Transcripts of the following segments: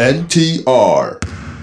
NTR。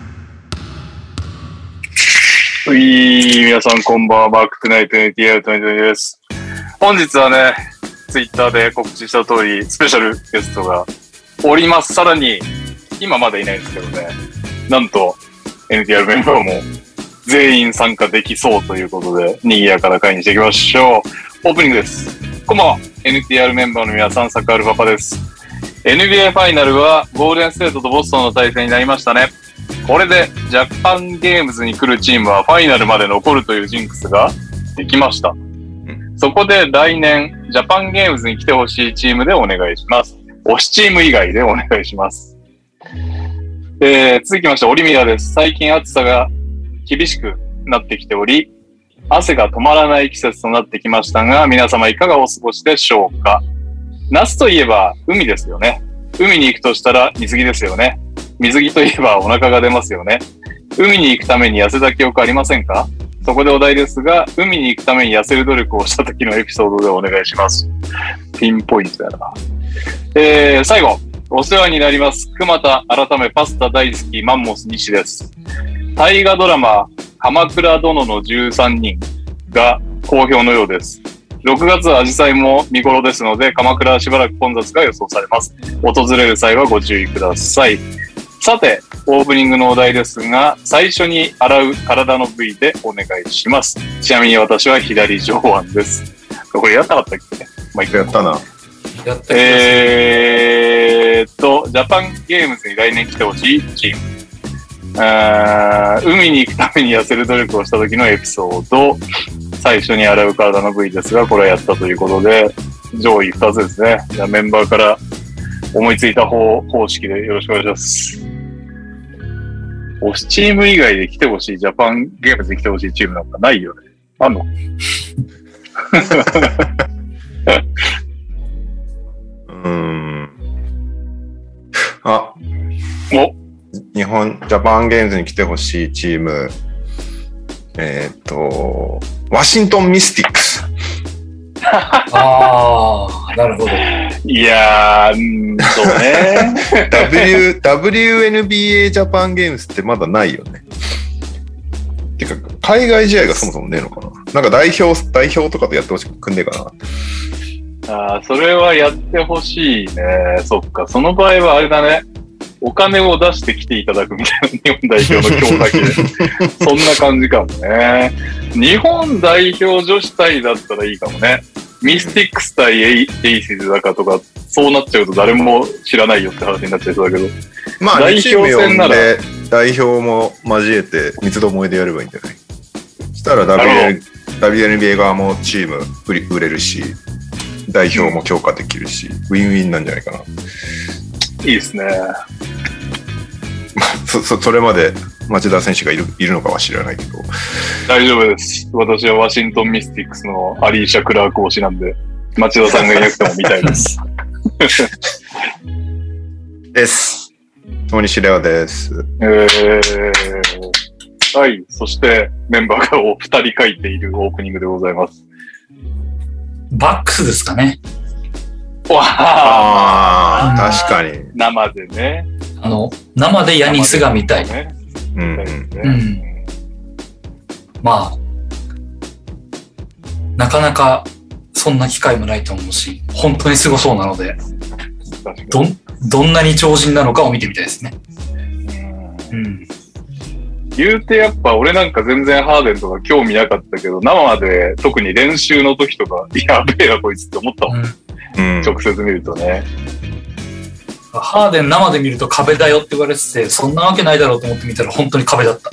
皆さんこんばんは。バックトゥナイト NTR2020 です。本日はね、ツイッターで告知した通り、スペシャルゲストがおります。さらに、今まだいないんですけどね、なんと NTR メンバーも全員参加できそうということで、賑やかな会にしていきましょう。オープニングです。こんばんは。NTR メンバーの皆さん、サッカールパパです。NBA ファイナルはゴールデンステートとボストンの対戦になりましたね。これでジャパンゲームズに来るチームはファイナルまで残るというジンクスができました。そこで来年ジャパンゲームズに来てほしいチームでお願いします。推しチーム以外でお願いします。続きましてオリミラです。最近暑さが厳しくなってきており、汗が止まらない季節となってきましたが、皆様いかがお過ごしでしょうか。夏といえば海ですよね。海に行くとしたら水着ですよね。水着といえばお腹が出ますよね。海に行くために痩せた記憶ありませんか？そこでお題ですが、海に行くために痩せる努力をした時のエピソードでお願いします。ピンポイントやな。最後、お世話になります。熊田改めパスタ大好きマンモス西です。大河ドラマ、鎌倉殿の13人が好評のようです。6月はアジサイも見頃ですので、鎌倉はしばらく混雑が予想されます。訪れる際はご注意ください。さて、オープニングのお題ですが、最初に洗う体の部位でお願いします。ちなみに私は左上腕です。これやったかったっけ？まあ、 やったな。 やったジャパンゲームズに来年来てほしいチーム。海に行くために痩せる努力をした時のエピソード。最初に洗う体の部位ですが、これはやったということで、上位2つですね。じゃあメンバーから思いついた方式でよろしくお願いします。推しチーム以外で来てほしい、ジャパンゲームズに来てほしいチームなんかないよね。あんの？ 日本ジャパンゲームズに来てほしいチーム、ワシントンミスティックス。 ああ、なるほど。 いやー、そうね。 WNBA ジャパンゲームズってまだないよね。てか、海外試合がそもそもねえのかな。なんか代表とかとやってほしくんねえかな。それはやってほしいね。そっか、その場合はあれだね。お金を出してきていただくみたいな、日本代表の今日だけで。そんな感じかもね。日本代表女子対だったらいいかもね。ミスティックス対エイシズだかとか、そうなっちゃうと誰も知らないよって話になっちゃいそうだけど。 まあ、代表戦なら代表も交えて三つどもえでやればいいんじゃない？そしたら WNBA 側もチーム売れるし、代表も強化できるし、ウィンウィンなんじゃないかな。 いいですね。 それまで町田選手がいるのかは知らないけど。 大丈夫です。私はワシントンミスティックスのアリーシャ・クラーク推しなんで、町田さんがいなくても見たいです。 です。大西レオです。 はい。そしてメンバーがお二人書いているオープニングでございます。 バックスですかね。 わあ、 確かに。 生でね。 生でヤニスが見たい。まあ、なかなかそんな機会もないと思うし、本当にすごそうなので、どんなに超人なのかを見てみたいですね。 言うてやっぱ俺なんか全然ハーデンとか興味なかったけど、生で特に練習の時とか、やべえなこいつって思ったもん。直接見るとね。 ハーデン生で見ると壁だよって言われてて、そんなわけないだろうと思って見たら本当に壁だった。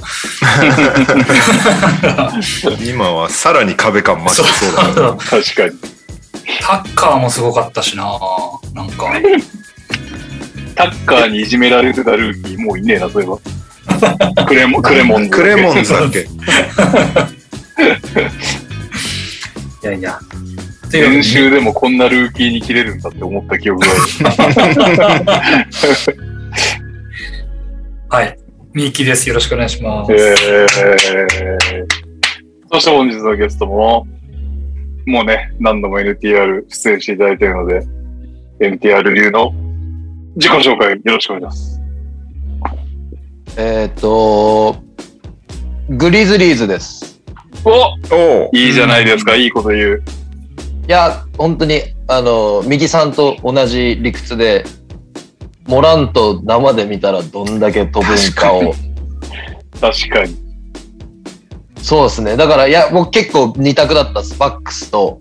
今はさらに壁感増してそうだな。 確かに。 タッカーもすごかったしな。なんかタッカーにいじめられてたルーキーもういねえな、そういえば。クレモンズだっけ。 いやいや。 練習でもこんなルーキーに切れるんだって思った記憶がある。 はい。ミーキです。よろしくお願いします。 そして本日のゲストも、もうね、何度も NTR 出演していただいているので、NTR 流の自己紹介よろしくお願いします。 グリズリーズです。 おいいじゃないですか、いいこと言う。 いや、本当に、右さんと同じ理屈で、モラント生で見たらどんだけ飛ぶんかを。 確かに。 そうですね。だから、いや、僕結構二択だったスパックスと、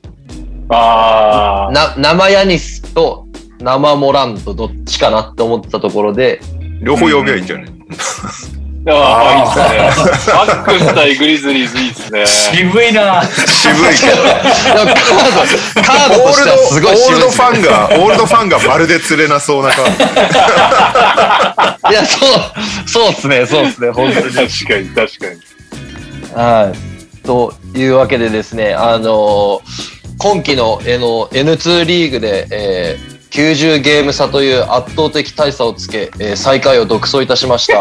生ヤニスと生モラントどっちかなって思ってたところで、 両方呼べばいいんじゃない？ いいっすね。バックス対グリズリーズいいっすね。 渋いな。 渋いけど。 カードとしてはすごい渋い。 オールドファンがまるで釣れなそうなカード。いや、そうっすね、本当に。 確かに。 はい。というわけでですね、今期のN2 リーグで、90ゲーム差という圧倒的大差をつけ、最下位を独走いたしました。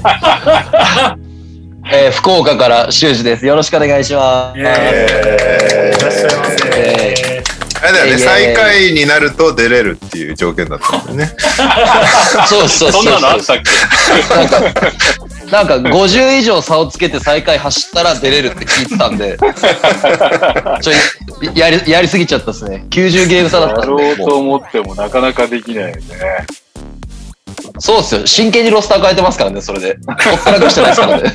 福岡から修二です。よろしくお願いします。 いらっしゃいませ。 あれだよね、最下位になると出れるっていう条件だったんだよね。 そう。 そんなのあったっけ？なんか50以上差をつけて最下位走ったら出れるって聞いてたんで、やりすぎちゃったですね。90ゲーム差だったんで。 やろうと思ってもなかなかできないよね。 そうっすよ。真剣にロスター変えてますからね、それで。ほったらかしてないですからね。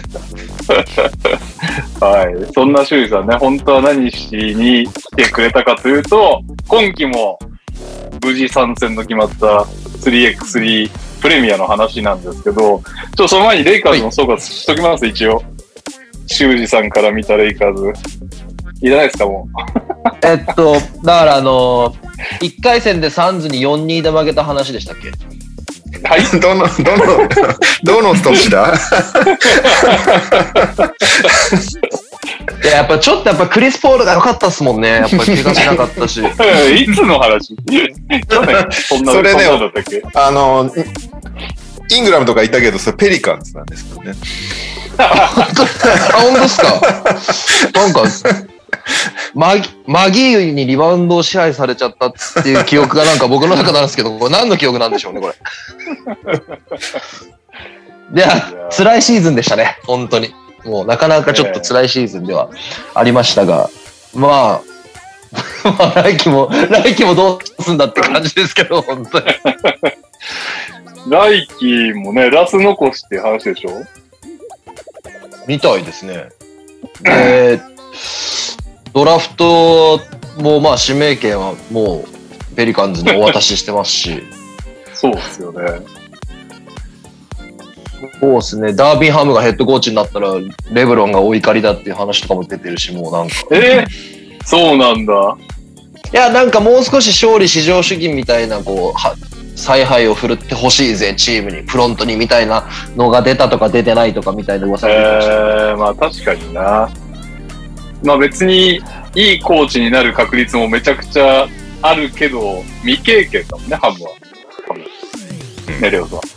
はい。そんな修二さんね、本当は何しに来てくれたかというと、今期も無事参戦の決まった 3x3 プレミアの話なんですけど、その前にレイカーズの総括しときます、一応。修二さんから見たレイカーズ。いらないですか、もう。 だから1回戦でサンズに 4-2 で負けた話でしたっけ？ はい。 どの年だ？ いや、やっぱちょっとクリス・ポールが良かったっすもんね。やっぱり怪我しなかったし。 いつの話？ それね、イングラムとかいたけど、それペリカンズなんですよね。 本当ですか？なんか、マギーにリバウンドを支配されちゃったっていう記憶がなんか僕の中なんですけど、これ何の記憶なんでしょうね、これ。いや、辛いシーズンでしたね、本当に。もうなかなかちょっと辛いシーズンではありましたが、まあ来季もどうすんだって感じですけど、本当に。 来季もね、ラス残しっていう話でしょ？ みたいですね。ドラフトもまあ指名権はもうペリカンズにお渡ししてますし。 そうですよね。 そうですね。ダービンハムがヘッドコーチになったらレブロンがお怒りだっていう話とかも出てるし、もうなんか。 そうなんだ。 いや、なんかもう少し勝利至上主義みたいな采配を振るってほしいぜ、チームに、フロントにみたいなのが出たとか出てないとかみたいな噂が出てました。 まあ確かにな。まあ別にいいコーチになる確率もめちゃくちゃあるけど、未経験だもんね、ハムは。ネレオスは。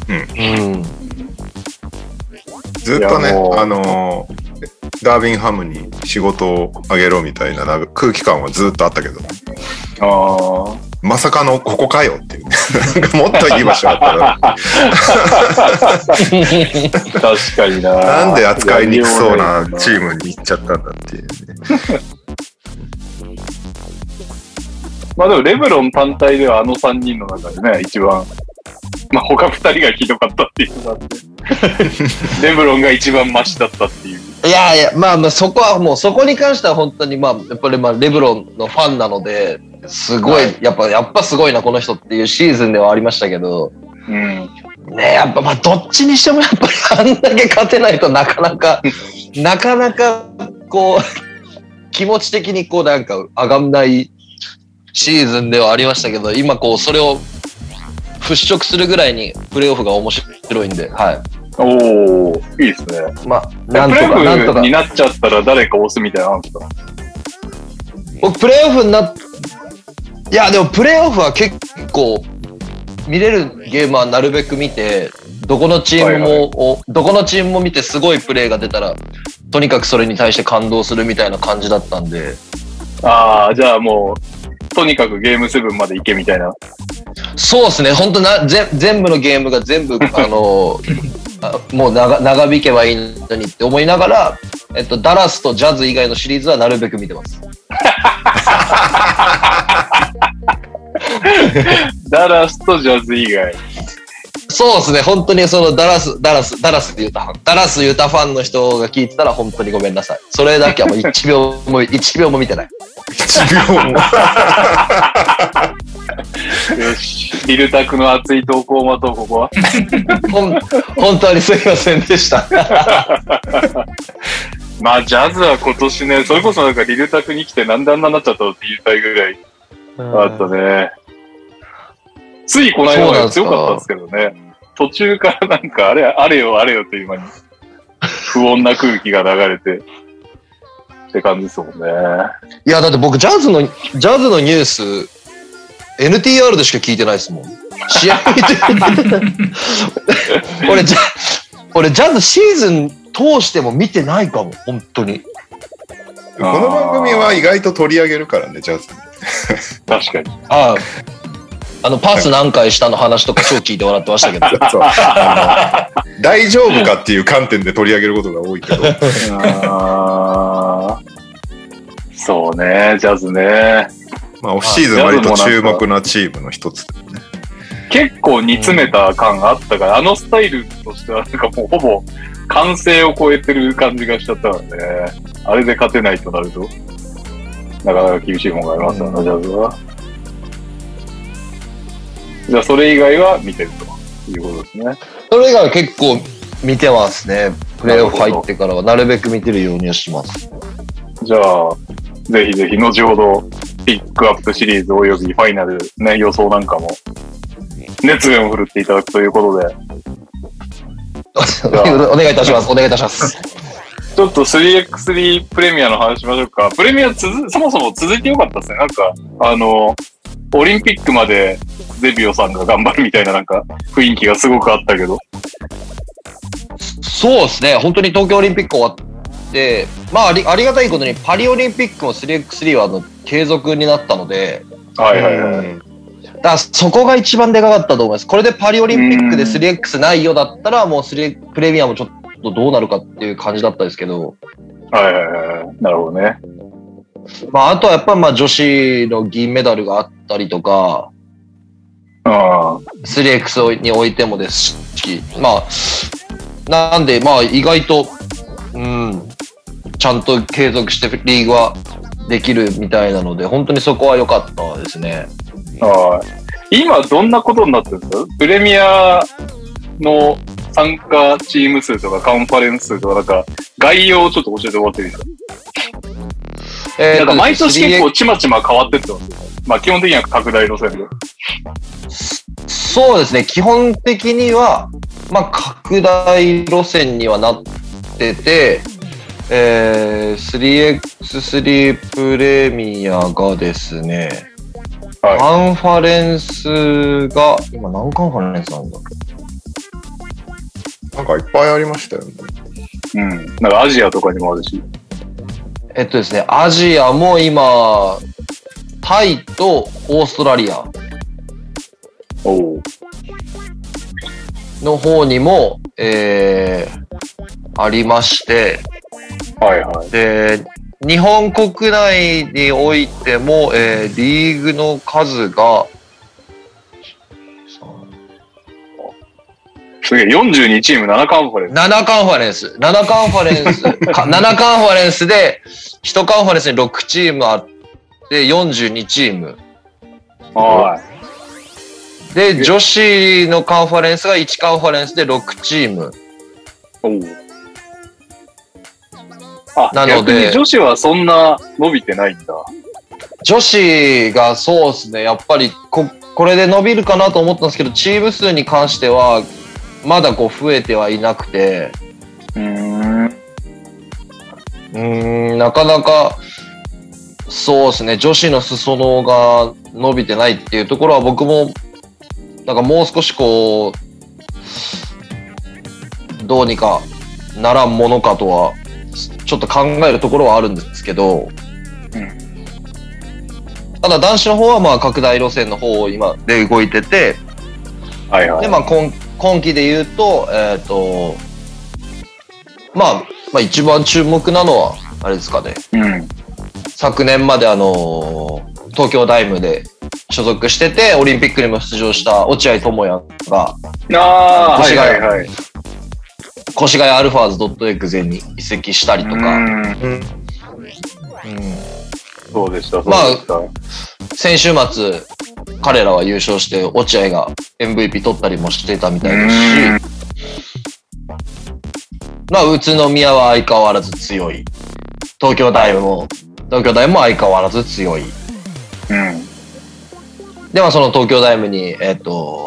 ずっとね、ダービンハムに仕事をあげろみたいな空気感はずっとあったけど。まさかのここかよっていう、ね、なんかもっといい場所あったら確かにな。 なんで扱いにくそうなチームに行っちゃったんだっていうね。 まあでもレブロン単体では3人の中でね、一番、まあ他2人がひどかったっていうのがあってレブロンが一番マシだったっていう。 いやまあそこはもうそこに関しては本当にやっぱりレブロンのファンなので、すごい、やっぱすごいなこの人っていうシーズンではありましたけど、ね、やっぱどっちにしてもやっぱりあんだけ勝てないとなかなかこう気持ち的になんか上がんないシーズンではありましたけど、今それを払拭するぐらいにプレーオフが面白いんで、はい。 おー、いいですね。 なんとか。 プレーオフになっちゃったら誰か押すみたいなのあるんですか？ 僕プレーオフいやでもプレーオフは結構見れるゲームはなるべく見て、どこのチームも見てすごいプレーが出たらとにかくそれに対して感動するみたいな感じだったんで。 じゃあもうとにかくゲーム7まで行けみたいな。 そうですね。本当全部のゲームが全部もう長引けばいいのにって思いながら、ダラスとジャズ以外のシリーズはなるべく見てます。 ダラスとジャズ以外。 そうですね、本当にそのダラスユタファンの人が聞いてたら本当にごめんなさい。それだけはもう1秒も見てない。 1秒も。 よし、リルタクの熱い投稿を待とう、ここは。 本当にすいませんでした。 まあ、ジャズは今年ね、それこそなんかリルタクに来てなんであんなになっちゃったのって言いたいぐらいあったね。ついこの間まで強かったんですけどね。途中からなんかあれよという間に不穏な空気が流れてって感じですもんね。 いや、だって僕ジャズのニュースNTR でしか聞いてないですもん。試合見て俺ジャズシーズン通しても見てないかも、本当に。 この番組は意外と取り上げるからね、ジャズ。 確かに。 パス何回したの話とか超聞いて笑ってましたけど。 そう大丈夫かっていう観点で取り上げることが多いけど。 そうね、ジャズね。 まあ、オフシーズン割と注目なチームの一つだよね。 結構煮詰めた感があったから、あのスタイルとしてはなんかもうほぼ完成を超えてる感じがしちゃったからね。あれで勝てないとなると、なかなか厳しいものがありますよね、ジャズは。じゃあそれ以外は見てるということですね。 それ以外は結構見てますね。プレーオフ入ってからはなるべく見てるようにはします。 じゃあ、ぜひぜひ後ほどピックアップシリーズおよびファイナル、ね、予想なんかも熱弁を振るっていただくということで。 お願いいたします。お願いいたします。 ちょっと 3x3 プレミアの話しましょうか。プレミアそもそも続いてよかったですね。なんか、オリンピックまでゼビオさんが頑張るみたいななんか雰囲気がすごくあったけど。 そうですね。本当に東京オリンピック終わって、まあありがたいことにパリオリンピックも 3x3 は継続になったので、 はいはいはい。 だからそこが一番でかかったと思います。これでパリオリンピックで 3x ないよだったらもうプレミアもちょっとどうなるかっていう感じだったんですけど。 はいはいはい。なるほどね。 まああとはやっぱまあ女子の銀メダルがあったりとか、3x においてもですし、まあなんでまあ意外とちゃんと継続してリーグはできるみたいなので、本当にそこは良かったですね。 今どんなことになってるんですか？プレミアの参加チーム数とかカンファレンス数とかなんか概要をちょっと教えてもらっていいですか？なんか毎年結構ちまちま変わってってますよね。まあ基本的には拡大路線で。 そうですね。基本的にはまあ拡大路線にはなってて、3x3 プレミアがですね、はい、カンファレンスが今何カンファレンスなんだ？ なんかいっぱいありましたよね。 なんかアジアとかにもあるし。 ですね、アジアも今タイとオーストラリアの方にも、ありまして、 はいはい。 で、日本国内においても、リーグの数がすげえ、42チーム7カンファレンス。 7カンファレンス。7カンファレンス。7カンファレンスで、1カンファレンスに6チームあって、42チーム。 はい。 で、女子のカンファレンスが1カンファレンスで6チーム。 なので、女子はそんな伸びてないんだ。 女子がそうですね、やっぱりこれで伸びるかなと思ったんですけど、チーム数に関しては、まだこう増えてはいなくて、なかなか、そうですね、女子の裾野が伸びてないっていうところは僕も、なんかもう少しこう、どうにかならんものかとは、ちょっと考えるところはあるんですけど、ただ男子の方はまあ拡大路線の方を今で動いてて、でまあ今季で言うと、まあ一番注目なのは、あれですかね。昨年まで東京ダイムで所属してて、オリンピックにも出場した落合智也が、越谷アルファーズ.exeに移籍したりとか、 そうでした。 まあ、先週末、彼らは優勝して、落合が MVP 取ったりもしてたみたいですし、まあ、宇都宮は相変わらず強い。東京ダイムも相変わらず強い。で、まあ、その東京ダイムに、ダ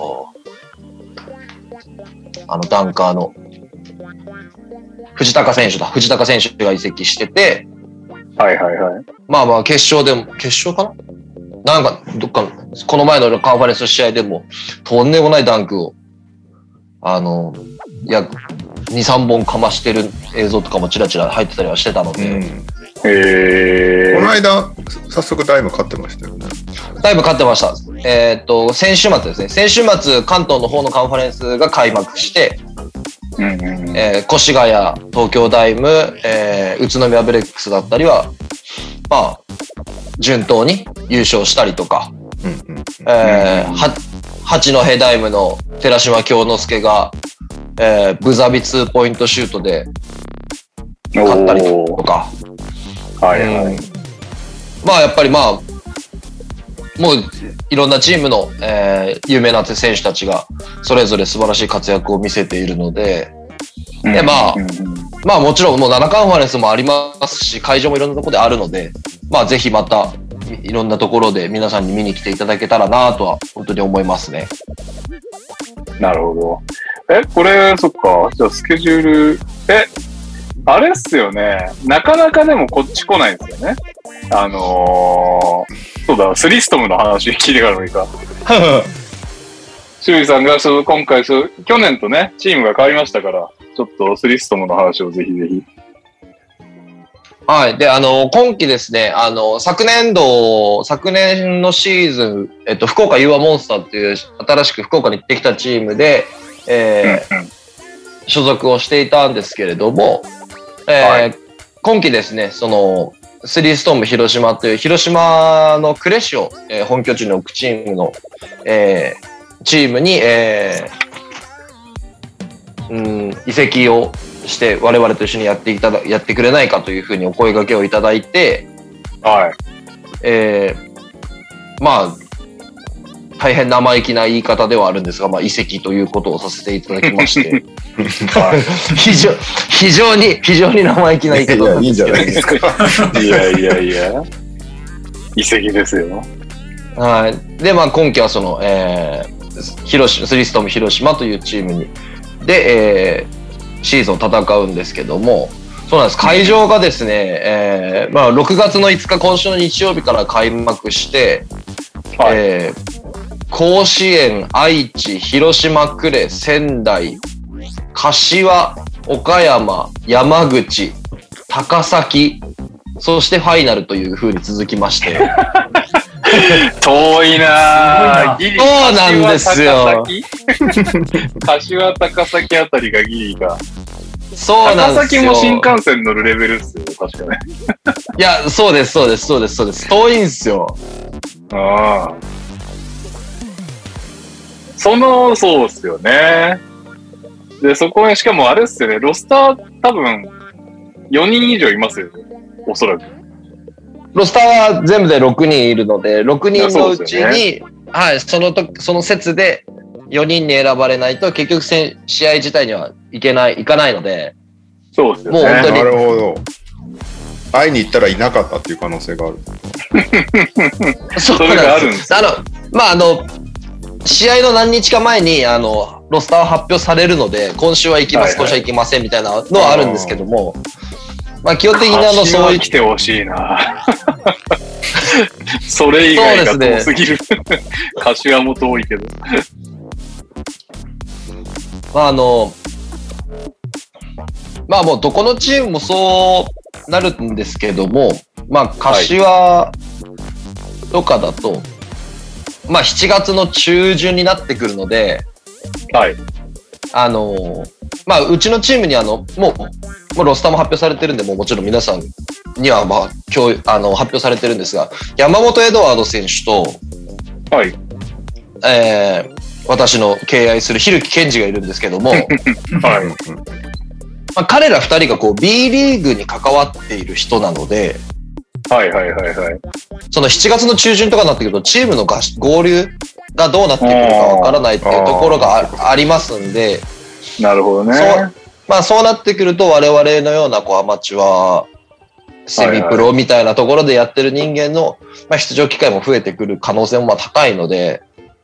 ンカーの、藤高選手が移籍してて、まあ、決勝かななんか、この前のカンファレンスの試合でも、とんでもないダンクを、2、3本かましてる映像とかもちらちら入ってたりはしてたので。 この間、早速ダイム勝ってましたよね。 ダイム勝ってました。先週末ですね。先週末、関東の方のカンファレンスが開幕して、越谷、東京ダイム、宇都宮ブレックスだったりは、まあ、順当に優勝したりとか、八戸ダイムの寺島京之介が、ブザビ2ポイントシュートで勝ったりとか、まあやっぱりまあ、もういろんなチームの、有名な選手たちがそれぞれ素晴らしい活躍を見せているので、でまあもちろんもう7カンファレンスもありますし、会場もいろんなところであるので、まあぜひまたいろんなところで皆さんに見に来ていただけたらなとは本当に思いますね。 なるほど。これ、そっか。じゃあスケジュール、あれっすよね。なかなかでもこっち来ないんですよね。そうだ、スリストムの話聞いてからもいいか。修理さんが今回去年とね、チームが変わりましたから、ちょっとスリストムの話をぜひぜひ。 はい。で、今季ですね、昨年のシーズン、福岡ユアモンスターっていう新しく福岡に行ってきたチームで、所属をしていたんですけれども、今季ですね、スリーストーム広島という広島の呉市を、本拠地に置くチームの、チームに、移籍をして我々と一緒にやってくれないかというふうにお声掛けをいただいて、まあ大変生意気な言い方ではあるんですが、まあ、移籍ということをさせていただきまして非常に生意気な言い方なんですけど、いいんじゃないですか。 いや移籍ですよ。 はい。で、まあ今季はスリーストーム広島というチームで、シーズンを戦うんですけども、そうなんです。会場がですね、まあ6月の5日、今週の日曜日から開幕して、甲子園、愛知、広島、呉、仙台、柏、岡山、山口、高崎、そしてファイナルという風に続きまして。 遠いなぁ。 そうなんですよ。 柏、高崎あたりがギリか。 そうなんですよ。 高崎も新幹線乗るレベルっすよ、確かね。 いや、そうです。遠いんですよ。 ああ。そうっすよね。で、そこに、しかもあれっすよね、ロスター多分4人以上いますよね、おそらく。 ロスターは全部で6人いるので、6人のうちに、はい、その節で4人に選ばれないと結局試合自体には行かないので、 そうですよね。 もう本当に。 なるほど。会いに行ったらいなかったっていう可能性がある。 それがあるんです。まあ試合の何日か前にロスターは発表されるので、今週は行きます、今週は行きませんみたいなのはあるんですけども、まあ基本的にそういう来てほしいな。それ以外が遠すぎる。柏も遠いけど。 まあまあもうどこのチームもそうなるんですけども、まあ柏とかだと、まあ7月の中旬になってくるので、 はい。 まあ、うちのチームにもうロスターも発表されてるんで、もちろん皆さんには、まあ、今日、発表されてるんですが、山本エドワード選手と、 はい。 私の敬愛する蛭木健二がいるんですけども、 はい。 まあ、彼ら二人がこう B リーグに関わっている人なので、 はいはいはいはい。 その7月の中旬とかになってくると、チームの合流がどうなってくるかわからないっていうところがありますんで、 なるほどね。 そうなってくると、我々のようなこうアマチュア、セミプロみたいなところでやってる人間の、まあ、出場機会も増えてくる可能性もまあ高いので、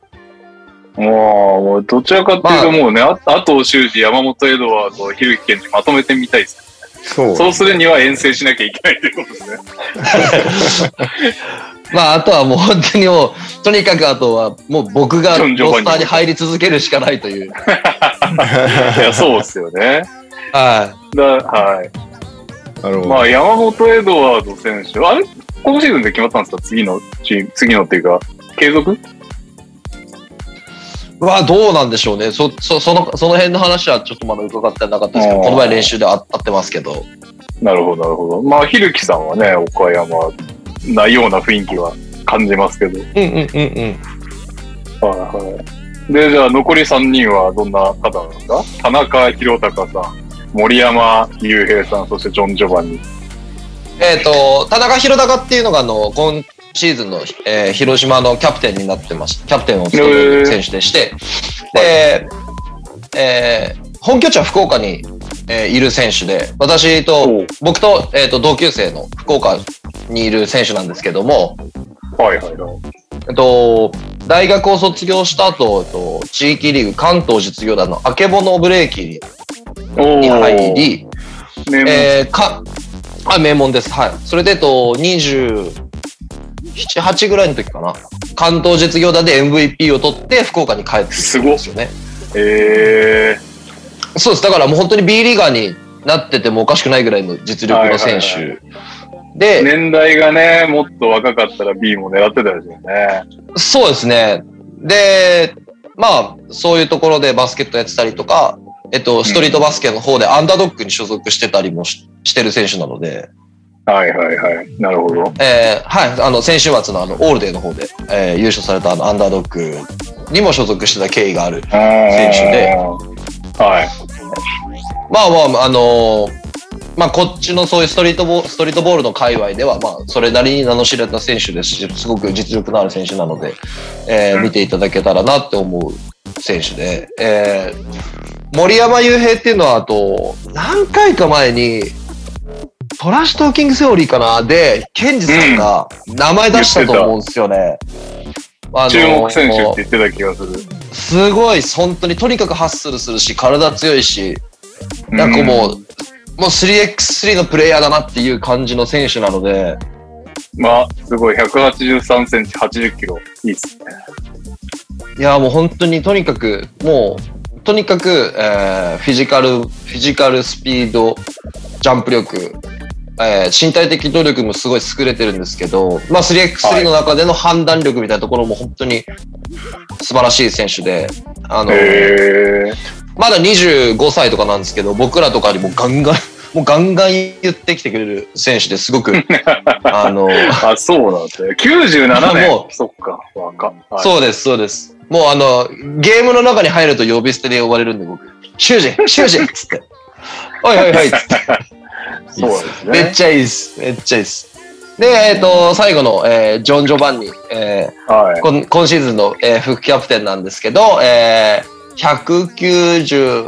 もうどちらかっていうともうね、あと修二、山本エドワード、蛭木健二まとめてみたいですね。そうするには遠征しなきゃいけないということですね。 まあ、あとはもう本当にもう、とにかくあとはもう僕がロスターに入り続けるしかないという。 いや、そうですよね。 はい。 はい。なるほど。まあ、山本エドワード選手、あれ今シーズンで決まったんですか？次のっていうか、継続？ どうなんでしょうね。その辺の話はちょっとまだ伺ってなかったですけど、この前練習で会ってますけど。 なるほど、なるほど。まあ、蛭木さんはね、岡山なような雰囲気は感じますけど。はいはい。で、じゃあ残り3人はどんな方なんですか？田中宏隆さん、森山雄平さん、そしてジョン・ジョバンニ。 田中宏隆っていうのが今シーズンの、広島のキャプテンになってました。キャプテンを務める選手でして、で、本拠地は福岡に、いる選手で、僕と、同級生の福岡にいる選手なんですけども、 はいはいはい。 大学を卒業した後、地域リーグ関東実業団のあけぼのブレーキに入り、名門です。はい。それで、27、8ぐらいの時かな。関東実業団で MVP を取って福岡に帰ってきたんですよね。そうです。だからもう本当に B リーガーになっててもおかしくないぐらいの実力の選手で。 年代がね、もっと若かったら B も狙ってたですよね。 そうですね。で、まあ、そういうところでバスケットやってたりとか、ストリートバスケの方でアンダードッグに所属してたりもしてる選手なので。 はいはいはい。なるほど。 はい。先週末のオールデーの方で、優勝されたアンダードッグにも所属してた経緯がある選手で。 はい。 まあこっちのそういうストリートボールの界隈では、まあそれなりに名の知れた選手ですし、すごく実力のある選手なので、見ていただけたらなって思う選手で、森山雄平っていうのは何回か前に、トラッシュトーキングセオリーかなで、ケンジさんが名前出したと思うんですよね。 注目選手って言ってた気がする。 すごい、本当にとにかくハッスルするし、体強いし、なんかもう 3x3 のプレイヤーだなっていう感じの選手なので。 まあ、すごい、183センチ、80キロ。いいっすね。 いや、もう本当にとにかく、フィジカルスピード、ジャンプ力、身体的努力もすごい優れてるんですけど、まあ 3x3 の中での判断力みたいなところも本当に素晴らしい選手で、まだ25歳とかなんですけど、僕らとかにもガンガン言ってきてくれる選手ですごく、 そうなんですね。97年。もう、そっか、 はい、そうです。もうゲームの中に入ると呼び捨てで呼ばれるんで、僕、修二っつって。おいっつって。 そうですね。 めっちゃいいです。で、最後の、ジョン・ジョバンニ、今シーズンの、副キャプテンなんですけど、193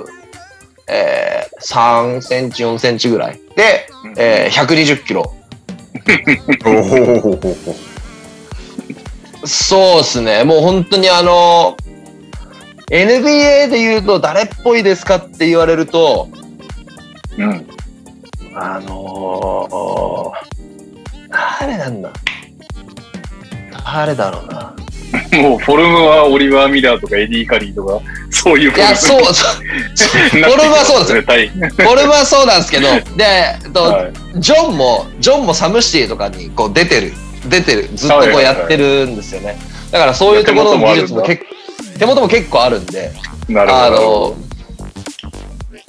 センチ、4センチぐらいで、120キロ。そうですね。もう本当にNBA で言うと誰っぽいですかって言われると、誰だろうな。 もうフォルムはオリバー・ミラーとかエディ・カリーとか、そういうフォルム。 いや、そう。フォルムはそうですよ。フォルムはそうなんですけど、で、ジョンもサムシティとかにこう出てる。ずっとこうやってるんですよね。だからそういうところの技術も手元も結構あるんで、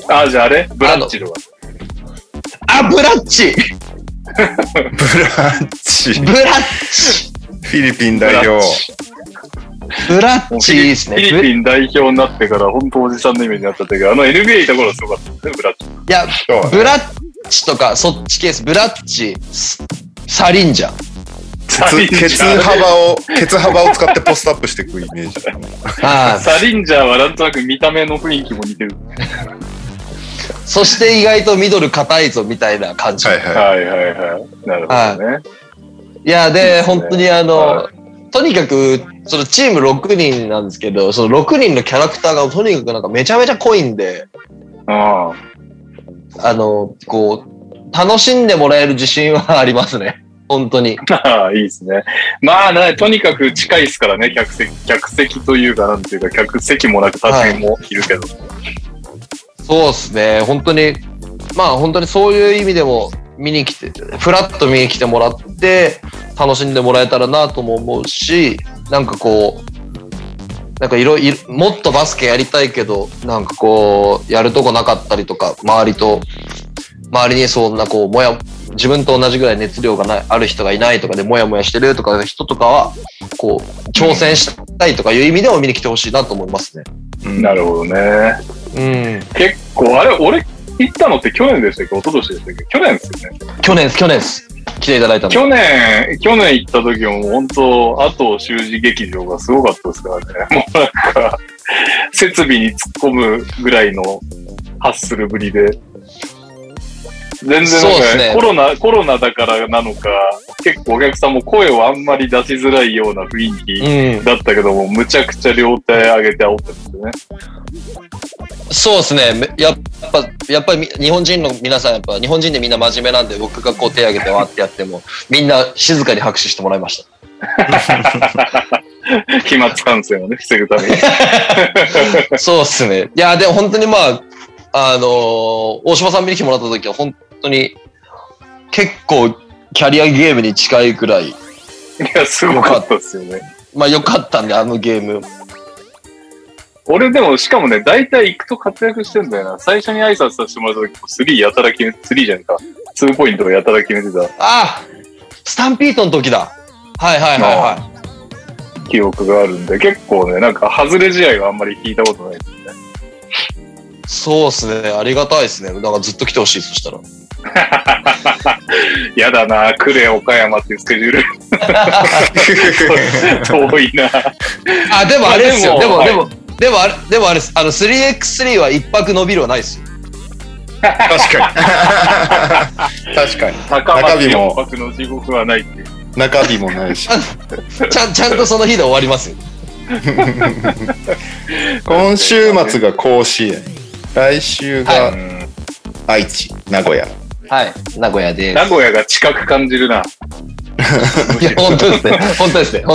あ、じゃああれブラッチとか。 ブラッチブラッチ。 ブラッチフィリピン代表。 ブラッチですね。 フィリピン代表になってから本当おじさんのイメージになっちゃったけど、NBA いた頃はすごかったですね、ブラッチ。 いや、ブラッチとかそっちケース、ブラッチ、サリンジャー。 ケツ幅を使ってポストアップしていくイメージ。 サリンジャーはなんとなく見た目の雰囲気も似てる。 そして意外とミドル硬いぞみたいな感じ。 はい。なるほどね。 いや、で、本当にとにかく、そのチーム6人なんですけど、その6人のキャラクターがとにかくなんかめちゃめちゃ濃いんで、こう、楽しんでもらえる自信はありますね。本当に。 いいですね。まあね、とにかく近いですからね、客席というか、なんていうか、客席もなく他人もいるけど。 そうですね。本当に、まあ本当にそういう意味でも見に来て、フラッと見に来てもらって、楽しんでもらえたらなとも思うし、なんかこう、なんかもっとバスケやりたいけど、なんかこう、やるとこなかったりとか、周りにそんなこう、自分と同じぐらい熱量がある人がいないとかでモヤモヤしてるとか人とかは、こう、挑戦したいとかいう意味でも見に来てほしいなと思いますね。 なるほどね。結構、あれ、俺行ったのって去年でしたっけ一昨年でしたっけ去年ですよね。去年です。来ていただいたの。 去年行った時も本当、あと修士劇場がすごかったですからね。もうなんか、設備に突っ込むぐらいのハッスルぶりで。全然なんか、コロナだからなのか、結構お客さんも声をあんまり出しづらいような雰囲気だったけども、むちゃくちゃ両手上げて煽ってますよね。 そうですね。やっぱり日本人の皆さん、日本人でみんな真面目なんで、僕がこう手挙げてわってやっても、みんな静かに拍手してもらいました。 飛沫感染をね、防ぐために。 そうですね。いや、でも本当に大島さん見に来てもらった時は本当に結構キャリアゲームに近いくらい。いや、すごかったですよね。 まあ良かったんで、ゲーム。 俺でも、しかもね、大体行くと活躍してんだよな。最初に挨拶させてもらった時も3やたら決めて、3じゃんか。2ポイントをやたら決めてた。 スタンピートの時だ。はい。 記憶があるんで、結構ね、なんか外れ試合はあんまり聞いたことないですね。 そうですね。ありがたいですね。だからずっと来てほしい、そしたら。やだな、クレ岡山っていうスケジュール。遠いな。 でもあれですよ。でもあれです。3x3 は一泊伸びるはないですよ。 確かに。確かに。 中日も。一泊の地獄はないっていう。 中日もないし。 ちゃんとその日で終わりますよ。 今週末が甲子園。来週が愛知、名古屋。 はい、名古屋です。 名古屋が近く感じるな。 いや、本当ですね。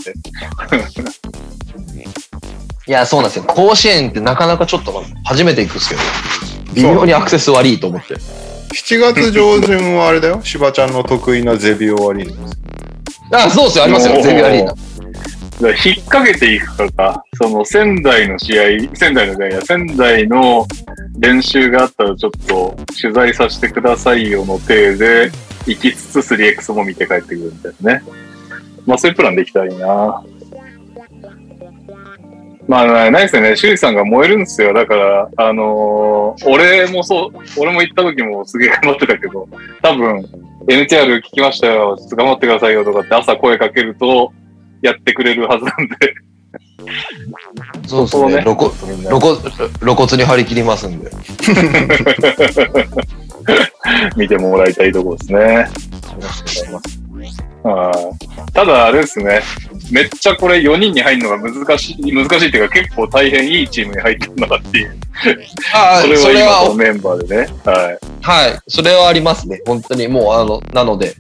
いや、そうなんですよ。甲子園ってなかなかちょっと初めて行くんですけど、微妙にアクセス悪いと思って。 7月上旬はあれだよ。しばちゃんの得意なゼビオアリーナ。そうですよ、ありますよ、ゼビオアリーナ。 引っ掛けていくか、その仙台の練習があったらちょっと取材させてくださいよの体で行きつつ 3X も見て帰ってくるみたいなね。まあそういうプランできたらいいな。まあないですよね。修理さんが燃えるんですよ。だから、俺も行った時もすげえ頑張ってたけど、多分 NTR 聞きましたよ。ちょっと頑張ってくださいよとかって朝声かけると、やってくれるはずなんで。 そうですね。露骨に張り切りますんで。 見てもらいたいところですね。ただあれですね。めっちゃこれ4人に入るのが難しいっていうか結構大変いいチームに入ってるなっていう。それは今のメンバーでね。 はい。それはありますね。本当にもうなので。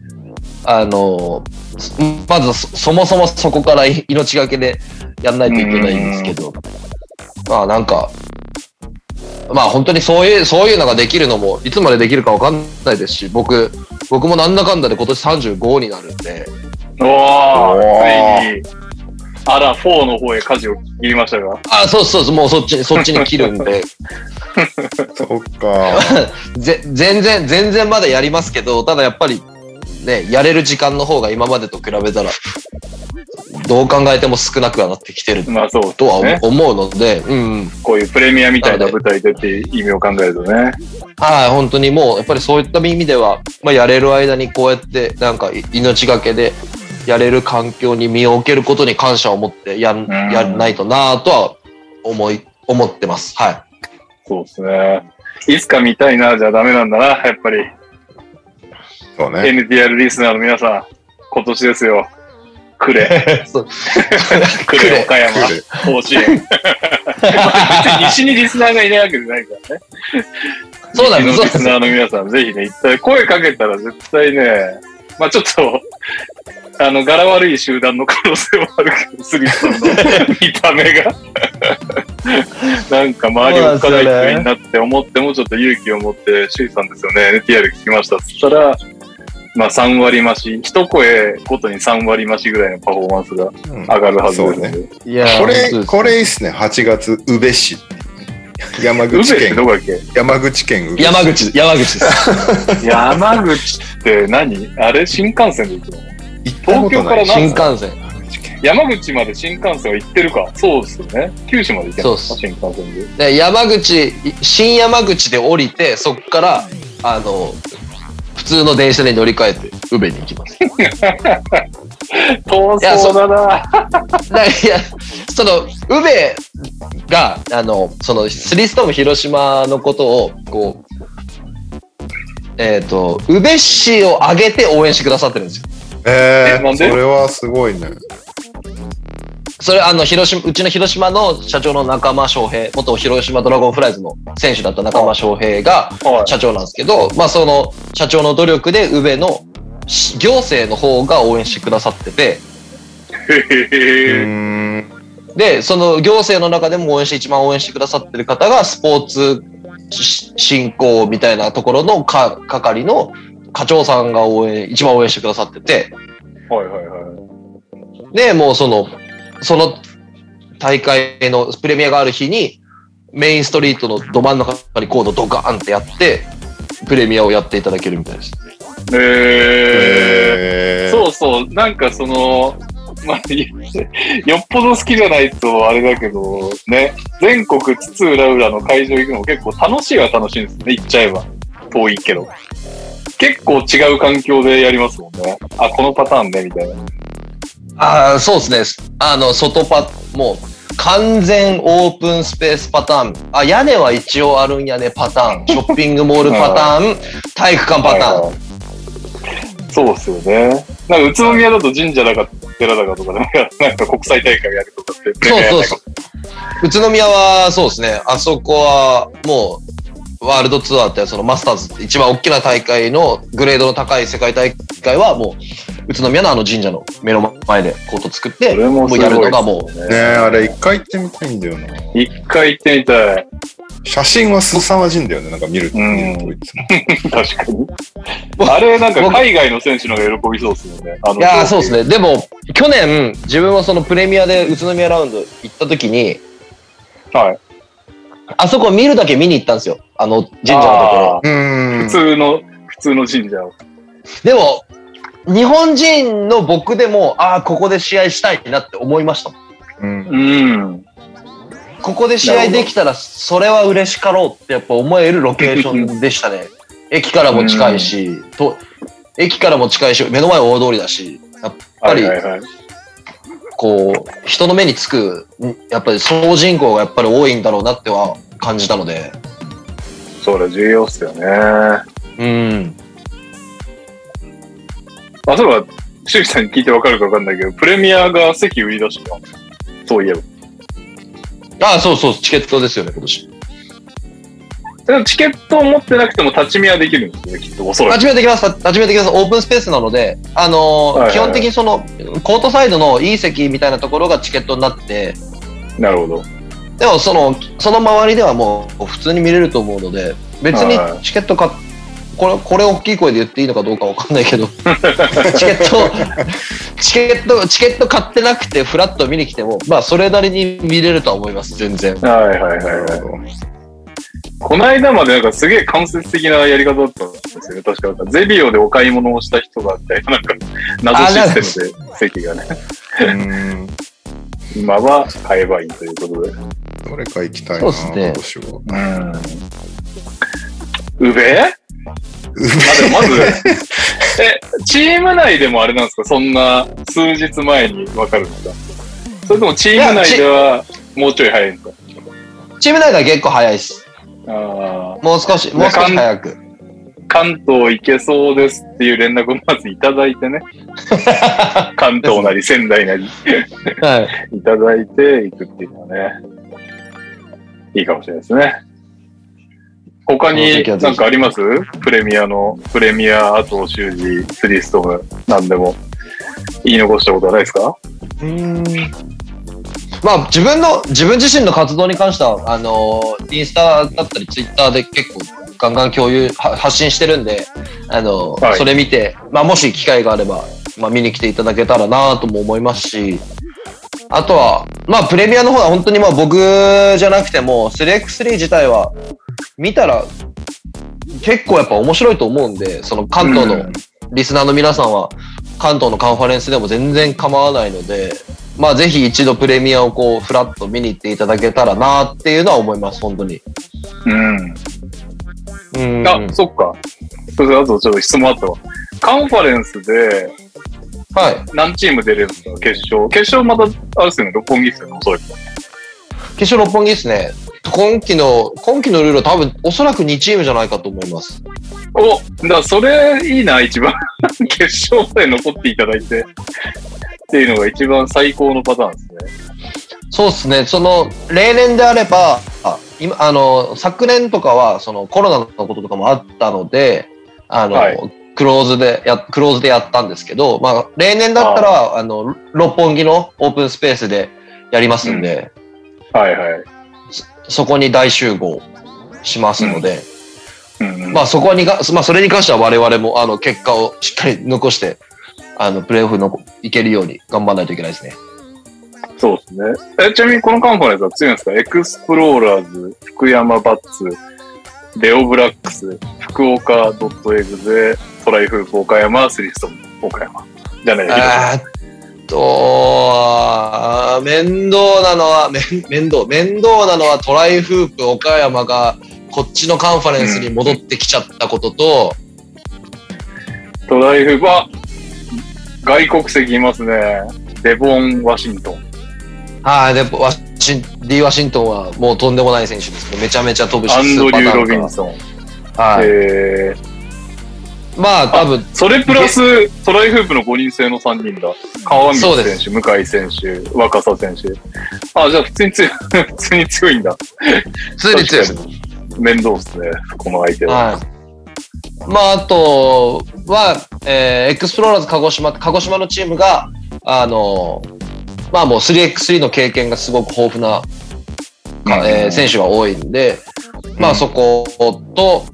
まずそもそもそこから命がけでやんないといけないんですけど、なんか、本当にそういうのができるのもいつまでできるかわかんないですし、僕もなんだかんだで今年35になるんで。 ついに。 アラ4の方へ舵を切りましたが。 あ、そうそうそう、もうそっちに切るんで。 そっか。 全然まだやりますけど、ただやっぱりね、やれる時間の方が今までと比べたら、どう考えても少なくはなってきてるまあそうですね、 とは思うので、 こういうプレミアみたいな舞台でっていう意味を考えるとね。 はい、本当にもう、やっぱりそういった意味では、まあ、やれる間にこうやって、なんか命がけでやれる環境に身を置けることに感謝を持ってやらないとなぁとは思ってます。はい。 そうですね。いつか見たいな、じゃダメなんだな、やっぱり。 そうね。 NTR リスナーの皆さん、今年ですよ。くれ。くれ、岡山、甲子園。西にリスナーがいないわけじゃないからね。 そうなんです。 リスナーの皆さん、ぜひね、一体声かけたら絶対ね、まあちょっと、柄悪い集団の可能性もあるけど、スリストの見た目が。なんか周りを追っかないといいなって思っても、ちょっと勇気を持って、シュイさんですよね、NTR 聞きましたって言ったら、まあ3割増し、一声ごとに3割増しぐらいのパフォーマンスが上がるはずですね。 いやこれいいっすね。8月、宇部市。山口県。 どこだっけ？ 山口県宇部市。 山口です。 山口って何？あれ新幹線で行くの？東京から新幹線。 山口まで新幹線は行ってるか。そうですよね。九州まで行けないですか、新幹線で。 新山口で降りて、そっから、普通の電車に乗り換えて、宇部に行きます。 遠そうだな。 いや、宇部が、スリーストーム広島のことを、こう、宇部市を挙げて応援してくださってるんですよ。 なんで？ それはすごいね。 それうちの広島の社長の中間翔平、元広島ドラゴンフライズの選手だった中間翔平が社長なんですけど、まあその社長の努力で宇部の行政の方が応援してくださってて、で、その行政の中でも一番応援してくださってる方がスポーツ振興みたいなところの係の課長さんが一番応援してくださってて、で、もうその大会のプレミアがある日にメインストリートのど真ん中にコードドカーンってやってプレミアをやっていただけるみたいです。 そうそう、なんかまあ、よっぽど好きじゃないとあれだけどね、全国津々浦々の会場行くのも結構楽しいは楽しいんですね。行っちゃえば遠いけど結構違う環境でやりますもんね。あ、このパターンねみたいな。 そうですね。もう完全オープンスペースパターン。屋根は一応あるんやねパターン。ショッピングモールパターン。体育館パターン。 そうですよね。なんか宇都宮だと神社だか寺だかとかで、なんか国際大会やるとかってプレミアやったり。そう。 宇都宮はそうですね。あそこはもう、ワールドツアーってそのマスターズって一番大きな大会のグレードの高い世界大会はもう宇都宮の神社の目の前でコート作ってもうやるのがもうね。あれ一回行ってみたいんだよな。 一回行ってみたい。 写真は凄まじいんだよね。なんか見るといつも。 確かに。あれなんか海外の選手の方が喜びそうですよね。 いやそうですね。でも去年自分はそのプレミアで宇都宮ラウンド行った時に、 はい。 あそこ見るだけ見に行ったんですよ。神社のところ。 普通の神社を。 でも、日本人の僕でも、ここで試合したいなって思いました。ここで試合できたら、それは嬉しかろうってやっぱ思えるロケーションでしたね。駅からも近いし、目の前大通りだし、やっぱり、こう、人の目につく、やっぱり総人口がやっぱり多いんだろうなっては感じたので。 それ重要っすよね。そういえば、シュウキさんに聞いて分かるか分かんないけど、プレミアが席売り出した。そういえば。 そう、チケットですよね、今年。 チケットを持ってなくても立ち見はできるんですよね、きっと。おそらく。 立ち見はできます。オープンスペースなので、基本的にコートサイドのいい席みたいなところがチケットになって。 なるほど。 でもその周りではもう普通に見れると思うので、別にチケット買っこれ大きい声で言っていいのかどうかわかんないけど、チケット買ってなくてフラッと見に来ても、まあそれなりに見れるとは思います、全然。 はいはいはいはい。この間までなんかすげえ間接的なやり方だったんですよね。確かゼビオでお買い物をした人がみたいな、なんか謎システムで席がね。今は買えばいいということで。 どれか行きたいな。 そうですね。 どうしよう。 宇部？まず、チーム内でもあれなんですか？そんな数日前に分かるんですか？それともチーム内ではもうちょい早いんですか？ チーム内では結構早いです。もう少し早く。 関東行けそうですっていう連絡をまずいただいてね。関東なり仙台なり、はい、いただいて行くっていうのはね、いいかもしれないですね。他に何かあります？プレミア、あと修二、スリーストム、なんでも言い残したことはないですか？ まあ自分自身の活動に関してはインスタだったりツイッターで結構ガンガン発信してるんではい、それ見て、まあもし機会があればまあ見に来ていただけたらなとも思いますし、あとはまあプレミアの方は本当にまあ僕じゃなくても 3x3 自体は見たら結構やっぱ面白いと思うんで、その関東のリスナーの皆さんは関東のカンファレンスでも全然構わないので、まあぜひ一度プレミアをこうフラッと見に行っていただけたらなっていうのは思います、本当に。 あ、そっか。それであとちょっと質問あったわ。カンファレンスで何チーム出れるんですか？決勝またあれですよね、六本木ですよね、おそらく。 決勝六本木ですね。今期のルールは多分おそらく2チームじゃないかと思います。 だからそれいいな、一番。決勝まで残っていただいてっていうのが一番最高のパターンですね。 そうですね。例年であれば今昨年とかはそのコロナのこととかもあったのではい、クローズでやったんですけど、まあ例年だったら六本木のオープンスペースでやりますんで、 はいはい。 そこに大集合しますので、まあそれに関しては我々も結果をしっかり残してプレーオフいけるように頑張らないといけないですね。そうですね。ちなみにこのカンファレンスは強いんですか？エクスプローラーズ、福山バッツ、レオブラックス、福岡ドットエグゼ、トライフープ岡山、スリストン岡山。じゃない面倒なのはトライフープ岡山がこっちのカンファレンスに戻ってきちゃったことと、 トライフープは外国籍いますね。デボン・ワシントン。 はい、D ワシントンはもうとんでもない選手ですね。めちゃめちゃ飛ぶし、 アンドリュー・ロビンソン。 はい。まあ多分それプラストライフープの5人制の3人だ。川水選手、向井選手、若狭選手。じゃあ普通に強いんだ。 普通に強い。 面倒っすね、この相手は。 はい。まああとは、エクスプローラーズ鹿児島のチームがまあもう 3x3 の経験がすごく豊富な、選手が多いんで、まあそこと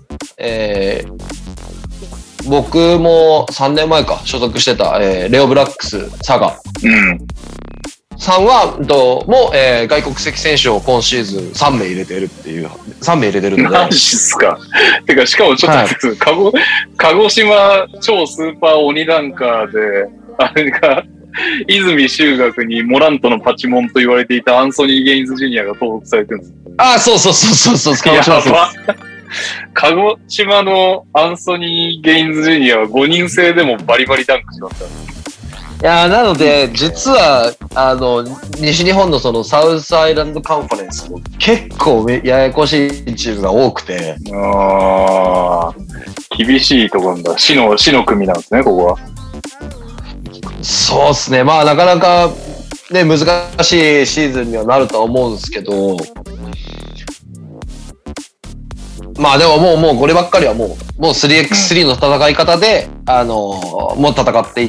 僕も3年前か所属してた、レオブラックス佐賀さんは外国籍選手を今シーズン3名入れてるので。 マジっすか。てかしかもちょっと、はい、鹿児島超スーパー鬼ランカーであれが泉修学にモラントのパチモンと言われていたアンソニー・ゲインズ・ジュニアが登録されてるんです。 そう鹿児島のアンソニー・ゲインズ・ジュニアは5人制でもバリバリダンクしました。 いやなので実は西日本のそのサウスアイランドカンファレンスも結構ややこしいチームが多くて、 厳しいところなんだ。死の組なんですね、ここは。 そうですね。まあなかなかね難しいシーズンにはなるとは思うんですけど、まあでももうこればっかりはもう 3x3 の戦い方でもう戦っていって、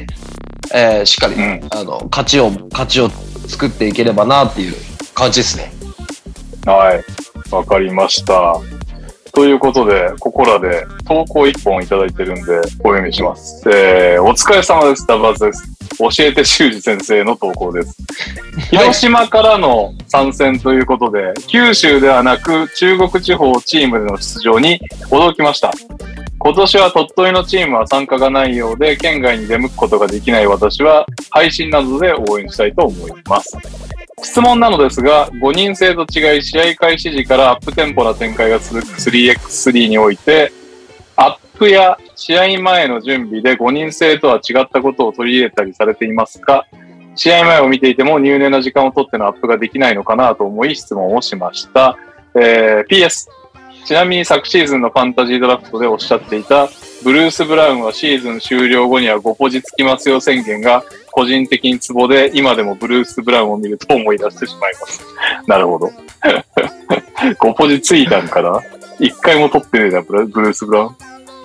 しっかり、勝ちを作っていければなっていう感じですね。 はい、わかりました。 ということで、ここらで投稿1本いただいてるんで、お読みします。お疲れ様です。ダバーズです。教えて修二先生の投稿です。広島からの参戦ということで、九州ではなく中国地方チームでの出場に驚きました。今年は鳥取のチームは参加がないようで、県外に出向くことができない私は、配信などで応援したいと思います。質問なのですが、5人制と違い試合開始時からアップテンポな展開が続く 3x3 において、アップや試合前の準備で5人制とは違ったことを取り入れたりされていますか？試合前を見ていても入念な時間をとってのアップができないのかなと思い質問をしました。PS。ちなみに昨シーズンのファンタジードラフトでおっしゃっていたブルース・ブラウンはシーズン終了後には5ポジつきますよ宣言が個人的にツボで今でもブルース・ブラウンを見ると思い出してしまいます。なるほど。5ポジついたんかな？ 1 回も取ってねえな、ブルース・ブラウン。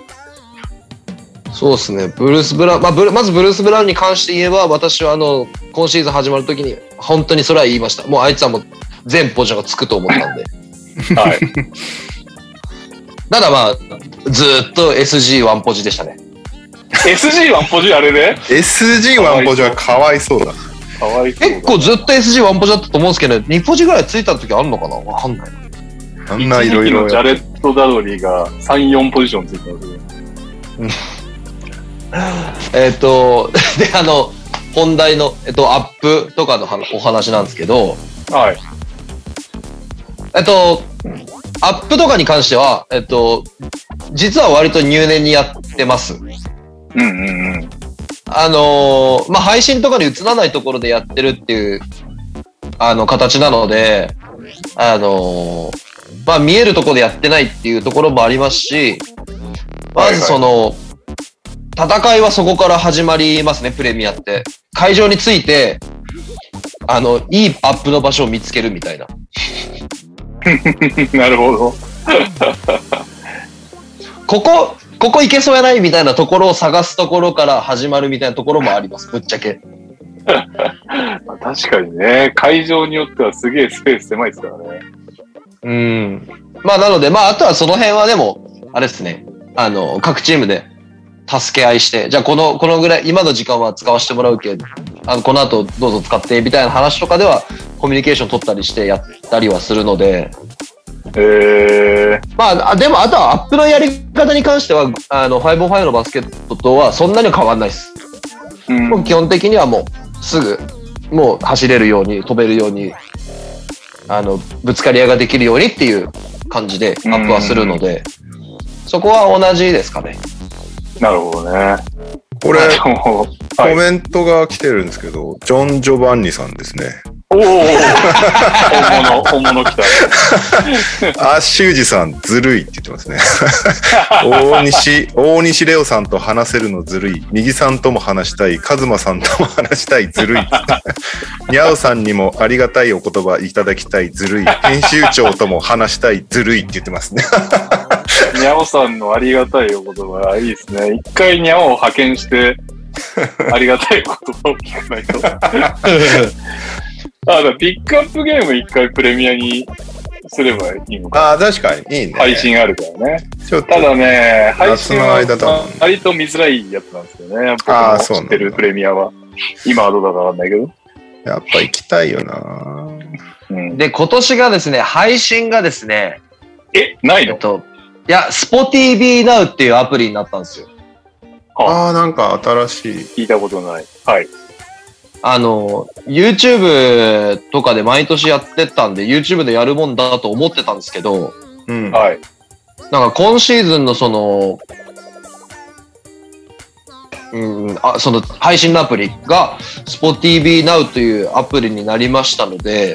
そうですね。ブルース・ブラウン、まずブルース・ブラウンに関して言えば、私は今シーズン始まるときに本当にそれは言いました。もうあいつはもう全ポジションがつくと思ったんで。 はい。 ただずーっと SG1 ポジでしたね。 SG1 ポジあれで ?SG1 ポジはかわいそうだ。 かわいそうだ。 結構ずっと SG1 ポジだったと思うんですけど、2ポジぐらいついた時あるのかな？わかんないな。 あんないろいろ。 ジャレット・ダドリーが3、4ポジションついたんですよ。 で、本題の、アップとかのお話なんですけど、 はい。 アップとかに関しては、実は割と入念にやってます。配信とかに映らないところでやってるっていう、形なので、見えるところでやってないっていうところもありますし、まず戦いはそこから始まりますね、プレミアって。会場に着いて、いいアップの場所を見つけるみたいな。 なるほど。 ここ行けそうやないみたいなところを探すところから始まるみたいなところもあります、ぶっちゃけ。 確かにね、会場によってはすげえスペース狭いですからね。 なので、あとはその辺はでも、あれですね、各チームで助け合いして、じゃあこのぐらい、今の時間は使わせてもらうけど、この後どうぞ使ってみたいな話とかではコミュニケーション取ったりしてやったりはするので、でもあとはアップのやり方に関しては5on5 のバスケットとはそんなに変わんないです。もう基本的にはもうすぐもう走れるように飛べるようにぶつかり合いができるようにっていう感じでアップはするので、そこは同じですかね。 なるほどね。 これ、コメントが来てるんですけど、ジョン・ジョバンニさんですね。 おお本物来た。 修二さんずるいって言ってますね。大西レオさんと話せるのずるい。右さんとも話したい。カズマさんとも話したいずるい。ニャオさんにもありがたいお言葉いただきたいずるい。編集長とも話したいずるいって言ってますね。 ニャオさんのありがたいお言葉いいですね。一回ニャオを派遣してありがたいお言葉を聞かないと。ピックアップゲーム一回プレミアにすればいいのか。 確かにいいね。 配信あるからね。 ちょっとただね、配信は夏の間割と見づらいやつなんですよね。僕の知ってるプレミアは。今はどうだかわかんないけど。 やっぱ行きたいよな。 で、今年がですね、配信がですね、 ないの？ いや、SpoTV Now っていうアプリになったんですよ。 なんか新しい。 聞いたことない。はい。 YouTube とかで毎年やってたんで、YouTube でやるもんだと思ってたんですけど、 はい。 なんか今シーズンのその配信のアプリが SpoTV Now というアプリになりましたので、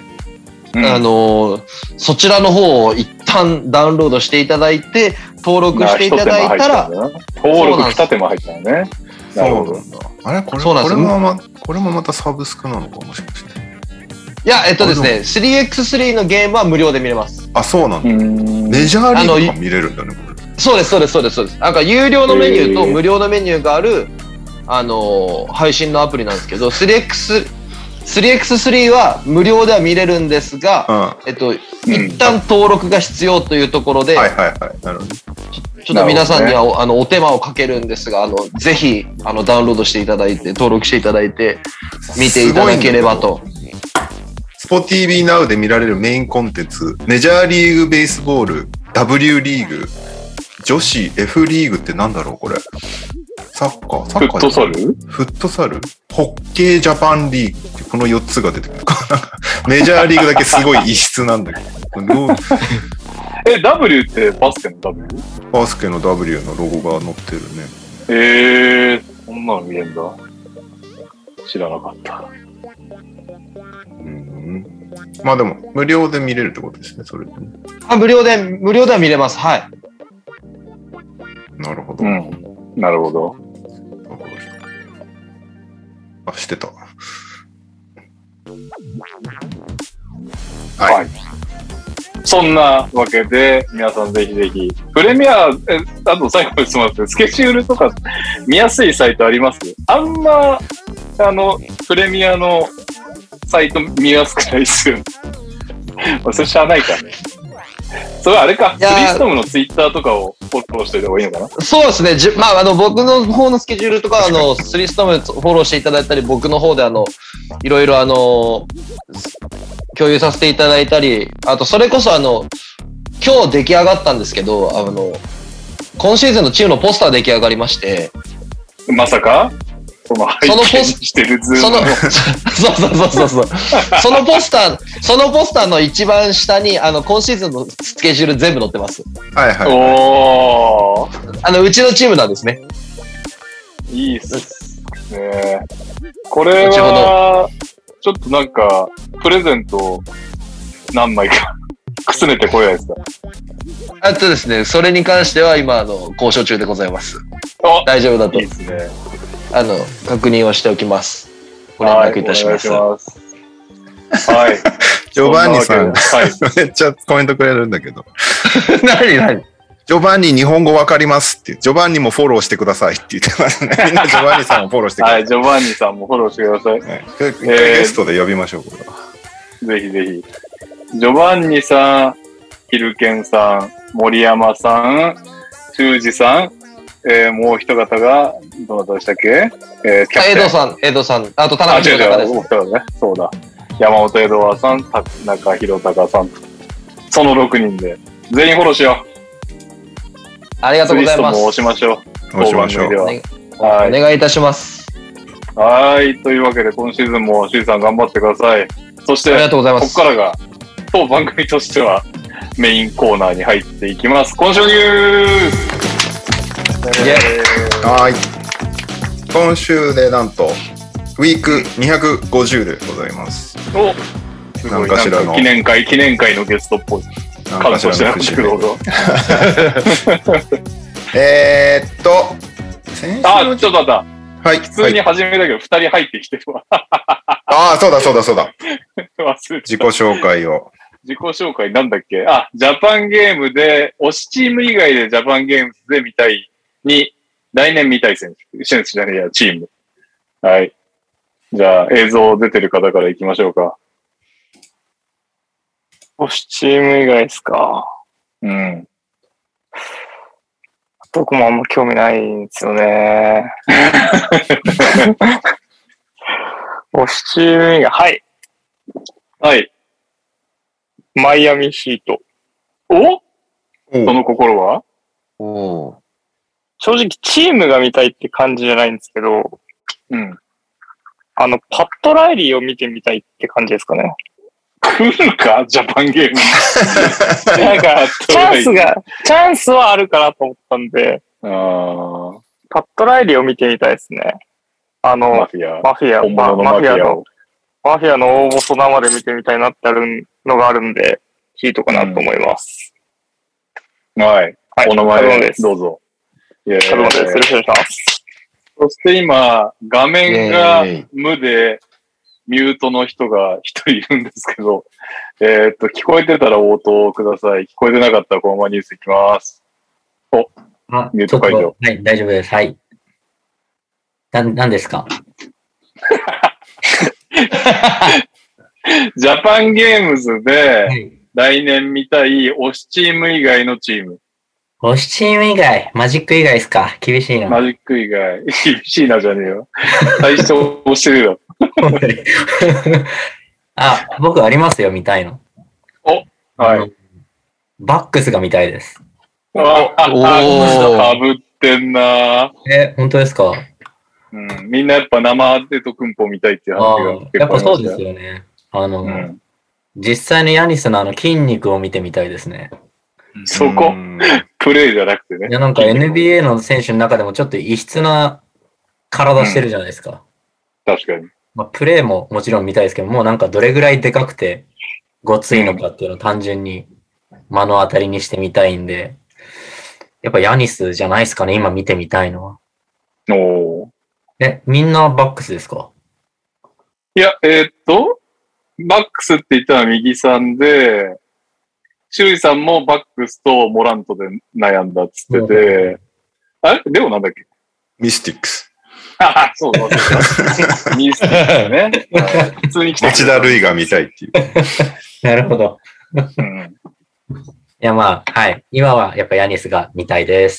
そちらの方を一旦ダウンロードしていただいて、登録していただいたら、 登録二手間入ったよね。なるほど。 これもまたサブスクなのかもしれない。 いや、ですね、3x3 のゲームは無料で見れます。 そうなんだ。メジャーリーグが見れるんだね、これ。 そうです。なんか有料のメニューと無料のメニューがある、配信のアプリなんですけど、3x 3x3 は無料では見れるんですが、一旦登録が必要というところで、 はいはいはい。なるほど。 ちょっと皆さんにはお手間をかけるんですが、ぜひダウンロードしていただいて、登録していただいて、見ていただければと。 SPOTV Now で見られるメインコンテンツ、メジャーリーグベースボール、W リーグ、女子 F リーグってなんだろうこれ。サッカーフットサルフットサルホッケージャパンリーグってこの4つが出てくる。メジャーリーグだけすごい異質なんだけど。 W ってバスケの W？ バスケの W のロゴが載ってるね。 そんなの見えんだ。知らなかった。 まあでも、無料で見れるってことですね、それでね。 無料では見れます。はい。 なるほど。 なるほど。 あ、してた。 はい。そんなわけで、皆さんぜひぜひ、プレミア、あと最後にすみません、スケジュールとか見やすいサイトあります？あんま、プレミアのサイト見やすくないっすよね。それしゃあないかね。それはあれか、スリーストームのツイッターとかをフォローしておいた方がいいのかな？そうですね。僕の方のスケジュールとか、スリーストームフォローしていただいたり、僕の方でいろいろ共有させていただいたり、あと、それこそ今日出来上がったんですけど、今シーズンのチームのポスター出来上がりまして、 まさかそのしてるズームのそう。そのポスターの一番下に、今シーズンのスケジュール全部載ってます。 はいはい。 おー。 うちのチームなんですね。 いいっすね。これは、ちょっとなんか、プレゼント何枚かくすねてこやですか？ あとですね、それに関しては今、交渉中でございます。大丈夫だと。 いいですね。 確認をしておきます。ご連絡いたします。 はい。 ジョバンニさん、めっちゃコメントくれるんだけど。 何ジョバンニ日本語わかりますって。ジョバンニもフォローしてくださいって言ってますね。みんなジョバンニさんをフォローしてください。 はい、ジョバンニさんもフォローしてください。 一回ゲストで呼びましょう、これは。 ぜひぜひ。ジョバンニさん、ヒルケンさん、森山さん、修二さん、もう一方が、どなたでしたっけ？ エドさん、あと田中宏隆です。 そうだ。山本エドワさん、田中宏隆さんと。その6人で、全員フォローしよう。 ありがとうございます。 押しましょう。 押しましょう。 お願いいたします。 はい。というわけで、今シーズンもシーさん頑張ってください。そして、 ありがとうございます。 ここからが、当番組としては、メインコーナーに入っていきます。今週ニュースはい。今週でなんと、ウィーク250でございます。 おすごい。なんか記念会のゲストっぽい。感謝してなくてどうぞ。ちょっと待った。 はい。 普通に始めたけど、2人入ってきてるわ。 そうだ。自己紹介を。 自己紹介なんだっけ？ジャパンゲームで、推しチーム以外でジャパンゲームで見たいに、来年見たい選手じゃねえや、チーム。はい。じゃあ、映像出てる方から行きましょうか。 推しチーム以外ですか。 うん。 僕もあんま興味ないんですよね。推しチーム以外、はい。 はい。 マイアミヒート。 その心は？ 正直チームが見たいって感じじゃないんですけど、 うん。 パットライリーを見てみたいって感じですかね。 来るかジャパンゲーム。 なんか、チャンスはあるかなと思ったんで、パットライリーを見てみたいですね。マフィアの大元生で見てみたいなってあるのがあるんで、ヒートかなと思います。 はい。お名前です。どうぞ。 カルマです。よろしくお願いします。 そして今、画面が無で、ミュートの人が一人いるんですけど、聞こえてたら応答ください。聞こえてなかったらこのままニュースいきます。ミュート解除。 はい、大丈夫です。はい。何ですか？ ジャパンゲームズで来年見たい推しチーム以外のチーム。 推しチーム以外、マジック以外ですか？厳しいな。 マジック以外。厳しいなじゃねえよ。最初推してるよ。 あ、僕ありますよ、見たいの。 はい。 バックスが見たいです。 かぶってんな。 本当ですか？ うん。みんなやっぱ生デトクンポ見たいっていう話が結構ありましたよ。 やっぱそうですよね。実際のヤニスの筋肉を見てみたいですね。 そこプレイじゃなくてね。 いや、なんか NBA の選手の中でもちょっと異質な体してるじゃないですか。 確かに。 まあ、プレイももちろん見たいですけど、もうなんかどれぐらいでかくてごついのかっていうのを単純に目の当たりにしてみたいんで、やっぱヤニスじゃないですかね、今見てみたいのは。みんなバックスですか？ いや、バックスって言ったら右さんで、シュウイさんもバックスとモラントで悩んだっつってて、あれレオなんだっけ？ ミスティックス。 そうそうそう。ミスティックスね。普通に来て町田瑠唯が見たいっていう。 なるほど。いや、まあ、はい。今はやっぱヤニスが見たいです。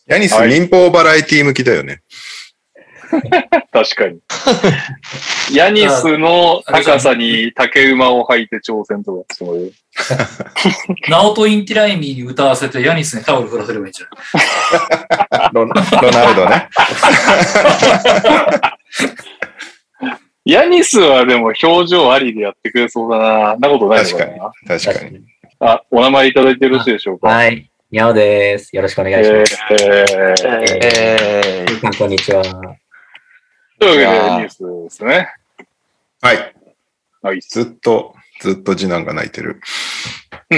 ヤニス民放バラエティ向きだよね。 確かに。ヤニスの高さに竹馬を履いて挑戦とか、そういう。 ナオト・インティライミーに歌わせてヤニスにタオル振らせればいいんじゃない？ ロナウドね。 ヤニスはでも表情ありでやってくれそうだな。なことないのかな。 確かに。 お名前いただいてよろしいでしょうか？ はい。にゃおです。よろしくお願いします。こんにちは。 というわけでニュースですね。 はい。ずっと次男が泣いてる。プ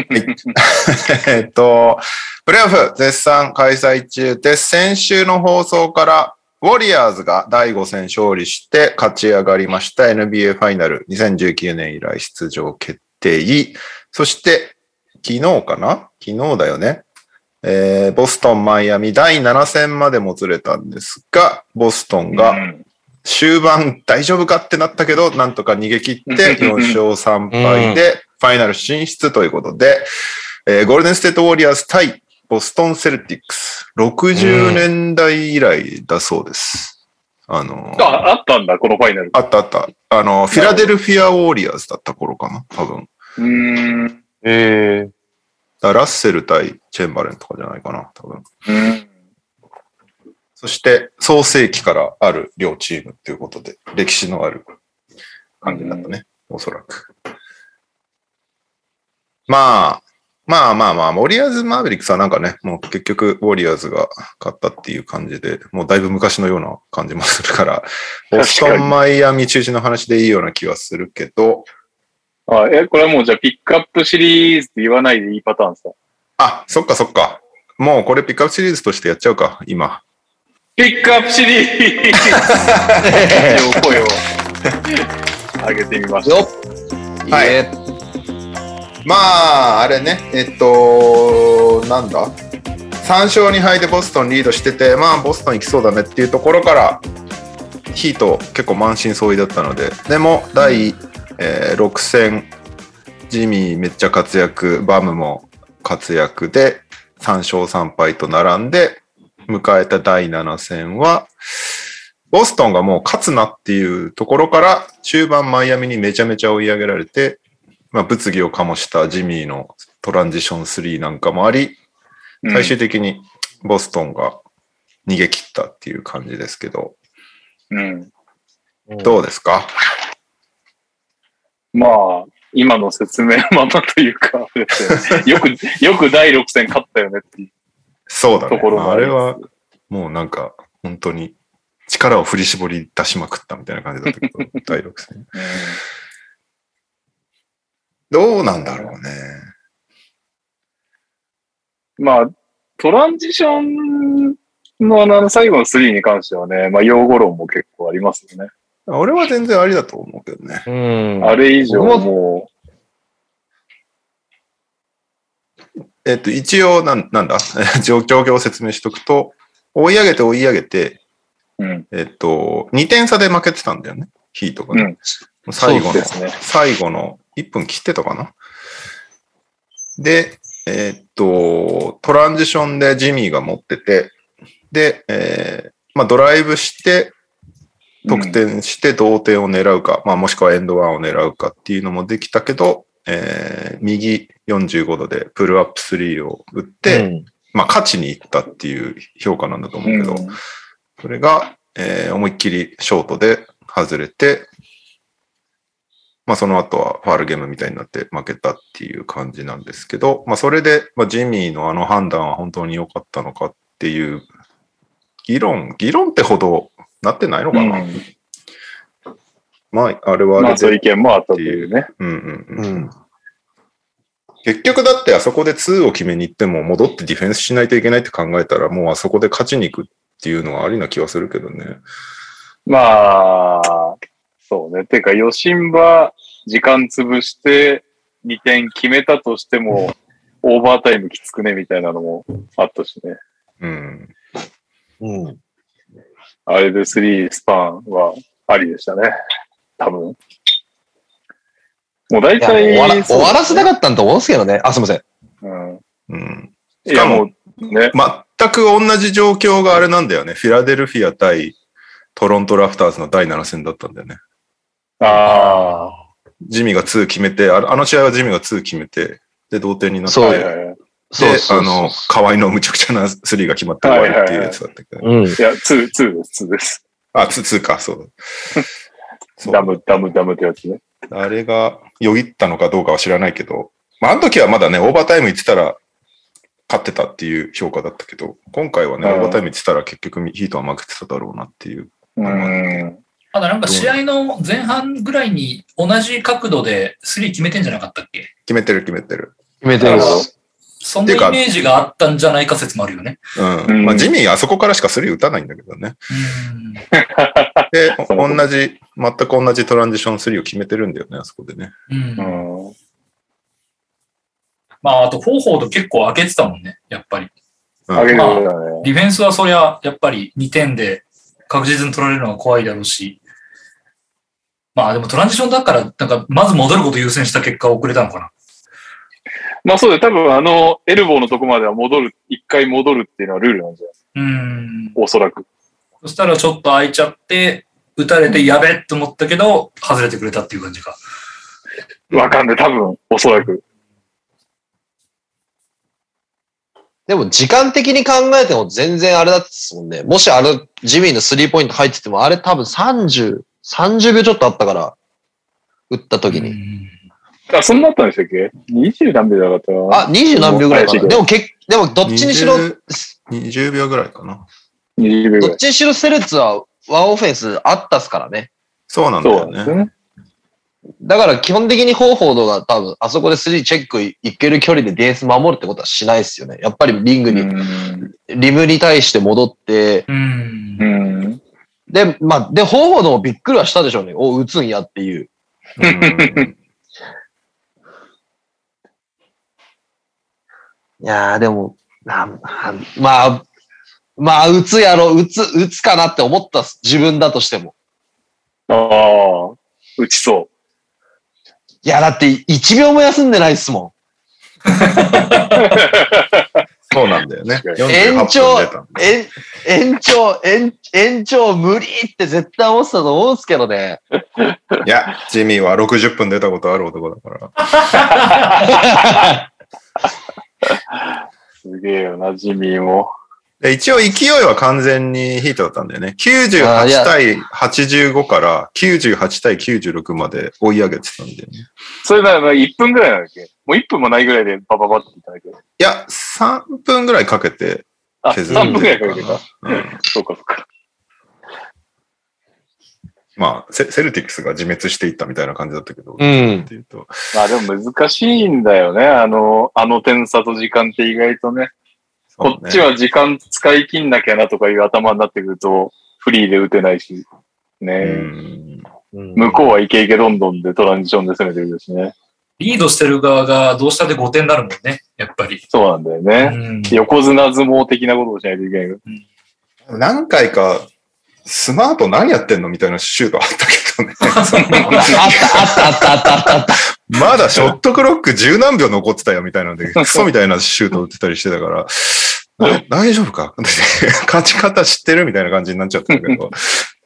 レーオフ絶賛開催中です。先週の放送からウォリアーズが第5戦勝利して勝ち上がりました NBA ファイナル2019年以来出場決定。そして昨日だよね。ボストン、マイアミ第7戦までもつれたんですが、ボストンが終盤大丈夫かってなったけど、なんとか逃げ切って4勝3敗でファイナル進出ということで、ゴールデンステートウォリアーズ対ボストンセルティックス60年代以来だそうです。 あったんだ、このファイナル。 あった。フィラデルフィアウォリアーズだった頃かな、多分。ラッセル対チェンバレンとかじゃないかな、多分。そして、創世期からある両チームということで、歴史のある感じだったね、おそらく。まあ、ウォリアーズ・マーベリックスはなんかね、もう結局、ウォリアーズが勝ったっていう感じで、もうだいぶ昔のような感じもするから、ボストン・マイアミ中心の話でいいような気はするけど、 これはもうじゃあピックアップシリーズって言わないでいいパターンですか？ そっか。もうこれピックアップシリーズとしてやっちゃうか、今。 ピックアップシリーズ声を上げてみました。 はい。あれね、なんだ ?3 勝2敗でボストンリードしてて、ボストン行きそうだねっていうところから、ヒート結構満身創痍だったので、でも第6戦、ジミーめっちゃ活躍、バムも活躍で3勝3敗と並んで迎えた第7戦は、ボストンがもう勝つなっていうところから中盤マイアミにめちゃめちゃ追い上げられて、物議を醸したジミーのトランジション3なんかもあり、最終的にボストンが逃げ切ったっていう感じですけど、どうですか？ 今の説明のままというか、よく第6戦勝ったよねっていう。 そうだね。 ところもあれはもうなんか本当に力を振り絞り出しまくったみたいな感じだったけど、第6戦。どうなんだろうね。 トランジションの最後の3に関してはね、用語論も結構ありますよね。 俺は全然ありだと思うけどね。 あれ以上も一応なんだ状況を説明しとくと、追い上げて、2点差で負けてたんだよね、ヒートがね。 最後の、 そうですね最後の1分切ってたかな。で、トランジションでジミーが持ってて、で、ドライブして、得点して同点を狙うか、もしくはエンドワンを狙うかっていうのもできたけど、右45度でプルアップ3を打って、勝ちに行ったっていう評価なんだと思うけど、それが、思いっきりショートで外れて、その後はファールゲームみたいになって負けたっていう感じなんですけど、それで、ジミーのあの判断は本当に良かったのかっていう議論ってほどなってないのかな。あれはあれで。 そういう意見もあったっていうね。 結局だってあそこで2を決めに行っても戻ってディフェンスしないといけないって考えたらもうあそこで勝ちに行くっていうのはありな気はするけどね。 そうね。てか、ヨシンバ時間潰して2点決めたとしても、オーバータイムきつくねみたいなのもあったしね。あれで3スパンはありでしたね。多分。もう大体終わらせたかったんと思うんですけどね。すいません。 しかも、ね、全く同じ状況があれなんだよね。フィラデルフィア対トロントラプターズの第7戦だったんだよね。ジミーが2決めて、あの試合はジミーが2決めて、で、同点になって、で、河合のむちゃくちゃな3が決まって終わりっていうやつだったけど。 いや、2です。 2か、そうだ。 ダムってやつね。 あれがよぎったのかどうかは知らないけど、あの時はまだね、オーバータイム行ってたら勝ってたっていう評価だったけど、今回はね、オーバータイム行ってたら結局ヒートは負けてただろうなっていう。 ただなんか試合の前半ぐらいに同じ角度で3決めてんじゃなかったっけ？ 決めてる。 そんなイメージがあったんじゃないか説もあるよね。 ジミーあそこからしか3打たないんだけどね。で、全く同じトランジション3を決めてるんだよね、あそこでね。 あと、フォーフォード結構上げてたもんね、やっぱり。 ディフェンスはそりゃ、やっぱり2点で確実に取られるのが怖いだろうし。でもトランジションだから、なんか、まず戻ることを優先した結果遅れたのかな。 そうで、多分エルボーのとこまでは一回戻るっていうのはルールなんじゃないおそらく。 そしたらちょっと空いちゃって、打たれてやべって思ったけど、外れてくれたっていう感じか。 わかんない、多分、おそらく。 でも時間的に考えても全然あれだったですもんね。もしジミーの3ポイント入ってても、あれ多分30秒ちょっとあったから、打った時に。 そんなあったんでしたっけ ?20 何秒じゃなかった 20何秒ぐらいかな。でもどっちにしろ、 20秒ぐらいかな。 20秒ぐらい。 どっちにしろセルツはワンオフェンスあったっすからね。 そうなんだよね。 だから基本的にフォーフォードが多分あそこで3チェックいける距離でディフェンス守るってことはしないですよね。やっぱりリムに対して戻って、で、フォーフォードもびっくりはしたでしょうね。打つんやっていう。いやーでも、打つやろ、打つかなって思った自分だとしても。 打ちそう。 いや、だって1秒も休んでないっすもん。 そうなんだよね。 延長無理って絶対思ってたと思うんですけどね。 いや、ジミーは60分出たことある男だから。 すげえよな、ジミーも。 一応勢いは完全にヒートだったんだよね。98対85から98対96まで追い上げてたんだよね。 それなら1分ぐらいなんだっけ？もう1分もないぐらいでバババっていったんだけど。 いや、3分ぐらいかけて削って。3分ぐらいかけてか。そうか。 セルティックスが自滅していったみたいな感じだったけど。 でも難しいんだよね。あの点差と時間って意外とね。こっちは時間使い切んなきゃなとかいう頭になってくると、フリーで打てないし、ね。向こうはイケイケどんどんでトランジションで攻めてるしね。 リードしてる側がどうしたで5点になるもんね、やっぱり。 そうなんだよね。横綱相撲的なことをしないといけない。 何回かスマート何やってんのみたいなシュートあったけどね。 あった。 まだショットクロック10何秒残ってたよみたいなので、クソみたいなシュート打ってたりしてたから、大丈夫か勝ち方知ってるみたいな感じになっちゃったけど。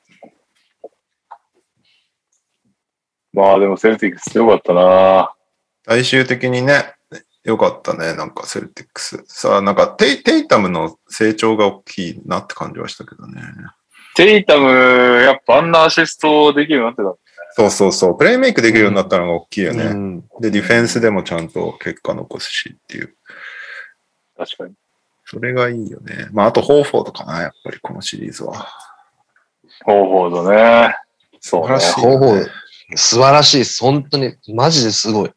まあでもセルティックス強かったな。 最終的にね、よかったね、なんかセルティックス。さあ、なんかテイタムの成長が大きいなって感じはしたけどね。 テイタム、やっぱあんなアシストできるようになってた。そう。プレイメイクできるようになったのが大きいよね。で、ディフェンスでもちゃんと結果残すしっていう。 確かに。 それがいいよね。まあ、あと、ホーフォードかな、やっぱりこのシリーズは。 ホーフォードね。 そうね。 ほぼ素晴らしいです。本当に、マジですごい。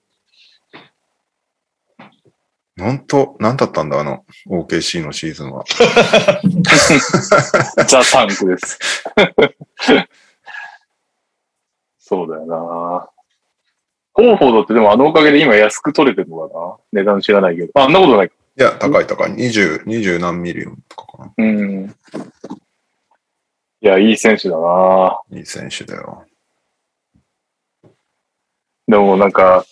なんだったんだ、OKC のシーズンは。 ザ・タンクです。そうだよな。ホーフォードってでもおかげで今安く取れてるのかな。値段知らないけど。あんなことないか。 いや、高い。20何ミリオンとかかな。 うん。いや、いい選手だな。 いい選手だよ。 でもなんか、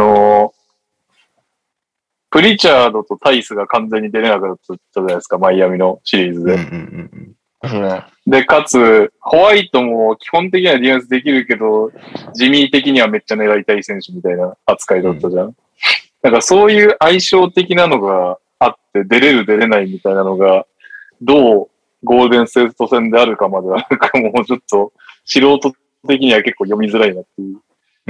プリチャードとタイスが完全に出れなくなったじゃないですか、マイアミのシリーズで。で、かつ、ホワイトも基本的にはディフェンスできるけど、ジミー的にはめっちゃ狙いたい選手みたいな扱いだったじゃん。なんかそういう相性的なのがあって、出れる出れないみたいなのが、どうゴールデンステート戦であるかまでは、なんかもうちょっと素人的には結構読みづらいなっていう。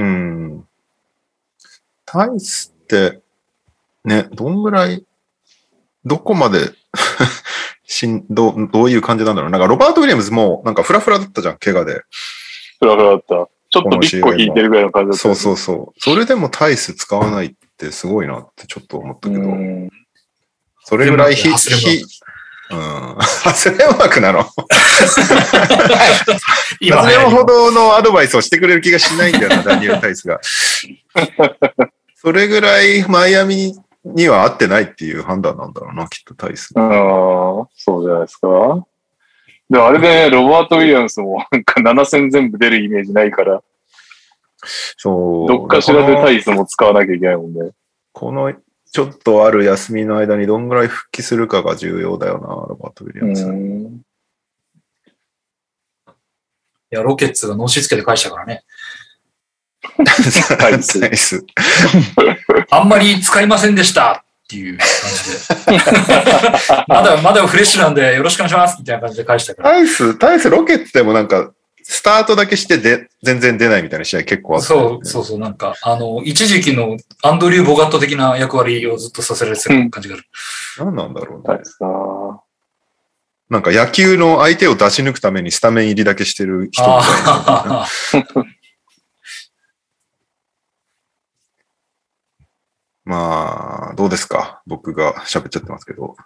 タイスって、ね、どんぐらい、どこまでどういう感じなんだろう。なんかロバート・ウィリアムズもなんかフラフラだったじゃん、怪我で。 フラフラだった。ちょっとビッコ引いてるぐらいの感じだった、 ね。そう。それでもタイス使わないってすごいなってちょっと思ったけど。それぐらいハスレンワークなの。ハスレンほどのアドバイスをしてくれる気がしないんだよな、ダニエル・タイスが。それぐらいマイアミには合ってないっていう判断なんだろうな、きっとタイス。 そうじゃないですか。でもあれでね、ロバート・ウィリアムスもなんか7戦全部出るイメージないから、 そう。 どっかしらでタイスも使わなきゃいけないもんね。 このちょっとある休みの間にどんぐらい復帰するかが重要だよな、ロバート・ウィリアムス。 いや、ロケッツがノーシーつけて返したからね。 タイス。 あんまり使いませんでしたっていう感じで。まだフレッシュなんでよろしくお願いしますみたいな感じで返したから。 タイスロケッツでもなんか、スタートだけして全然出ないみたいな試合結構あった、ね。 そう、なんか、一時期のアンドリュー・ボガット的な役割をずっとさせられてた感じがある。 何なんだろうね。なんか野球の相手を出し抜くためにスタメン入りだけしてる人みたいな。まあ、どうですか？僕が喋っちゃってますけど。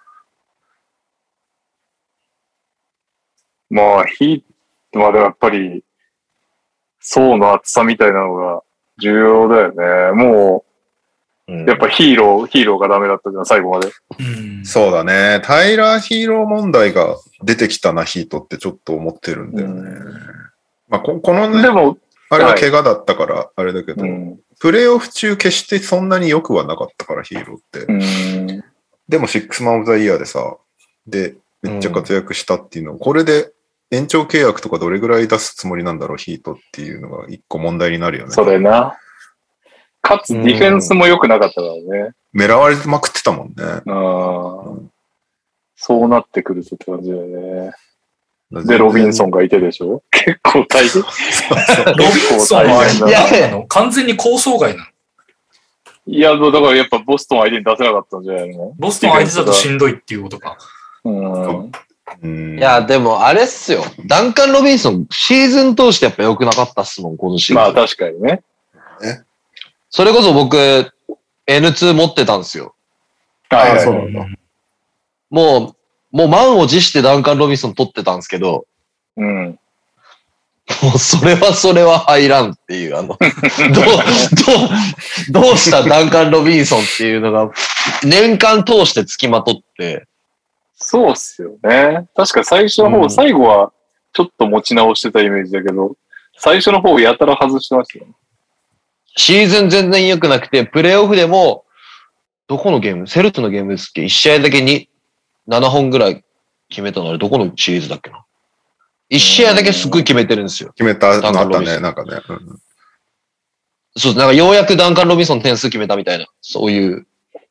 まあ、まあでもやっぱり、層の厚さみたいなのが重要だよね。もう、やっぱヒーローがダメだったじゃん、最後まで。 そうだね。タイラーヒーロー問題が出てきたな、ヒートってちょっと思ってるんだよね。まあ、このね、 でもあれは怪我だったから、あれだけど、プレイオフ中決してそんなに良くはなかったから、ヒーローって。でも、シックスマンオブザイヤーでさ、で、めっちゃ活躍したっていうのを、これで延長契約とかどれぐらい出すつもりなんだろう、ヒートっていうのが一個問題になるよね。 それな。かつ、ディフェンスも良くなかったからね。 狙われまくってたもんね。 そうなってくるとって感じだよね。で、ロビンソンがいてでしょ？結構大変。 ロビンソンは完全に構想外なの。 いや、だからやっぱボストン相手に出せなかったんじゃないの？ ボストン相手だとしんどいっていうことか。 いや、でもあれっすよ。ダンカン・ロビンソン、シーズン通してやっぱ良くなかったっすもん、このシーズン。 まあ確かにね。 それこそ僕、N2 持ってたんですよ。 はい、 そうなんだ。 もう満を持してダンカン・ロビンソン取ってたんですけど、もうそれは入らんっていう、どうしたダンカン・ロビンソンっていうのが、年間通して付きまとって。 そうっすよね。確か最初の方、最後はちょっと持ち直してたイメージだけど、最初の方やたら外してましたよね。 シーズン全然良くなくて、プレイオフでも、どこのゲームセルトのゲームですっけ ?1 試合だけに7本ぐらい決めたのあれ、どこのシリーズだっけな ?1 試合だけすっごい決めてるんですよ。 決めたのあったね、なんかね。 そう、なんかようやくダンカン・ロビンソン点数決めたみたいな、そういう。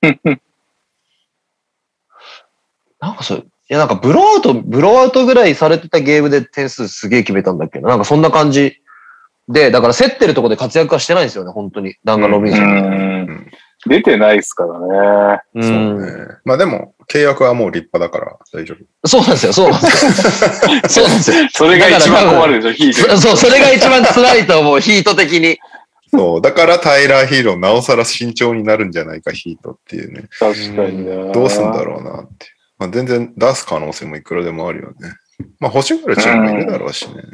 なんかそう、いやなんかブローアウトぐらいされてたゲームで点数すげえ決めたんだっけど、なんかそんな感じで、だから競ってるところで活躍はしてないんですよね、本当に。ダンカン・ロビンソン。 出てないですからね。 そうね。まあでも、契約はもう立派だから大丈夫。 そうなんですよ、そうなんですよ。そうなんですよ。 それが一番困るでしょ、ヒート。 そう、それが一番辛いと思う、ヒート的に。 そう、だからタイラー・ヒーロー、なおさら慎重になるんじゃないか、ヒートっていうね。 確かにね。 どうすんだろうなって。まあ、全然出す可能性もいくらでもあるよね。まあ欲しがるチームもいるだろうしね。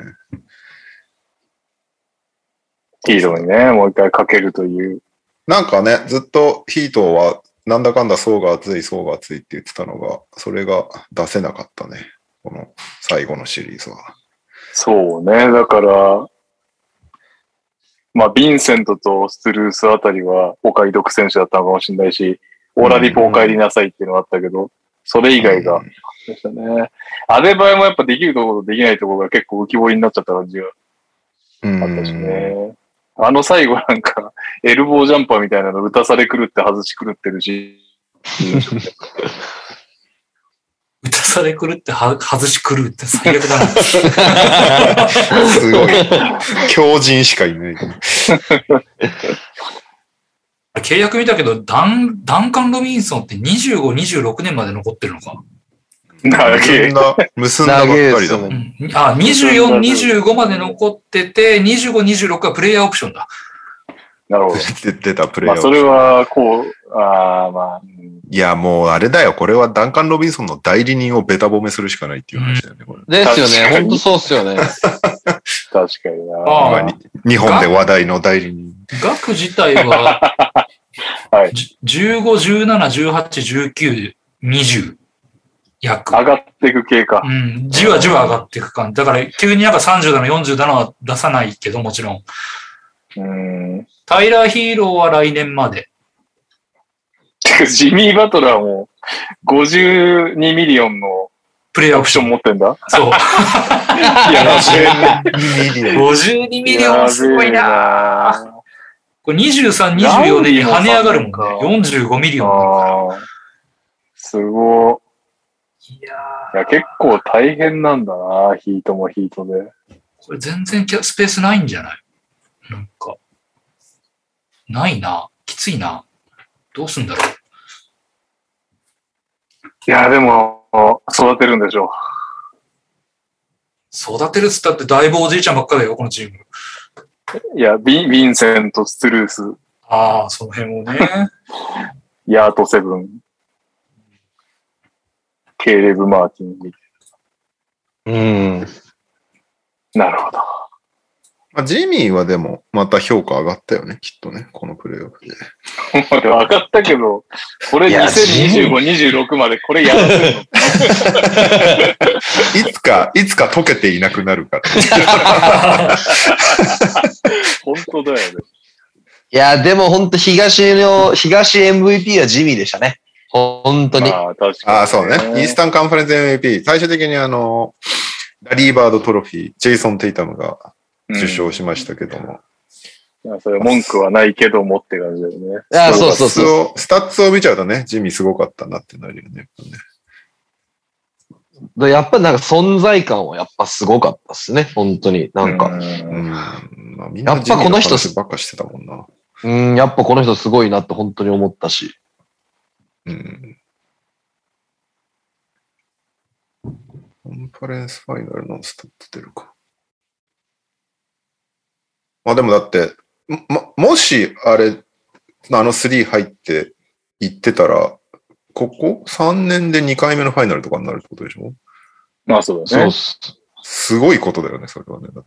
ヒーローにね、もう一回かけるという。 なんかね、ずっとヒートはなんだかんだ層が厚いって言ってたのが、それが出せなかったね。この最後のシリーズは。 そうね。だから、まあ、ヴィンセントとストゥルースあたりはお買い得選手だったのかもしれないし、オーラリポお帰りなさいっていうのがあったけど、それ以外がでしたね。アデバイもやっぱできるところとできないところが結構浮き彫りになっちゃった感じがあったしね。最後なんか、エルボージャンパーみたいなの打たされ狂って外し狂ってるし。 打たされ狂って外し狂うって最悪だな。 すごい。強靭しかいない。 契約見たけど、ダンカン・ロビンソンって25、26年まで残ってるのか。 結んだばっかりだもん。 24、25まで残ってて、25、26はプレイヤーオプションだ。 なるほど。 出たプレイヤーオプション。 それは、こう、 いや、もうあれだよ。これはダンカン・ロビンソンの代理人をベタ褒めするしかないっていう話だよね、これ。 ですよね。本当そうっすよね。 確かにな。 日本で話題の代理人。 額自体は、 はい、 15、17、18、19、20。約。 上がっていく系か。 じわじわ上がっていく感じ。だから、急になんか30だの、40だのは出さないけど、もちろん。タイラー・ヒーローは来年まで。 ジミー・バトラーも52ミリオンのプレイオプション持ってんだ。 そう。 いや、 52ミリオンすごいなこれ23、24年に跳ね上がるもんね。45ミリオン。 すごい。いや、結構大変なんだな、ヒートもヒートで。 これ全然スペースないんじゃない？なんか。ないな。きついな。どうすんだろう。 いや、でも、育てるんでしょう。育てるっつったってだいぶおじいちゃんばっかだよ、このチーム。 いや、ヴィンセント、ストゥルース。 ああ、その辺をね。 ヤートセブン。ケーレブ・マーティンみたいな。なるほど。 まあ、ジミーはでも、また評価上がったよね、きっとね、このプレイオフで。 上がったけど、これ2025、26までこれやらせるのいつか溶けていなくなるから。 本当だよね。 いや、でも本当東 MVP はジミーでしたね。本当に。 確かに、 そうね。イースタンカンファレンス MVP。最終的にラリーバードトロフィー、ジェイソン・テイタムが受賞しましたけども。 それ文句はないけどもって感じだよね。 そうそう。 スタッツを見ちゃうとね、ジミーすごかったなってなるよね。 やっぱなんか存在感はやっぱすごかったっすね。本当に。なんか。 まあ、みんなジミーの話ばっかしてたもんな。 やっぱこの人すごいなって本当に思ったし。 コンファレンスファイナルのスタッツ出るか。まあでもだって、もしあれ、3入って行ってたら、ここ3年で2回目のファイナルとかになるってことでしょ？ まあそうだね。 すごいことだよね、それはね。だ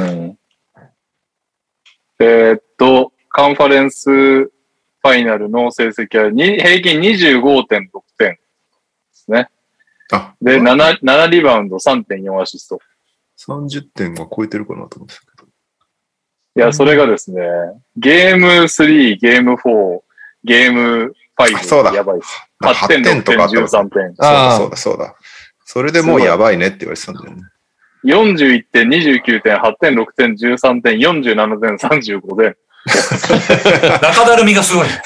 ってカンファレンスファイナルの成績は平均 25.6 点ですね。で、7リバウンド 3.4 アシスト。 30点は超えてるかなと思ってたけど。 いや、それがですね、ゲーム3、ゲーム4、ゲーム5、 そうだやばいです。 8点、 8点、6点、13点。 そうだ。それでもうやばいねって言われてたんだよね。 41点、29点、8点、6点、13点、47点、35点。 中だるみがすごい。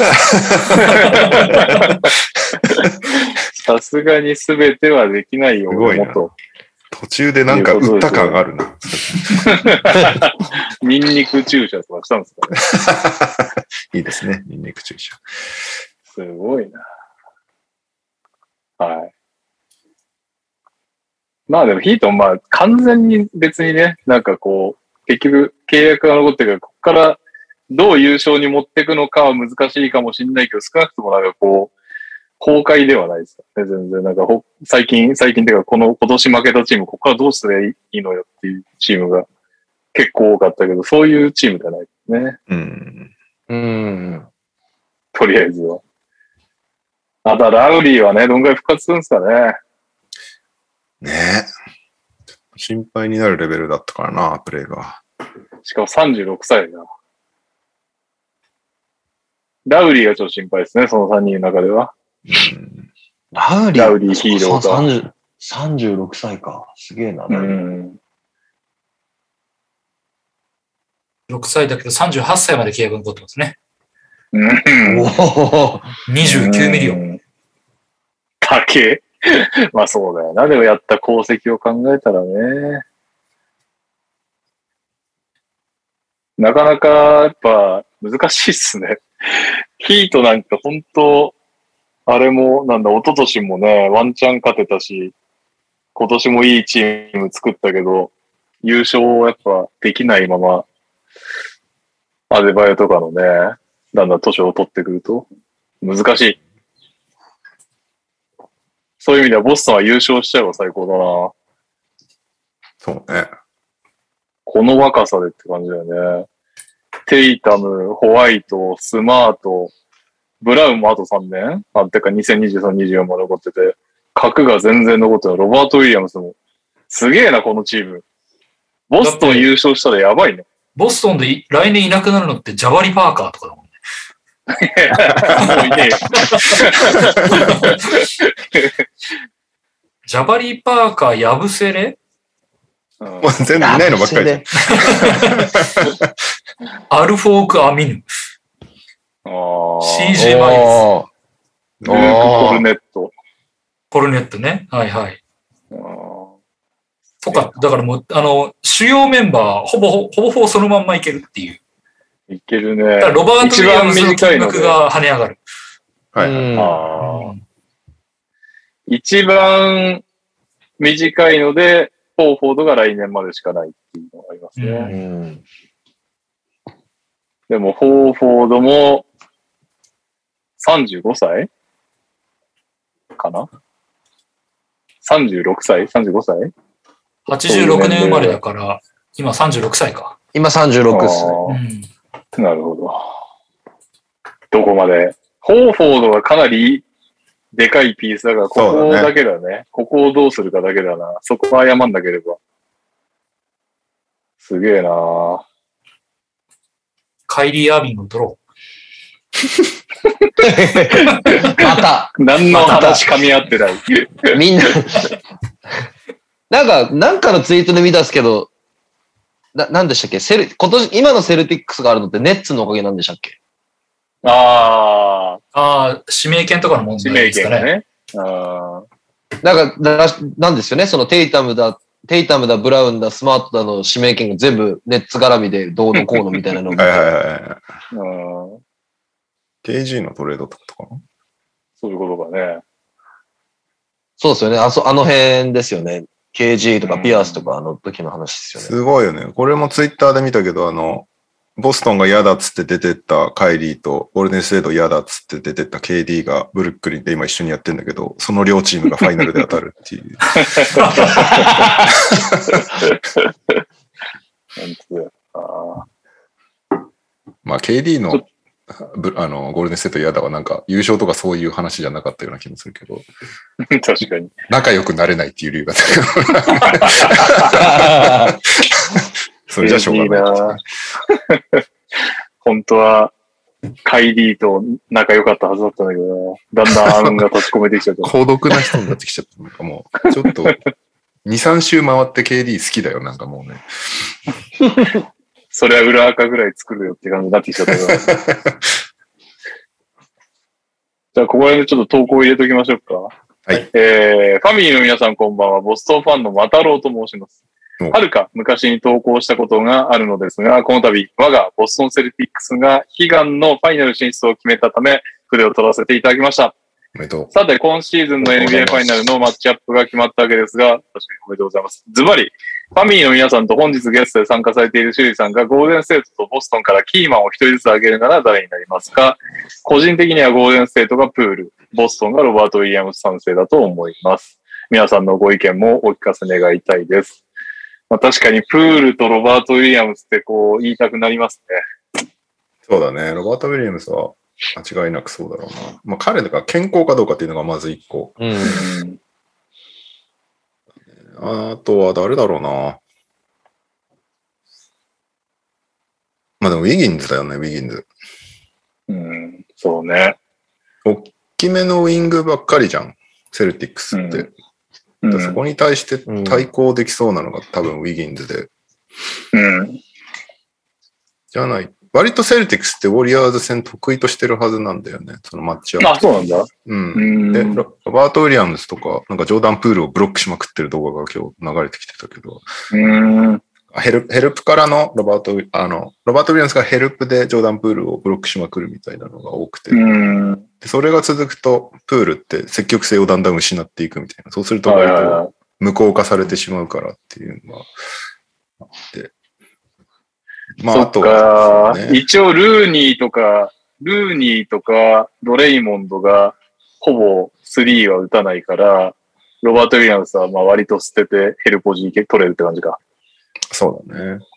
さすがに全てはできないよ、 すごいな。途中でなんか打った感あるな。 ニンニク注射とかしたんですかね。 いいですね、ニンニク注射。 すごいな。はい。まあでもヒートも完全に別にね、なんかこう、結局契約が残ってるから、ここからどう優勝に持っていくのかは難しいかもしれないけど、少なくともなんかこう、崩壊ではないですかね、全然。なんか最近っていうか、今年負けたチーム、ここからどうすればいいのよっていうチームが結構多かったけど、そういうチームじゃないですね。とりあえずは。あとはラウリーはね、どんぐらい復活するんですかね。 ねえ。心配になるレベルだったからな、プレーが。 しかも36歳だ。ラウリーがちょっと心配ですね、その3人の中では。 ラウリーヒーローが。 36歳か。すげえな。 6 歳だけど38歳まで契約残ってますね。29ミリオン。 高え。まあそうだよな。でもやった功績を考えたらね。なかなかやっぱ難しいっすね。ヒートなんか本当あれもなんだ、一昨年もね、ワンチャン勝てたし、今年もいいチーム作ったけど、優勝をやっぱできないまま、アデバイオとかのね、だんだん年を取ってくると難しい。そういう意味ではボストンは優勝しちゃえば最高だな。 そうね。 この若さでって感じだよね。テイタム、ホワイト、スマート、ブラウンもあと3年てか2023、24も残ってて、核が全然残ってる。ロバート・ウィリアムスも。すげえな、このチーム。ボストン優勝したらやばいね。 ボストンで来年いなくなるのってジャバリ・パーカーとかだもんね。 もういねえよ。 ジャバリ・パーカー、ヤブセレ、 もう全部いないのばっかりじゃん。 アルフォーク・アミヌ、CJ マイルズ、 ルーク・コルネット。 コルネットね。はいはい。とか、だからもう、主要メンバー、ほぼそのまんまいけるっていう。 いけるね。 だからロバート・ウィリアムズの金額が跳ね上がる。 はい。 一番短いので、ホーフォードが来年までしかないっていうのがありますね。でも、ホーフォードも35歳かな ?36 歳 ?35 歳 ?86 年生まれだから、今36歳か。 今36っすね。なるほど。どこまで。ホーフォードはかなりでかいピースだから、ここだけだね。ここをどうするかだけだな。そこは謝んなければ。すげえな。 カイリー・アービングを取ろう。また。 何の話噛み合ってない。 みんな。なんかのツイートで見たんですけど、なんでしたっけ今のセルティックスがあるのってネッツのおかげなんでしたっけ？ 指名権とかの問題ですかね。 なんですよね。そのテイタムだ、ブラウンだ、スマートだの指名権が全部ネッツ絡みでどうのこうのみたいなのが。KG のトレードってことかな？ そういうことかね。 そうですよね。あの辺ですよね。KG とかピアースとかあの時の話ですよね。 すごいよね。これもツイッターで見たけど、ボストンが嫌だっつって出てったカイリーと、ゴールデンステート嫌だっつって出てった KD がブルックリンで今一緒にやってんだけど、その両チームがファイナルで当たるっていう。まあ KD のゴールデンステート嫌だわ。なんか優勝とかそういう話じゃなかったような気もするけど。 確かに。 仲良くなれないっていう理由がそれじゃしょうがない。 本当は、カイリーと仲良かったはずだったんだけどな。だんだん暗が立ち込めてきちゃった。 孤独な人になってきちゃった。なんかもう、ちょっと、2、3周回って KD 好きだよ。なんかもうね。 それは裏垢ぐらい作るよって感じになってきちゃったから。じゃあ、ここら辺でちょっと投稿入れときましょうか。 はい。 ファミリーの皆さんこんばんは。ボストンファンのマタロウと申します。はるか昔に投稿したことがあるのですが、この度、我がボストンセルティックスが悲願のファイナル進出を決めたため、筆を取らせていただきました。 おめでとう。 さて、今シーズンの NBA ファイナルのマッチアップが決まったわけですが、確かにおめでとうございます。ズバリ、ファミリーの皆さんと本日ゲストで参加されているシュリーさんがゴールデンステートとボストンからキーマンを一人ずつ挙げるなら誰になりますか？個人的にはゴールデンステートがプール、ボストンがロバート・ウィリアムス賛成だと思います。皆さんのご意見もお聞かせ願いたいです。まあ、確かにプールとロバート・ウィリアムスってこう言いたくなりますね。 そうだね。ロバート・ウィリアムスは間違いなくそうだろうな。まあ彼が健康かどうかっていうのがまず一個。あとは誰だろうな。まあでもウィギンズだよね、ウィギンズ。 そうね。 大きめのウィングばっかりじゃん、セルティックスって。そこに対して対抗できそうなのが多分ウィギンズで。じゃない。割とセルティックスってウォリアーズ戦得意としてるはずなんだよね、そのマッチアップ。 あ、そうなんだ。 で、ロバート・ウィリアムズとか、なんかジョーダン・プールをブロックしまくってる動画が今日流れてきてたけど、ヘルプからのロバート・ウィリアムズがヘルプでジョーダン・プールをブロックしまくるみたいなのが多くて、でそれが続くと、プールって積極性をだんだん失っていくみたいな、そうすると割と無効化されてしまうからっていうのがあって、まあ、あとは、 ね、一応ルーニーとかドレイモンドがほぼ3は打たないから、ロバート・ウィリアムスはまあ割と捨ててヘルポジ取れるって感じか。 そうだね。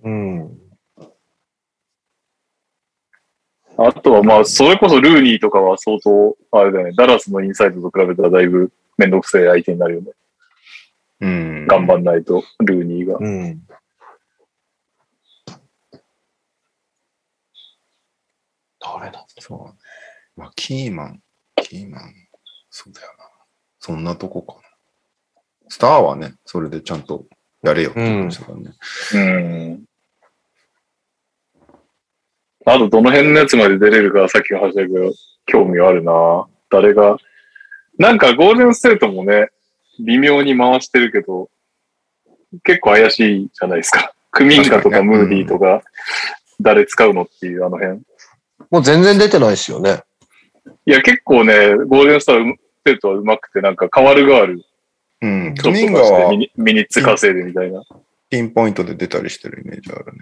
あとはまあ、それこそルーニーとかは相当、あれだよね、ダラスのインサイドと比べたらだいぶめんどくせえ相手になるよね。頑張んないと、ルーニーが。 誰だそうね。まあ、キーマン、そうだよな。そんなとこかな。スターはね、それでちゃんとやれよって言いましたからね。 あと、どの辺のやつまで出れるか、さっきの話だけど、興味はあるな。誰が。なんか、ゴールデンステートもね、微妙に回してるけど、結構怪しいじゃないですか。クミンガとかムーディーとか、誰使うのっていうあの辺。 もう全然出てないですよね。 いや、結構ね、ゴールデンステートは上手くて、なんか変わる変わる。 クミンガはミニッツ稼いでみたいな。 ピンポイントで出たりしてるイメージあるね。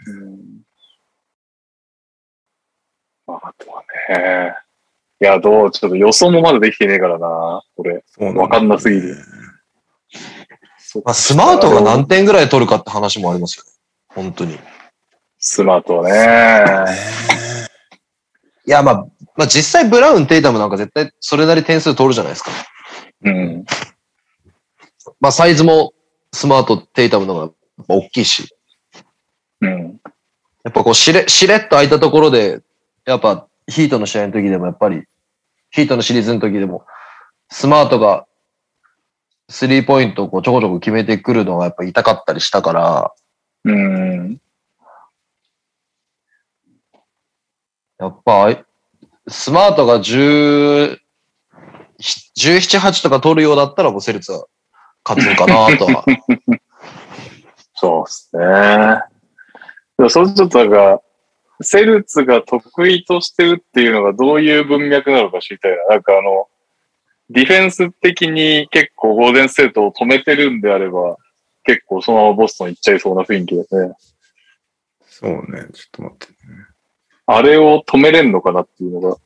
あとはね。いや、ちょっと予想もまだできてねえからな、これ。わかんなすぎる。 まあ、スマートが何点ぐらい取るかって話もありますよね。本当に。 スマートはね。 いや、まあ実際ブラウン、テイタムなんか絶対それなり点数取るじゃないですか。まあサイズもスマート、テイタムの方が大きいし。やっぱこうしれっと空いたところで、やっぱヒートの試合の時でもやっぱり、ヒートのシリーズの時でも、スマートがスリーポイントをこうちょこちょこ決めてくるのがやっぱ痛かったりしたから、やっぱ、スマートが17、8とか取るようだったらもうセルツは勝つのかなとは。 そうっすね。そうちょっとなんか、セルツが得意としてるっていうのがどういう文脈なのか知りたいな。なんかディフェンス的に結構ゴールデンステートを止めてるんであれば、結構そのままボストン行っちゃいそうな雰囲気ですね。 そうね、ちょっと待ってね。 あれを止めれんのかなっていうのが。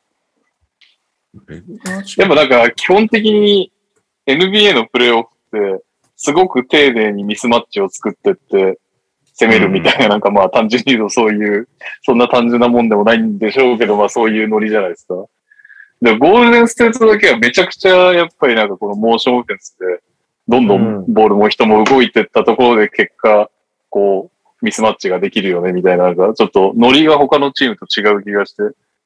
やっぱなんか基本的に NBA のプレイオフってすごく丁寧にミスマッチを作ってって、 攻めるみたいな、なんかまあ単純に言うとそういう、そんな単純なもんでもないんでしょうけど、まあそういうノリじゃないですか。で、ゴールデンステートだけはめちゃくちゃやっぱりなんかこのモーションオフェンスで、どんどんボールも人も動いていったところで結果、こう、ミスマッチができるよねみたいな、なんかちょっとノリが他のチームと違う気がして、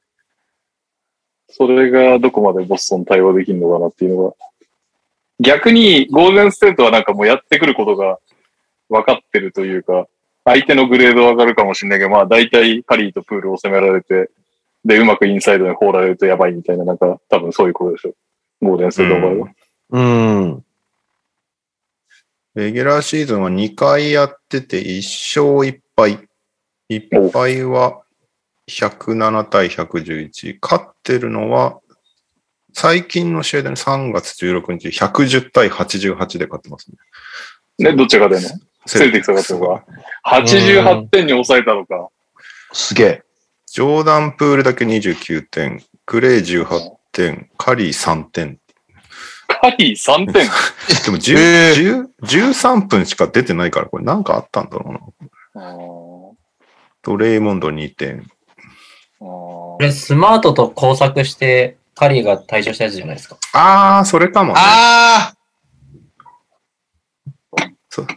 それがどこまでボストン対応できるのかなっていうのが。逆にゴールデンステートはなんかもうやってくることが分かってるというか、相手のグレード上がるかもしれないけど、まあ大体カリーとプールを攻められて、で、うまくインサイドに放られるとやばいみたいな、なんか多分そういうことでしょ。ゴールデンステートの場合は。 レギュラーシーズンは2回やってて1勝1敗。1敗は107対111。勝ってるのは、最近の試合で、ね、3月16日、110対88で勝ってますね。ね、どっちが出るの？セルティックスが勝ってるのか。88点に抑えたのか。 すげえ。 ジョーダン・プールだけ29点、クレイ18点、カリー3点。 カリー3点でも13分しか出てないから、これなんかあったんだろうな。と、レイモンド2点。 これスマートと工作してカリーが退場したやつじゃないですか。 あー、それかもね。そう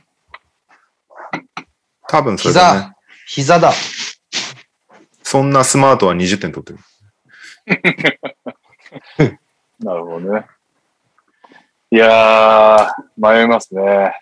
多分それだね。 膝だ。 そんなスマートは20点取ってる。なるほどね。いやー、迷いますね。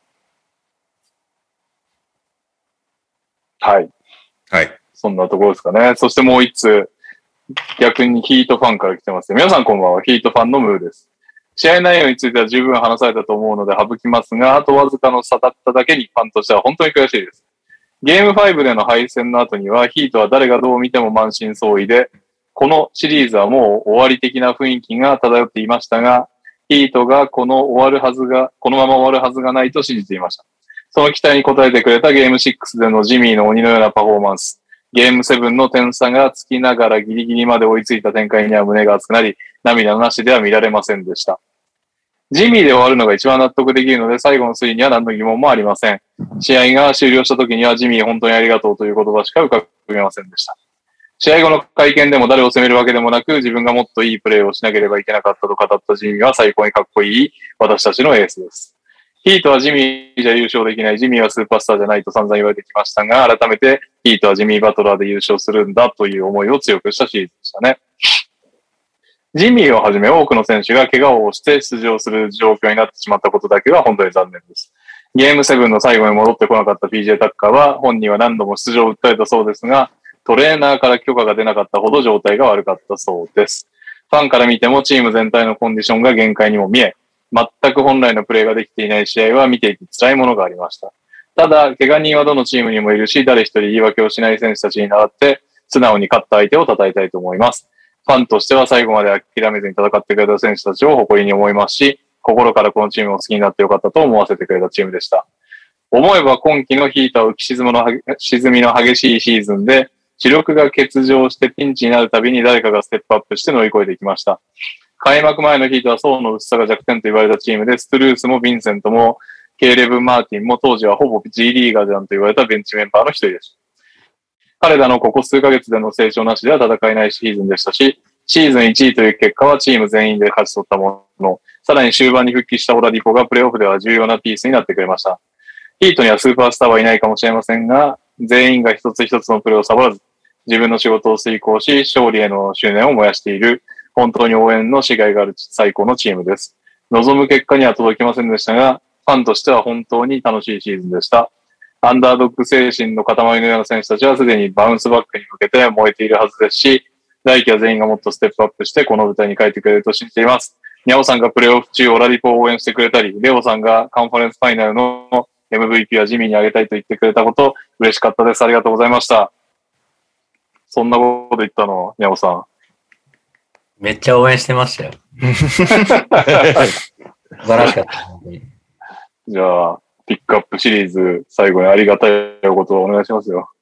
はい。 はい。 そんなところですかね。そしてもう一つ、逆にヒートファンから来てます。皆さんこんばんは。ヒートファンのムーです。試合内容については十分話されたと思うので省きますが、あとわずかの差だっただけにファンとしては本当に悔しいです。ゲーム5での敗戦の後には、ヒートは誰がどう見ても満身創痍で、このシリーズはもう終わり的な雰囲気が漂っていましたが、ヒートがこのまま終わるはずがないと信じていました。その期待に応えてくれたゲーム6でのジミーの鬼のようなパフォーマンス。ゲーム7の点差がつきながらギリギリまで追いついた展開には胸が熱くなり、涙なしでは見られませんでした。ジミーで終わるのが一番納得できるので、最後の推移には何の疑問もありません。試合が終了した時にはジミー本当にありがとうという言葉しか浮かびませんでした。試合後の会見でも誰を責めるわけでもなく、自分がもっといいプレーをしなければいけなかったと語ったジミーは最高にかっこいい私たちのエースです。ヒートはジミーじゃ優勝できない、ジミーはスーパースターじゃないと散々言われてきましたが、改めてヒートはジミーバトラーで優勝するんだという思いを強くしたシリーズでしたね。ジミーをはじめ多くの選手が怪我をして出場する状況になってしまったことだけは本当に残念です。ゲーム7の最後に戻ってこなかった PJ タッカーは本人は何度も出場を訴えたそうですが、トレーナーから許可が出なかったほど状態が悪かったそうです。ファンから見てもチーム全体のコンディションが限界にも見え、全く本来のプレーができていない試合は見ていて辛いものがありました。ただ、怪我人はどのチームにもいるし、誰一人言い訳をしない選手たちに倣って、素直に勝った相手を称えたいと思います。ファンとしては最後まで諦めずに戦ってくれた選手たちを誇りに思いますし、心からこのチームを好きになってよかったと思わせてくれたチームでした。思えば今季のヒートは浮き沈みの激しいシーズンで、主力が欠場してピンチになるたびに誰かがステップアップして乗り越えていきました。開幕前のヒートは層の薄さが弱点と言われたチームで、ストゥルースもヴィンセントもケイレブ・マーティンも当時はほぼ G リーガーじゃんと言われたベンチメンバーの一人です。彼らのここ数ヶ月での成長なしでは戦えないシーズンでしたし、シーズン1位という結果はチーム全員で勝ち取ったもの、さらに終盤に復帰したオラディポがプレーオフでは重要なピースになってくれました。ヒートにはスーパースターはいないかもしれませんが、全員が一つ一つのプレーをサボらず、自分の仕事を遂行し、勝利への執念を燃やしている、本当に応援のしがいがある最高のチームです。望む結果には届きませんでしたが、ファンとしては本当に楽しいシーズンでした。アンダードッグ精神の塊のような選手たちはすでにバウンスバックに向けて燃えているはずですし、来季は全員がもっとステップアップしてこの舞台に帰ってくれると信じています。ニャオさんがプレーオフ中オラディポを応援してくれたり、レオさんがカンファレンスファイナルの MVP はジミーにあげたいと言ってくれたこと、嬉しかったです。ありがとうございました。そんなこと言ったの、ニャオさん。 めっちゃ応援してましたよ。素晴らしかった。本当に。 じゃあ、ピックアップシリーズ、最後にありがたいおことをお願いしますよ。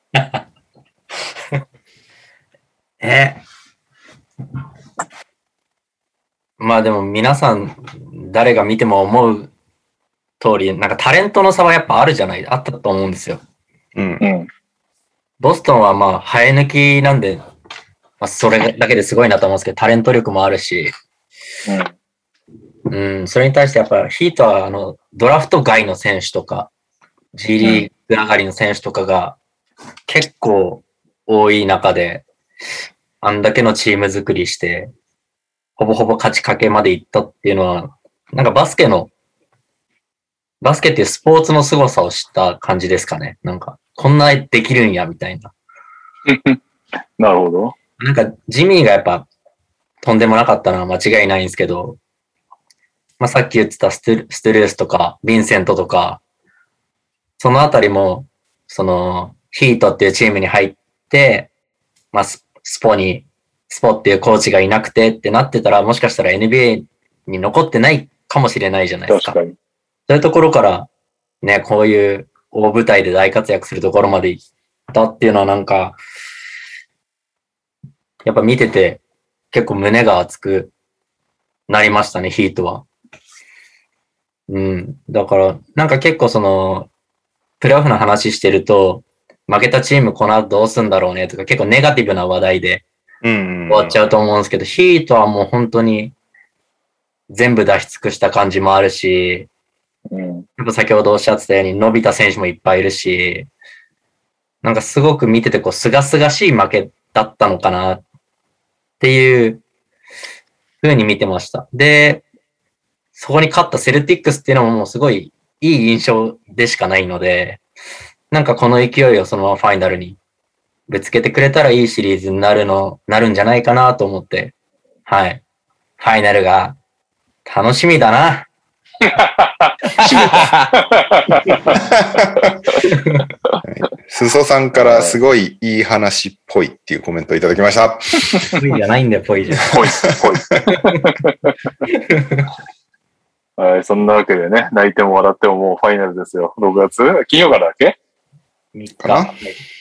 まあでも皆さん、誰が見ても思う通り、なんかタレントの差はやっぱあったと思うんですよ。 ボストンはまあ、生え抜きなんで、まあ、それだけですごいなと思うんですけど、タレント力もあるし、それに対してやっぱヒートはドラフト外の選手とか、G リーグ上がりの選手とかが結構多い中で、あんだけのチーム作りして、ほぼほぼ勝ちかけまで行ったっていうのは、なんかバスケっていうスポーツの凄さを知った感じですかね。なんか、こんなできるんや、みたいな。 なるほど。 なんか、ジミーがやっぱ、とんでもなかったのは間違いないんですけど、まあ、さっき言ってたストゥルースとか、ヴィンセントとか、そのあたりも、ヒートっていうチームに入って、まあ、スポっていうコーチがいなくてってなってたら、もしかしたら NBA に残ってないかもしれないじゃないですか。 確かに。 そういうところから、ね、こういう大舞台で大活躍するところまで行ったっていうのはなんか、やっぱ見てて結構胸が熱くなりましたね、ヒートは。だから、なんか結構プレーオフの話してると、負けたチームこの後どうすんだろうねとか結構ネガティブな話題で終わっちゃうと思うんですけど、ヒートはもう本当に全部出し尽くした感じもあるし、やっぱ先ほどおっしゃってたように伸びた選手もいっぱいいるし、なんかすごく見ててすがすがしい負けだったのかなっていう風に見てました。で、そこに勝ったセルティックスっていうのももうすごいいい印象でしかないので、なんかこの勢いをそのままファイナルにぶつけてくれたらいいシリーズになるんじゃないかなと思って、はい。ファイナルが楽しみだな。 裾さんからすごいいい話っぽいっていうコメントをいただきました。 ぽいじゃないんだよ、ぽいじゃん。 ぽい。はい、そんなわけでね、泣いても笑ってももうファイナルですよ。6月金曜からだっけかな。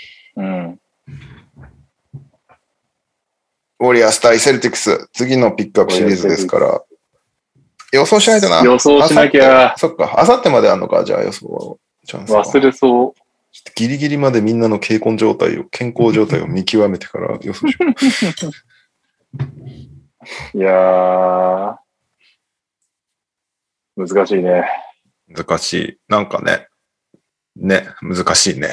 ウォリアーズ対セルティックス、次のピックアップシリーズですから、予想しないとな。 予想しなきゃ。 そっか、あさってまであんのか、じゃあ予想チャンスは。 忘れそう。 ギリギリまでみんなの健康状態を見極めてから予想しよう。いやー、難しいね。 難しい。なんかね、難しいね。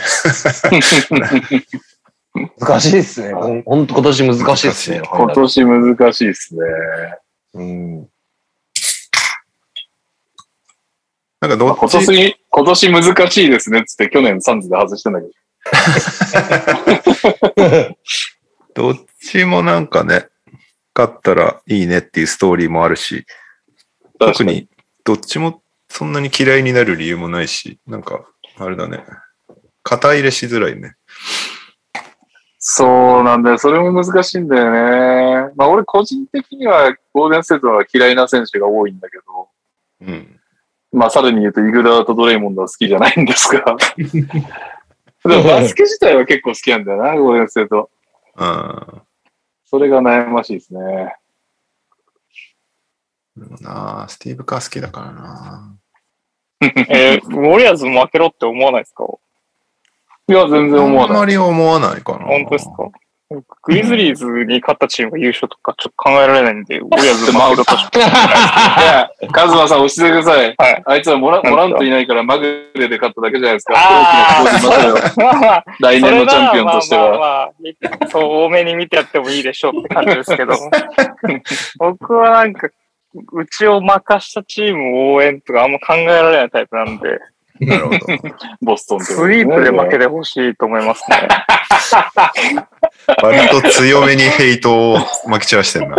難しいっすね。ほんと今年難しいっすね。 今年難しいっすね。 なんか今年難しいですねっつって去年サンズで外してんだけど。どっちもなんかね、勝ったらいいねっていうストーリーもあるし、特にどっちもそんなに嫌いになる理由もないし、なんか、あれだね。肩入れしづらいね。 そうなんだよ。それも難しいんだよね。まあ俺個人的にはゴールデンステートは嫌いな選手が多いんだけど、まあさらに言うとイグダーとドレイモンドは好きじゃないんですが。でもバスケ自体は結構好きなんだよな、ゴールデンステート。それが悩ましいですね。 でもなスティーブ・カー好きだからなウォリアーズ負けろって思わないですか？ いや、全然思わない。 あんまり思わないかな。 本当ですか？グリズリーズに勝ったチームが優勝とかちょっと考えられないんで、ウォリアーズ負けろとしか。いや、カズマさん押してください。はい、あいつはモラントいないからまぐれで勝っただけじゃないですか。来年のチャンピオンとしては。 そう多めに見てやってもいいでしょうって感じですけど。僕はなんか、うちを任したチーム応援とかあんま考えられないタイプなんで。 なるほど。 ボストンスイープで負けてほしいと思いますね。 割と強めにヘイトを撒き散らしてるな。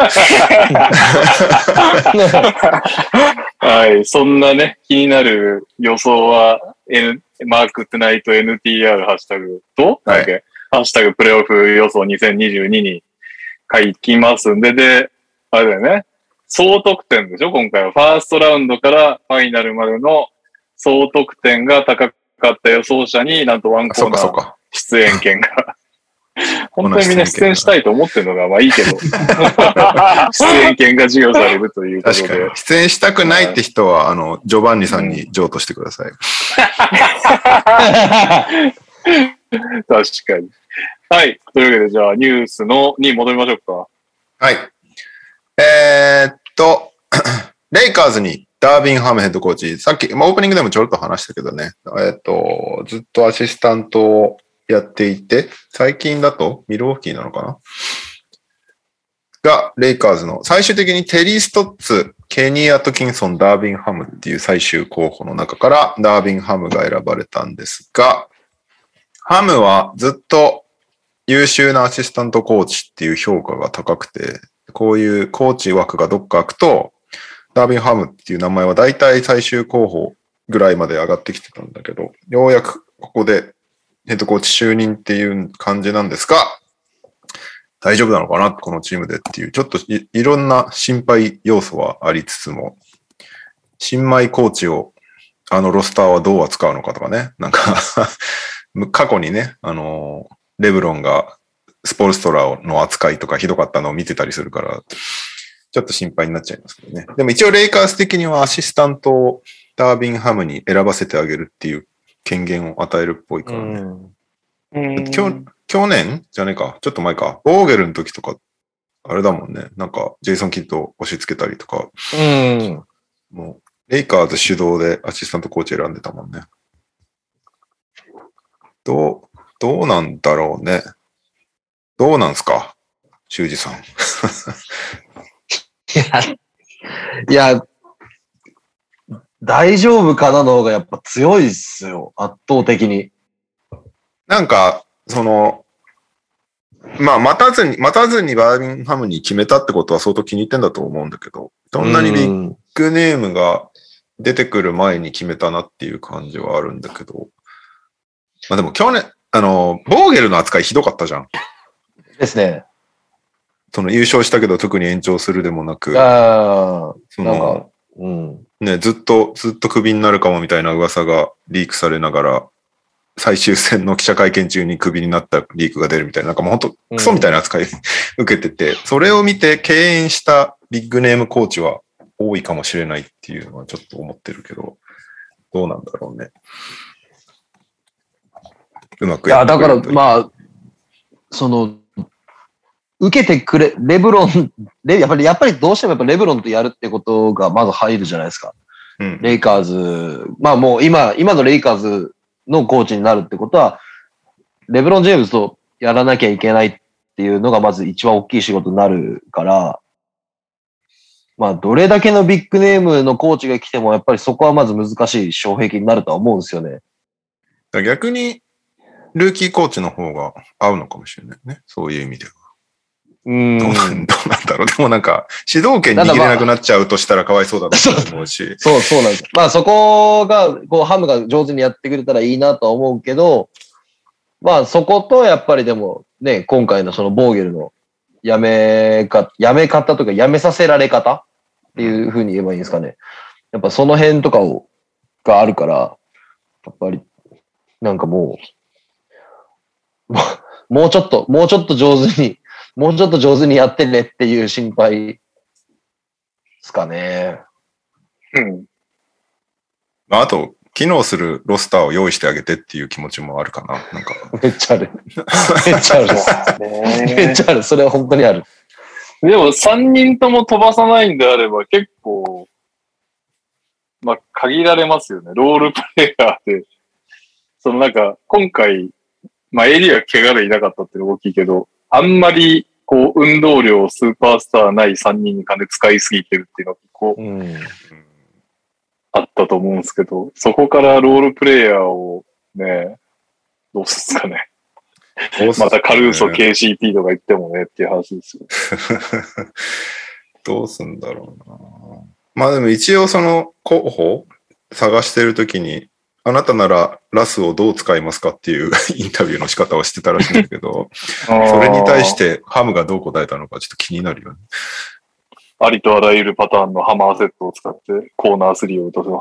はい。そんなね、気になる予想は、マークトゥナイト NTR ハッシュタグと、ハッシュタグプレイオフ予想2022に書きますんで、で、あれだよね。総得点でしょ今回は。ファーストラウンドからファイナルまでの総得点が高かった予想者になんとワンコーナー出演権が。本当にみんな出演したいと思ってるのがまあいいけど。出演権が授与されるということで。 確かに。出演したくないって人は、ジョバンニさんに譲渡してください。 確かに。はい。というわけで、じゃあ、ニュースに戻りましょうか。 はい。レイカーズにダービンハムヘッドコーチ、さっき、オープニングでもちょろっと話したけどね、ずっとアシスタントをやっていて、最近だとミルウォーキーなのかなが、レイカーズの最終的にテリー・ストッツ、ケニー・アトキンソン、ダービンハムっていう最終候補の中からダービンハムが選ばれたんですが、ハムはずっと優秀なアシスタントコーチっていう評価が高くて、こういうコーチ枠がどっか開くと、ダービンハムっていう名前は大体最終候補ぐらいまで上がってきてたんだけど、ようやくここでヘッドコーチ就任っていう感じなんですが、大丈夫なのかなこのチームでっていう、ちょっと いろんな心配要素はありつつも、新米コーチをロスターはどう扱うのかとかね、なんか過去にね、レブロンがスポルストラの扱いとかひどかったのを見てたりするから、ちょっと心配になっちゃいますけどね。でも一応レイカーズ的にはアシスタントをダービンハムに選ばせてあげるっていう権限を与えるっぽいからね。去年じゃねえか、ちょっと前か、ボーゲルの時とか、あれだもんね、なんかジェイソン・キッドを押し付けたりとか、もうレイカーズ主導でアシスタントコーチ選んでたもんね。どうなんだろうね。どうなんすか修二さん。 いや、大丈夫かなの方がやっぱ強いっすよ。圧倒的に。 なんか、まあ、待たずにバーミンハムに決めたってことは相当気に入ってんだと思うんだけど、そんなにビッグネームが出てくる前に決めたなっていう感じはあるんだけど、まあでも去年、ボーゲルの扱いひどかったじゃん。 ですね。 優勝したけど特に延長するでもなく、ね、ずっとクビになるかもみたいな噂がリークされながら、最終戦の記者会見中にクビになったリークが出るみたいな、なんかもう本当クソみたいな扱い受けてて、それを見て敬遠したビッグネームコーチは多いかもしれないっていうのはちょっと思ってるけど、どうなんだろうね。うまくやってくれるといい。 だからまあ、受けてくれ、レブロン、やっぱりどうしてもレブロンとやるってことがまず入るじゃないですか。レイカーズ、まあもう今のレイカーズのコーチになるってことは、レブロン・ジェームズとやらなきゃいけないっていうのがまず一番大きい仕事になるから、まあどれだけのビッグネームのコーチが来てもやっぱりそこはまず難しい障壁になるとは思うんですよね。 逆にルーキーコーチの方が合うのかもしれないね。そういう意味では。どうなんだろう。でもなんか、主導権握れなくなっちゃうとしたらかわいそうだなと思うし。 そうなんです。まあそこが、ハムが上手にやってくれたらいいなとは思うけど、まあそことやっぱりでもね、今回のそのボーゲルのやめ方とかやめさせられ方っていう風に言えばいいんですかね。やっぱその辺とかがあるから、やっぱりなんかもうちょっと上手にやってねっていう心配ですかね。 あと、機能するロスターを用意してあげてっていう気持ちもあるかな。なんかめっちゃある。めっちゃある。めっちゃある。それは本当にある。 でも3人とも飛ばさないんであれば結構、まあ限られますよね。ロールプレイヤーで。なんか今回、まあ AD は怪我でいなかったっていうのが大きいけど、あんまり運動量スーパースターない3人に金使いすぎてるっていうのが結構あったと思うんですけど、そこからロールプレイヤーをね、どうするんですかね。またカルーソ KCP とか言ってもねっていう話ですよ。 どうすんだろうな。まあでも一応その候補探してるときに、あなたならラスをどう使いますかっていうインタビューの仕方をしてたらしいんだけど、それに対してハムがどう答えたのかちょっと気になるよね。 ありとあらゆるパターンのハマーセットを使ってコーナー3を打たせます。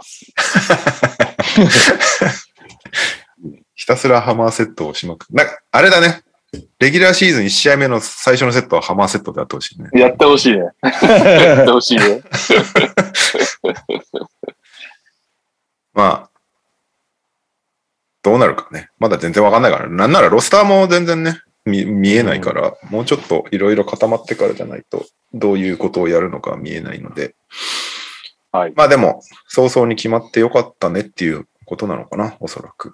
ひたすらハマーセットをしまくる。あれだね。レギュラーシーズン1試合目の最初のセットはハマーセットでやってほしいね。 やってほしいね。やってほしいね。まあ、 どうなるかね。まだ全然わかんないから。なんならロスターも全然ね、見えないから、もうちょっといろいろ固まってからじゃないと、どういうことをやるのか見えないので。 はい。 まあでも、早々に決まってよかったねっていうことなのかな、おそらく。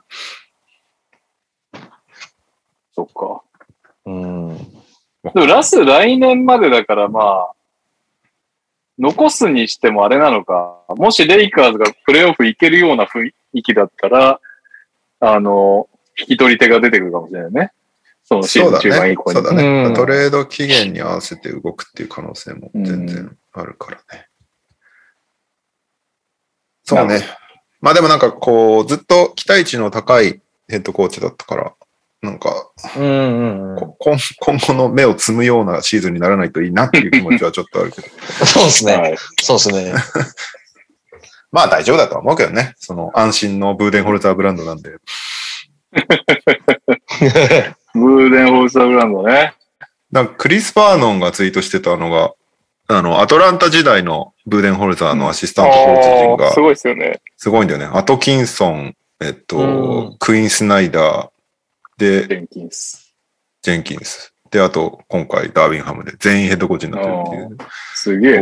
そっか。 うん。 でもラス来年までだからまあ、残すにしてもあれなのか、もしレイカーズがプレイオフ行けるような雰囲気だったら、引き取り手が出てくるかもしれないね。そのシーズン中盤以降に。 そうだね。トレード期限に合わせて動くっていう可能性も全然あるからね。そうね。まあでもなんかこう、ずっと期待値の高いヘッドコーチだったから、なんか、今後の目を摘むようなシーズンにならないといいなっていう気持ちはちょっとあるけど。 そうですね。はい、そうですね。 まあ大丈夫だとは思うけどね。その安心のブーデンホルツァーブランドなんで。 ブーデンホルツァーブランドね。 なんかクリス・バーノンがツイートしてたのが、アトランタ時代のブーデンホルツァーのアシスタントコーチ陣が、 すごいですよね。 すごいんだよね。アトキンソン、クイーン・スナイダー、で、 ジェンキンス。 で、あと、今回、ダービンハムで全員ヘッドコーチになってるっていう。 すげえ。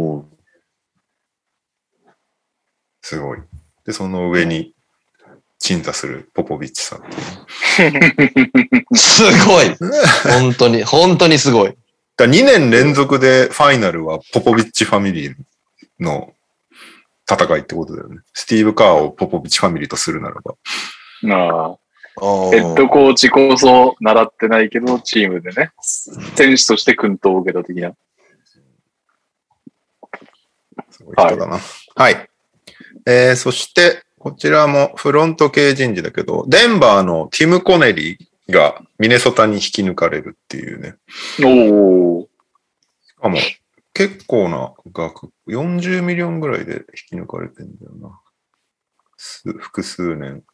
すごい。で、その上に、鎮座するポポビッチさんっていう。 すごい。本当にすごい。 2年連続でファイナルはポポビッチファミリーの戦いってことだよね。スティーブ・カーをポポビッチファミリーとするならば。 ヘッドコーチこそ習ってないけど、チームでね、選手として薫陶を受けた的な。 すごい人だな。はい。そして、こちらもフロント系人事だけど、デンバーのティム・コネリーがミネソタに引き抜かれるっていうね。しかも、結構な額、40ミリオンぐらいで引き抜かれてんだよな。複数年。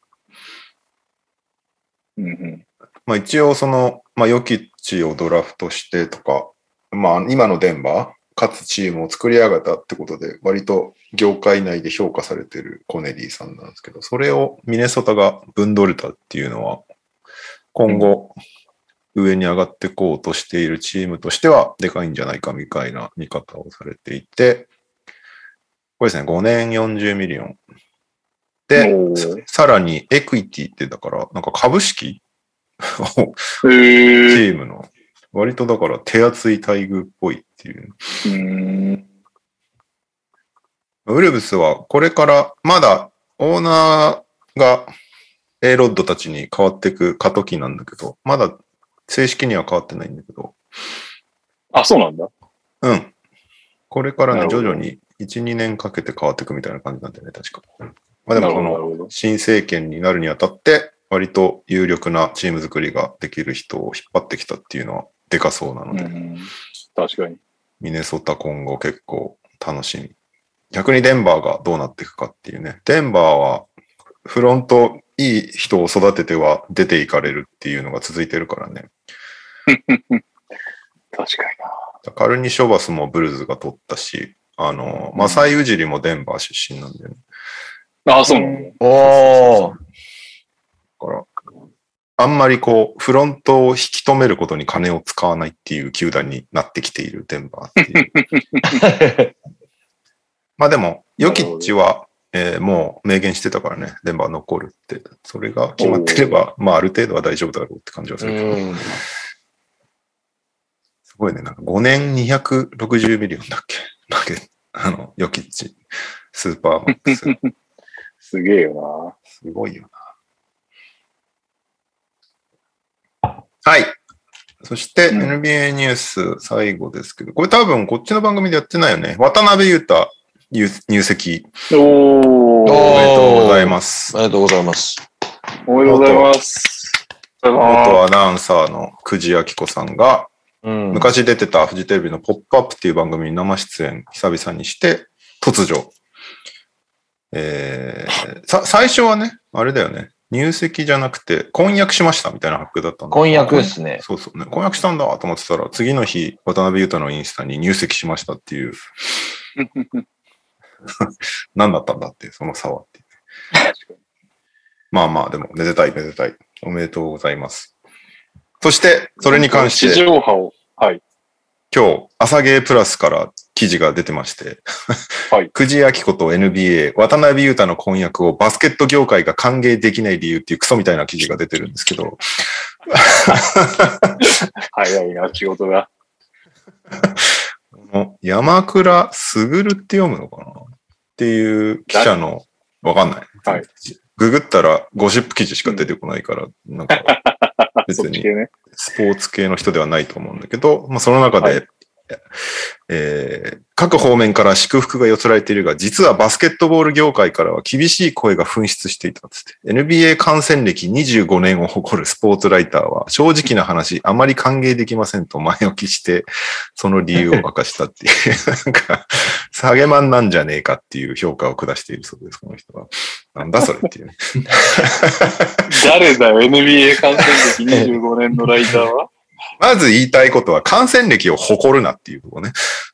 まあ一応ヨキッチをドラフトしてとか、まあ今のデンバー、かつチームを作り上げたってことで、割と業界内で評価されてるコネリーさんなんですけど、それをミネソタが分取れたっていうのは、今後上に上がってこうとしているチームとしてはでかいんじゃないかみたいな見方をされていて、これですね、5年40ミリオン。で、さらにエクイティってだから、なんか株式をチームの、割とだから手厚い待遇っぽいっていう。ウルブスはこれからまだオーナーが A ロッドたちに変わっていく過渡期なんだけど、まだ正式には変わってないんだけど。 あ、そうなんだ。 うん。これからね、徐々に1、2年かけて変わっていくみたいな感じなんだよね、確か。まあでもこの新政権になるにあたって割と有力なチーム作りができる人を引っ張ってきたっていうのはでかそうなので、 確かにミネソタ今後結構楽しみ。逆にデンバーがどうなっていくかっていうね。デンバーはフロントいい人を育てては出ていかれるっていうのが続いてるからね。 確かにな。カルニ・ショバスもブルズが取ったし、マサイ・ウジリもデンバー出身なんだよね。 ああ、そうなの。 だから、あんまりこう、フロントを引き止めることに金を使わないっていう球団になってきているデンバーっていう。まあでも、ヨキッチは、もう明言してたからね、デンバー残るって。それが決まってれば、まあある程度は大丈夫だろうって感じはするけど。すごいね、なんか5年260ミリオンだっけヨキッチ、スーパーマックス。 すげえよな。 すごいよな。はい。そして、NBA ニュース最後ですけど、これ多分こっちの番組でやってないよね。渡辺裕太入籍。おめでとうございます。 ありがとうございます。 おめでとうございます。 元アナウンサーの久慈明子さんが、昔出てたフジテレビのポップアップっていう番組に生出演久々にして、突如、最初はね、あれだよね。入籍じゃなくて、婚約しましたみたいな発表だったんだ。 婚約ですね。 そうそうね。婚約したんだと思ってたら、次の日、渡辺裕太のインスタに入籍しましたっていう。何だったんだっていう、その差はっていう。 まあまあ、でも、めでたい。おめでとうございます。そして、それに関して、 地上波を、はい。 今日、朝ゲープラスから記事が出てまして、 はい、 久慈明子と NBA、渡辺裕太の婚約をバスケット業界が歓迎できない理由っていうクソみたいな記事が出てるんですけど。 早いな、仕事が。 山倉卓って読むのかなっていう記者の、わかんない。 はい。 ググったらゴシップ記事しか出てこないから、なんか、別にスポーツ系の人ではないと思うんだけど、まあその中で、各方面から祝福が寄せられているが、実はバスケットボール業界からは厳しい声が噴出していたっつって。NBA 観戦歴25年を誇るスポーツライターは、正直な話、あまり歓迎できませんと前置きして、その理由を明かしたっていう、なんか、下げマンなんじゃねえかっていう評価を下しているそうです、この人は。なんだそれっていうね。 誰だよ、NBA 観戦歴25年のライターは。 まず言いたいことは、観戦歴を誇るなっていうところね。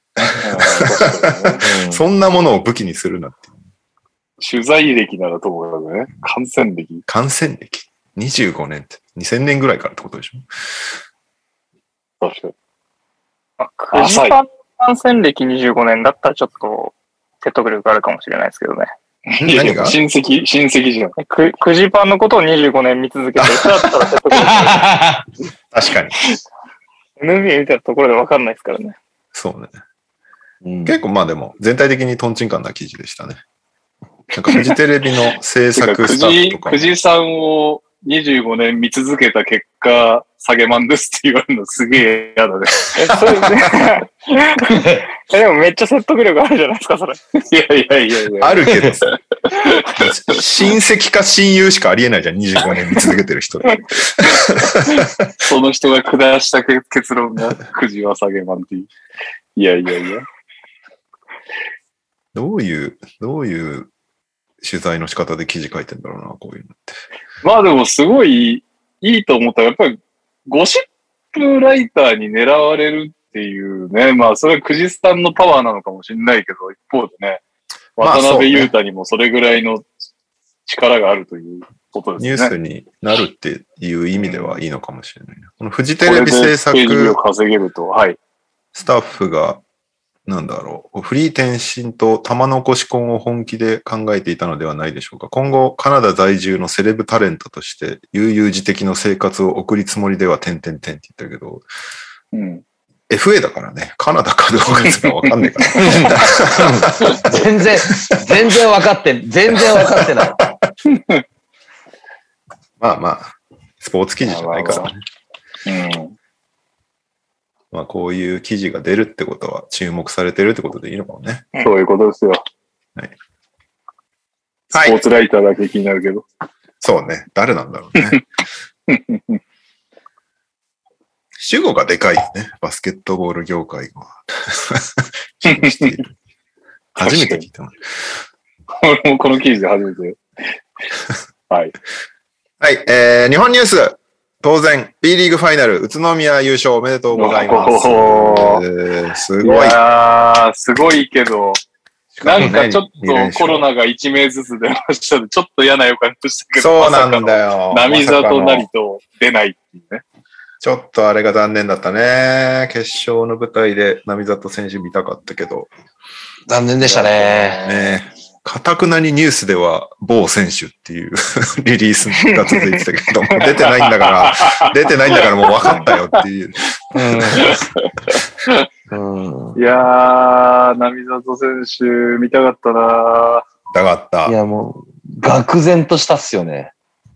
そんなものを武器にするなっていう。 取材歴ならともかくね。観戦歴。 観戦歴 ?25 年って。2000年ぐらいからってことでしょ。 確かに。 9時間観戦歴25年だったらちょっと説得力があるかもしれないですけどね。 何が親戚じゃん。 9時パンのことを25年見続けてる人だったら説得力ある。 確かに。 NBA 見たところで分かんないですからね。 そうね。結構まあでも全体的にトンチンカンな記事でしたね。なんかフジテレビの制作スタッフとか。 久慈さんを25年見続けた結果、下げマンですって言われるのすげえ嫌だね。 そうですね。でもめっちゃ説得力あるじゃないですか、それ。 いや。 あるけどさ。親戚か親友しかありえないじゃん、25年見続けてる人。 その人が下した結論が、久慈は下げマンっていう。いや。 どういう取材の仕方で記事書いてんだろうな、こういうのって。 まあでもすごいいいと思ったら、やっぱりゴシップライターに狙われるっていうね、まあそれは久慈さんのパワーなのかもしれないけど、一方でね、渡辺裕太にもそれぐらいの力があるということですね。 ニュースになるっていう意味ではいいのかもしれない。このフジテレビ制作ページを稼げると、はい。 スタッフがなんだろう、フリー転身と玉残し婚を本気で考えていたのではないでしょうか。今後、カナダ在住のセレブタレントとして、悠々自適の生活を送りつもりでは、って言ったけど、FA だからね、カナダかどうかっていうのは分かんないから。 全然分かってない。 まあ、スポーツ記事じゃないからね。まあこういう記事が出るってことは注目されてるってことでいいのかもね。 そういうことですよ。はい。スポーツライターだけ気になるけど。 そうね。誰なんだろうね。主語がでかいよね。バスケットボール業界は。初めて聞いたの。 俺もこの記事で初めて。はい。 はい。日本ニュース。当然、B リーグファイナル、宇都宮優勝おめでとうございます。すごい。 いやー、すごいけど、なんかちょっとコロナが1名ずつ出ましたで、ちょっと嫌な予感でしたけど、 そうなんだよ。 並里成と出ないっていうね。 ちょっとあれが残念だったね。決勝の舞台で並里選手見たかったけど。 残念でしたね。 かたくなにニュースでは某選手っていうリリースが続いてたけども、出てないんだからもう分かったよっていう。 いやー、並里選手見たかったな。 見たかった。 いやもう、愕然としたっすよね。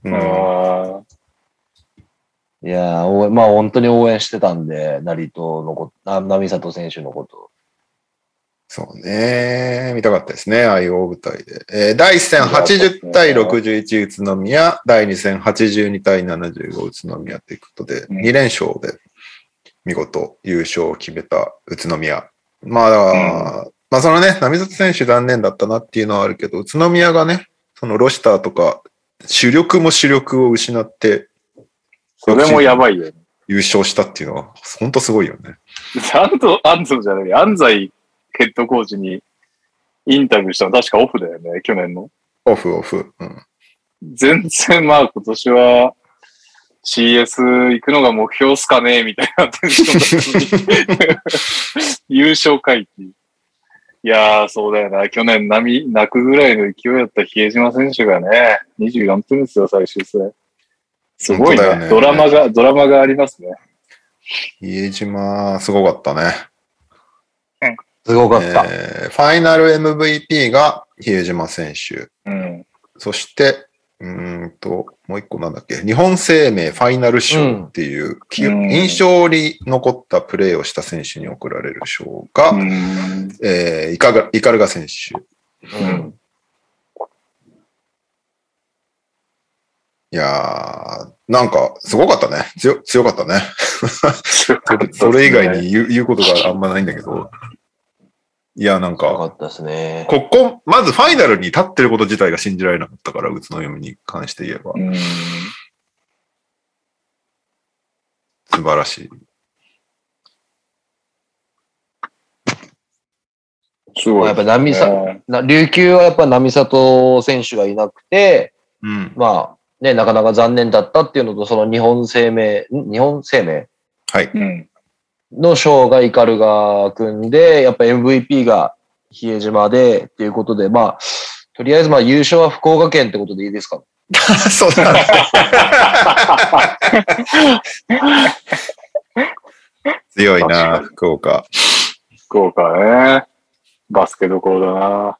いやー、まあ本当に応援してたんで、並里選手のこと。 そうね。見たかったですね。ああいう大舞台で。第1戦80対61宇都宮、第2戦82対75宇都宮ということで、2連勝で見事優勝を決めた宇都宮。まあそのね、並里選手残念だったなっていうのはあるけど、宇都宮がね、そのロシターとか、主力を失って、 それもやばいよね。 優勝したっていうのは、本当すごいよね。 安藤じゃない、安西ヘッドコーチにインタビューしたの確かオフだよね、去年の。 オフ。 全然まあ今年は CS 行くのが目標っすかねみたいなテンションだったのに優勝回帰。いやー、そうだよな。去年泣くぐらいの勢いだった比江島選手がね、24点ですよ、最終戦。すごいね。ドラマがありますね。 比江島、すごかったね。 すごかった。 ファイナル MVP が比江島選手。 うん、 そして、もう一個なんだっけ、日本生命ファイナル賞っていう、印象に残ったプレーをした選手に贈られる賞が、イカルガ選手。いやー、なんか、すごかったね。強かったね。それ以外に言うことがあんまないんだけど。いや、なんか、 よかったですね。 まずファイナルに立ってること自体が信じられなかったから、宇都宮に関して言えば。素晴らしい。 すごい。やっぱ琉球はやっぱ並里選手がいなくて、まあね、なかなか残念だったっていうのと、その日本生命はい。 の賞がイカルガ君で、やっぱ MVP が比江島でっていうことで、まあ、とりあえずまあ優勝は福岡県ってことでいいですか？ そうだね。強いな、福岡。 福岡ね。バスケどころだな。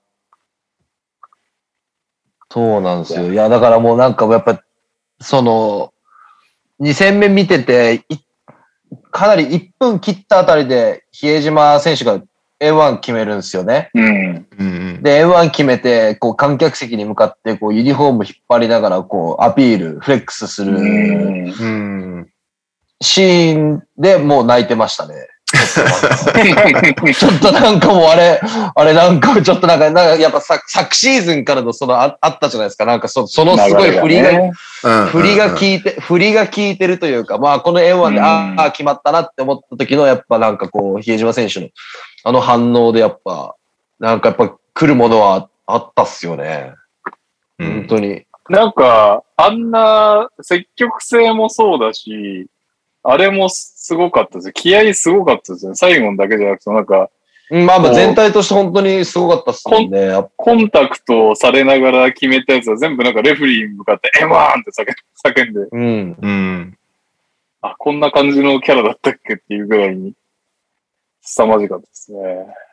そうなんですよ。いや、だからもうなんかやっぱ、その、2戦目見てて、かなり1分切ったあたりで、比江島選手が A1 決めるんですよね。で、A1 決めて、こう観客席に向かって、こうユニフォーム引っ張りながら、こうアピール、フレックスするシーンでもう泣いてましたね。ちょっとなんかもうあれなんかちょっとなんかやっぱ昨シーズンからのそのあったじゃないですか。なんかそのすごい振りが効いてるというか、まあこの N1 で決まったなって思った時のやっぱなんかこう比江島選手のあの反応でやっぱなんかやっぱ来るものはあったっすよね。本当に。 なんかあんな積極性もそうだし、あれもすごかったです。気合すごかったですね。最後だけじゃなくて、なんか。 まあ全体として本当にすごかったっすもんね。 コンタクトされながら決めたやつは全部なんかレフェリーに向かってM1って叫んで。あ、こんな感じのキャラだったっけっていうぐらいに、凄まじかったですね。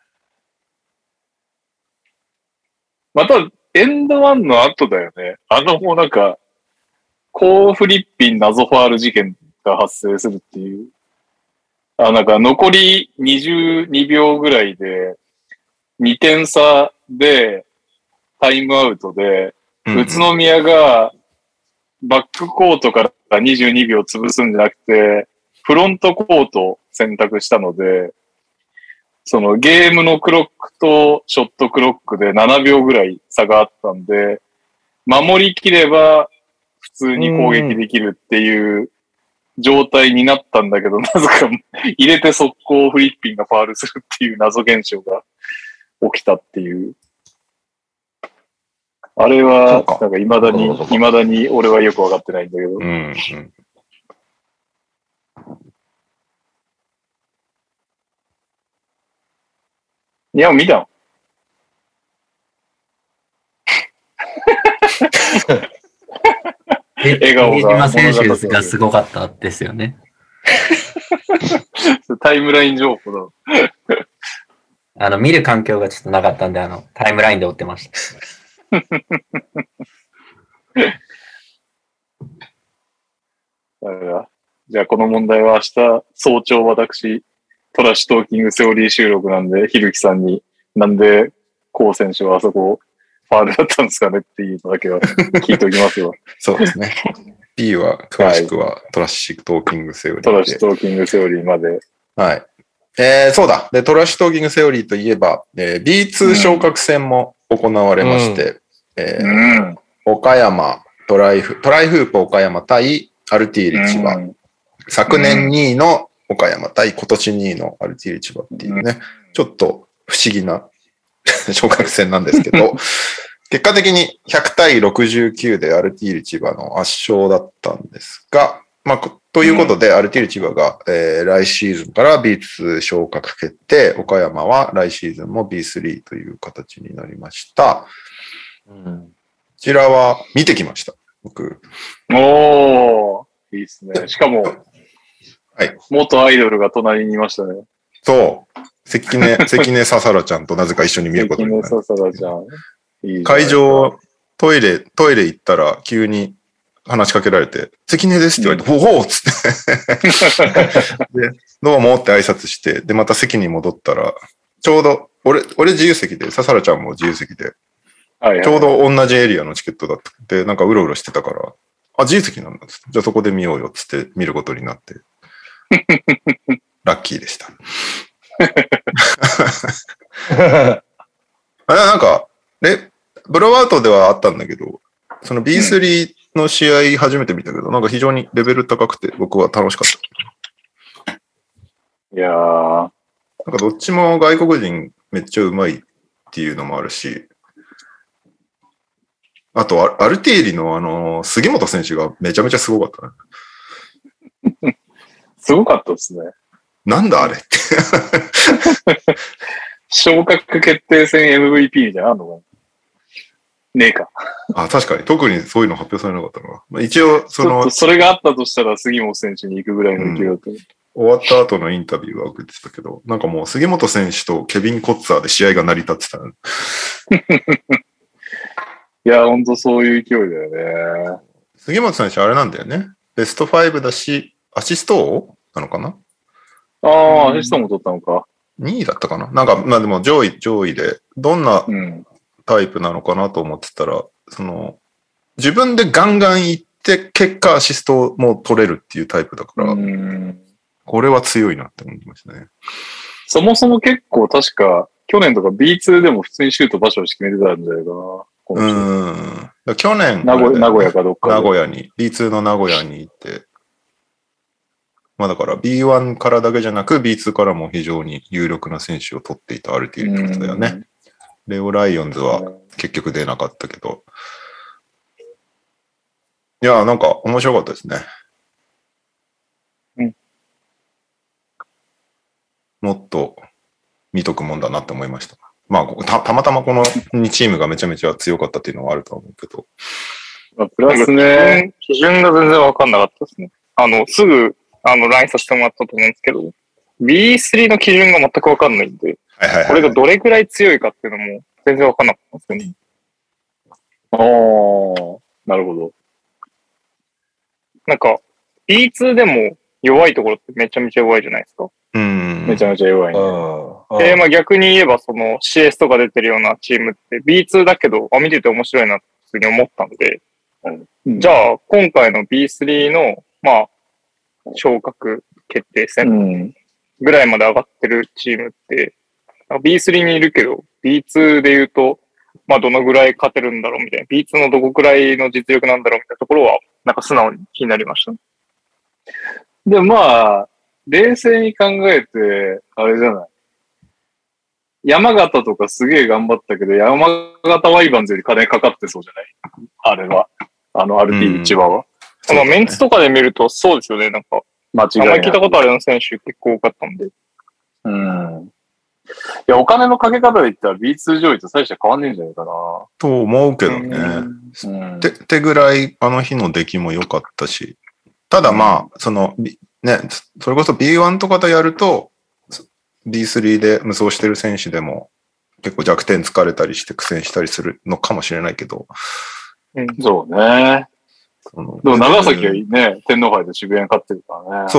また、エンドワンの後だよね。もうなんか、コーフリッピン謎ファール事件が発生するっていう。なんか残り22秒ぐらいで、2点差でタイムアウトで、宇都宮がバックコートから22秒潰すんじゃなくて、フロントコートを選択したので、そのゲームのクロックとショットクロックで7秒ぐらい差があったんで、守りきれば普通に攻撃できるっていう状態になったんだけど、なぜか入れて速攻フリッピンがファールするっていう謎現象が起きたっていう。あれは、なんか未だに俺はよくわかってないんだけど。いや、見たの笑顔が。比江島選手がすごかったですよね。 タイムライン情報だ。見る環境がちょっとなかったんで、タイムラインで追ってました。 じゃあこの問題は明日早朝私、トラッシュトーキングセオリー収録なんで、ひるきさんになんでコウ選手はあそこファールだったんですかねっていうのだけは聞いておきますよ。 そうですね。P は詳しくはトラッシュトーキングセオリーで。 トラッシュトーキングセオリーまで。 はい。そうだ。で、トラッシュトーキングセオリーといえば、B2 昇格戦も行われまして、岡山、トライフープ岡山対アルティーリ千葉。昨年2位の岡山対今年2位のアルティーリ千葉っていうね、ちょっと不思議な昇格戦なんですけど、 結果的に100対69でアルティーリ千葉の圧勝だったんですが、まあ、ということで、アルティーリ千葉が、来シーズンから B2 昇格決定、岡山は来シーズンも B3 という形になりました。こちらは見てきました、僕。 おー、いいですね。しかも、 はい。 元アイドルが隣にいましたね。 そう。関根ささらちゃんとなぜか一緒に見ることになる。 関根ささらちゃん。いい会場、トイレ行ったら急に話しかけられて、関根ですって言われて、おおっつってで、どうもって挨拶して、で、また席に戻ったら、ちょうど、俺自由席で、ささらちゃんも自由席で、ちょうど同じエリアのチケットだった。で、なんかうろうろしてたから、あ、自由席なんだっつって、じゃあそこで見ようよっつって見ることになって、ラッキーでした。なんか、ブローアウトではあったんだけど、その B3 の試合初めて見たけど、なんか非常にレベル高くて僕は楽しかった。 いやー。 なんかどっちも外国人めっちゃうまいっていうのもあるし、あとアルティーリの杉本選手がめちゃめちゃすごかったね。 すごかったですね。 なんだあれって。 昇格決定戦 MVP みたいなのあんのかなねえか。 あ、確かに。特にそういうの発表されなかったな。まあ、一応、 それがあったとしたら杉本選手に行くぐらいの勢いだった、 終わった後のインタビューは受けてたけど、なんかもう杉本選手とケビン・コッツァーで試合が成り立ってた、ね。 いや、ほんとそういう勢いだよね。 杉本選手あれなんだよね。ベスト5だし、アシスト王なのかな？ ああ、アシストも取ったのか。 2位だったかな？なんか、まあでも上位で、どんなタイプなのかなと思ってたら、自分でガンガン行って結果アシストも取れるっていうタイプだから、これは強いなって思いましたね。 そもそも結構確か、去年とか B2 でも普通にシュートバシバシ決めてたんじゃないかな。 去年、 名古屋かどっかで。 名古屋に、B2 の名古屋に行って、まあだから B1 からだけじゃなく B2 からも非常に有力な選手を取っていたアルティーリってことだよね。レオライオンズは結局出なかったけど。いや、なんか面白かったですね。もっと見とくもんだなって思いました。まあ、たまたまこの2チームがめちゃめちゃ強かったっていうのはあると思うけど。 プラスね、 基準が全然わかんなかったですね。すぐ、LINE させてもらったと思うんですけど、B3 の基準が全くわかんないんで、これがどれくらい強いかっていうのも全然わかんなかったんですよね。 ああ、なるほど。 なんか、B2 でも弱いところってめちゃめちゃ弱いじゃないですか。 めちゃめちゃ弱いね。 まあ逆に言えばその CS とか出てるようなチームって B2 だけど、見てて面白いなって普通に思ったんで、じゃあ今回の B3 の、まあ、昇格決定戦ぐらいまで上がってるチームって、B3 にいるけど、B2 で言うと、まあどのぐらい勝てるんだろうみたいな、B2 のどこくらいの実力なんだろうみたいなところは、なんか素直に気になりましたね。 で、まあ、冷静に考えて、あれじゃない。山形とかすげえ頑張ったけど、山形ワイバンズより金かかってそうじゃないあれは。アルティーリ千葉は。 メンツとかで見るとそうですよね。なんか、 間違いない。 あんまり聞いたことあるような選手結構多かったんで。 いや、お金のかけ方で言ったら B2 上位と大して変わんねえんじゃないかな。 と思うけどね。ってぐらいあの日の出来も良かったし。ただまあ、それこそ B1 とかでやると、B3 で無双してる選手でも結構弱点疲れたりして苦戦したりするのかもしれないけど。 そうね。でも長崎はね、天皇杯で渋谷に勝ってるからね。 そう。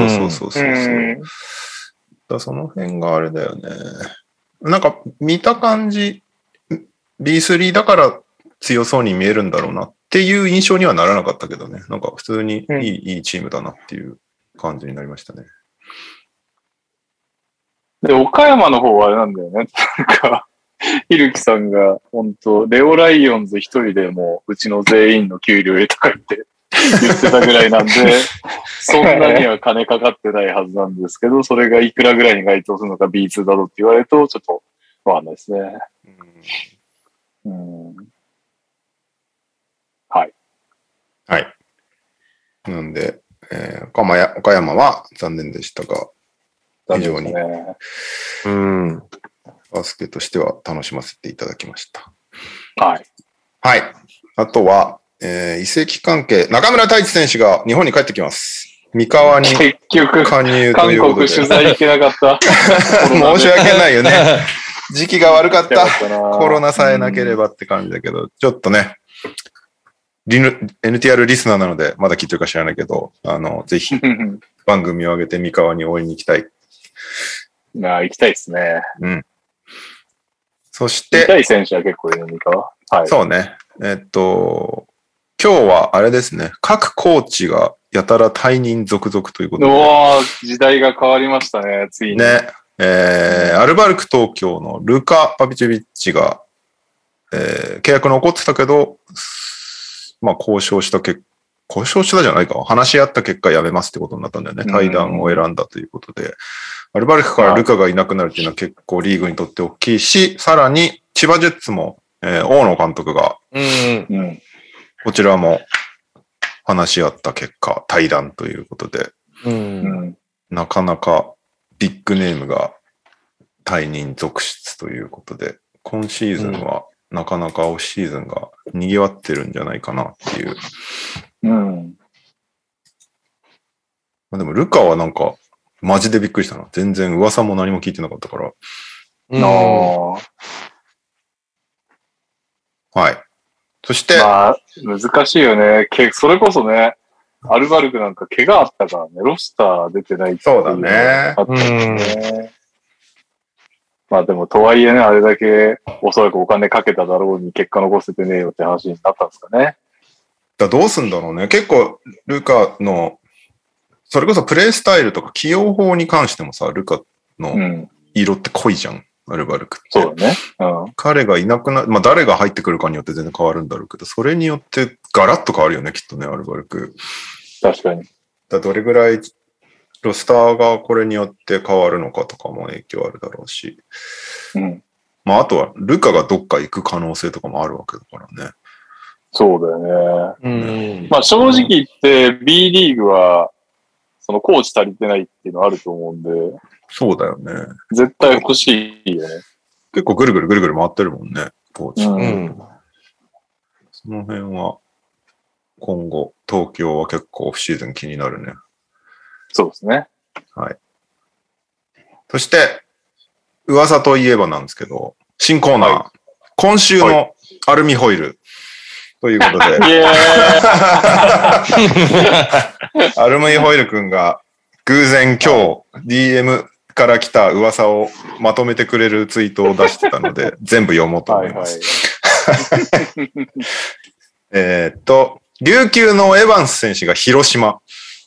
だその辺があれだよね。なんか見た感じ、B3 だから強そうに見えるんだろうなっていう印象にはならなかったけどね。なんか普通にいいチームだなっていう感じになりましたね。 で、岡山の方はあれなんだよね。なんか、ひるきさんが、本当レオライオンズ一人でもうちの全員の給料とか言ってたぐらいなんで、そんなには金かかってないはずなんですけど、それがいくらぐらいに該当するのか B2 だとって言われると、ちょっとわかんないですね。 はい。 はい。なんで、岡山は残念でしたが、非常に、バスケとしては楽しませていただきました。 はい。 はい。あとは、移籍関係、中村太一選手が日本に帰ってきます。三河に結局、 加入ということで。 韓国取材行けなかった。 申し訳ないよね。時期が悪かった。コロナさえなければって感じだけど、ちょっとね、NTR リスナーなので、まだ聞いてるか知らないけど、ぜひ番組を上げて三河に応援に行きたい。 行きたいですね。 うん。そして、 行きたい選手は結構いる三河。はい。 そうね。今日はあれですね、各コーチがやたら退任続々ということで。 時代が変わりましたね、ついに。 ね。アルバルク東京のルカ・パビチェビッチが、契約残ってたけど、まあ交渉したじゃないか。話し合った結果辞めますってことになったんだよね。退団を選んだということで。アルバルクからルカがいなくなるっていうのは結構リーグにとって大きいし、さらに千葉ジェッツも、大野監督が、こちらも話し合った結果、退団ということで、なかなかビッグネームが退任続出ということで、今シーズンはなかなかオフシーズンが賑わってるんじゃないかなっていう。まあ、でもルカはなんかマジでびっくりしたな。全然噂も何も聞いてなかったから。はい。そして。 まあ、難しいよね。それこそね、アルバルクなんか怪我あったからね、ロスター出てないっていう。 そうだね。 まあでも、とはいえね、あれだけおそらくお金かけただろうに結果残せてねえよって話になったんですかね。 どうすんだろうね。結構、ルカの、それこそプレイスタイルとか起用法に関してもさ、ルカの色って濃いじゃん。アルバルクって。 そうだね。 彼がいなくな、まあ誰が入ってくるかによって全然変わるんだろうけど、それによってガラッと変わるよね、きっとね、アルバルク。 確かに。 どれぐらいロスターがこれによって変わるのかとかも影響あるだろうし。まああとは、ルカがどっか行く可能性とかもあるわけだからね。 そうだよね。まあ正直言って B リーグは、そのコーチ足りてないっていうのはあると思うんで。 そうだよね。 絶対欲しいよね。 結構ぐるぐる回ってるもんね、コーチ。その辺は、今後、東京は結構オフシーズン気になるね。 そうですね。 はい。そして、噂といえばなんですけど、新コーナー、今週のアルミホイルということで、アルミホイルくんが偶然今日 DM から来た噂をまとめてくれるツイートを出してたので、全部読もうと思います。琉球のエヴァンス選手が広島。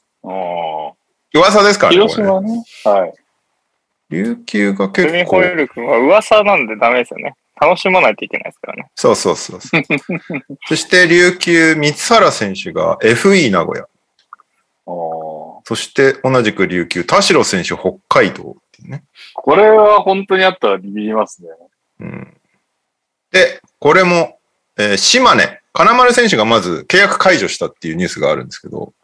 噂ですからね。 広島ね。はい。 琉球が結構。 アルミホイル君は噂なんでダメですよね。楽しまないといけないですからね。 そう。そして琉球、三原選手が FE 名古屋。そして同じく琉球、田代選手北海道っていうね。 これは本当にあったらビビりますね。 で、これも、島根、金丸選手がまず契約解除したっていうニュースがあるんですけど。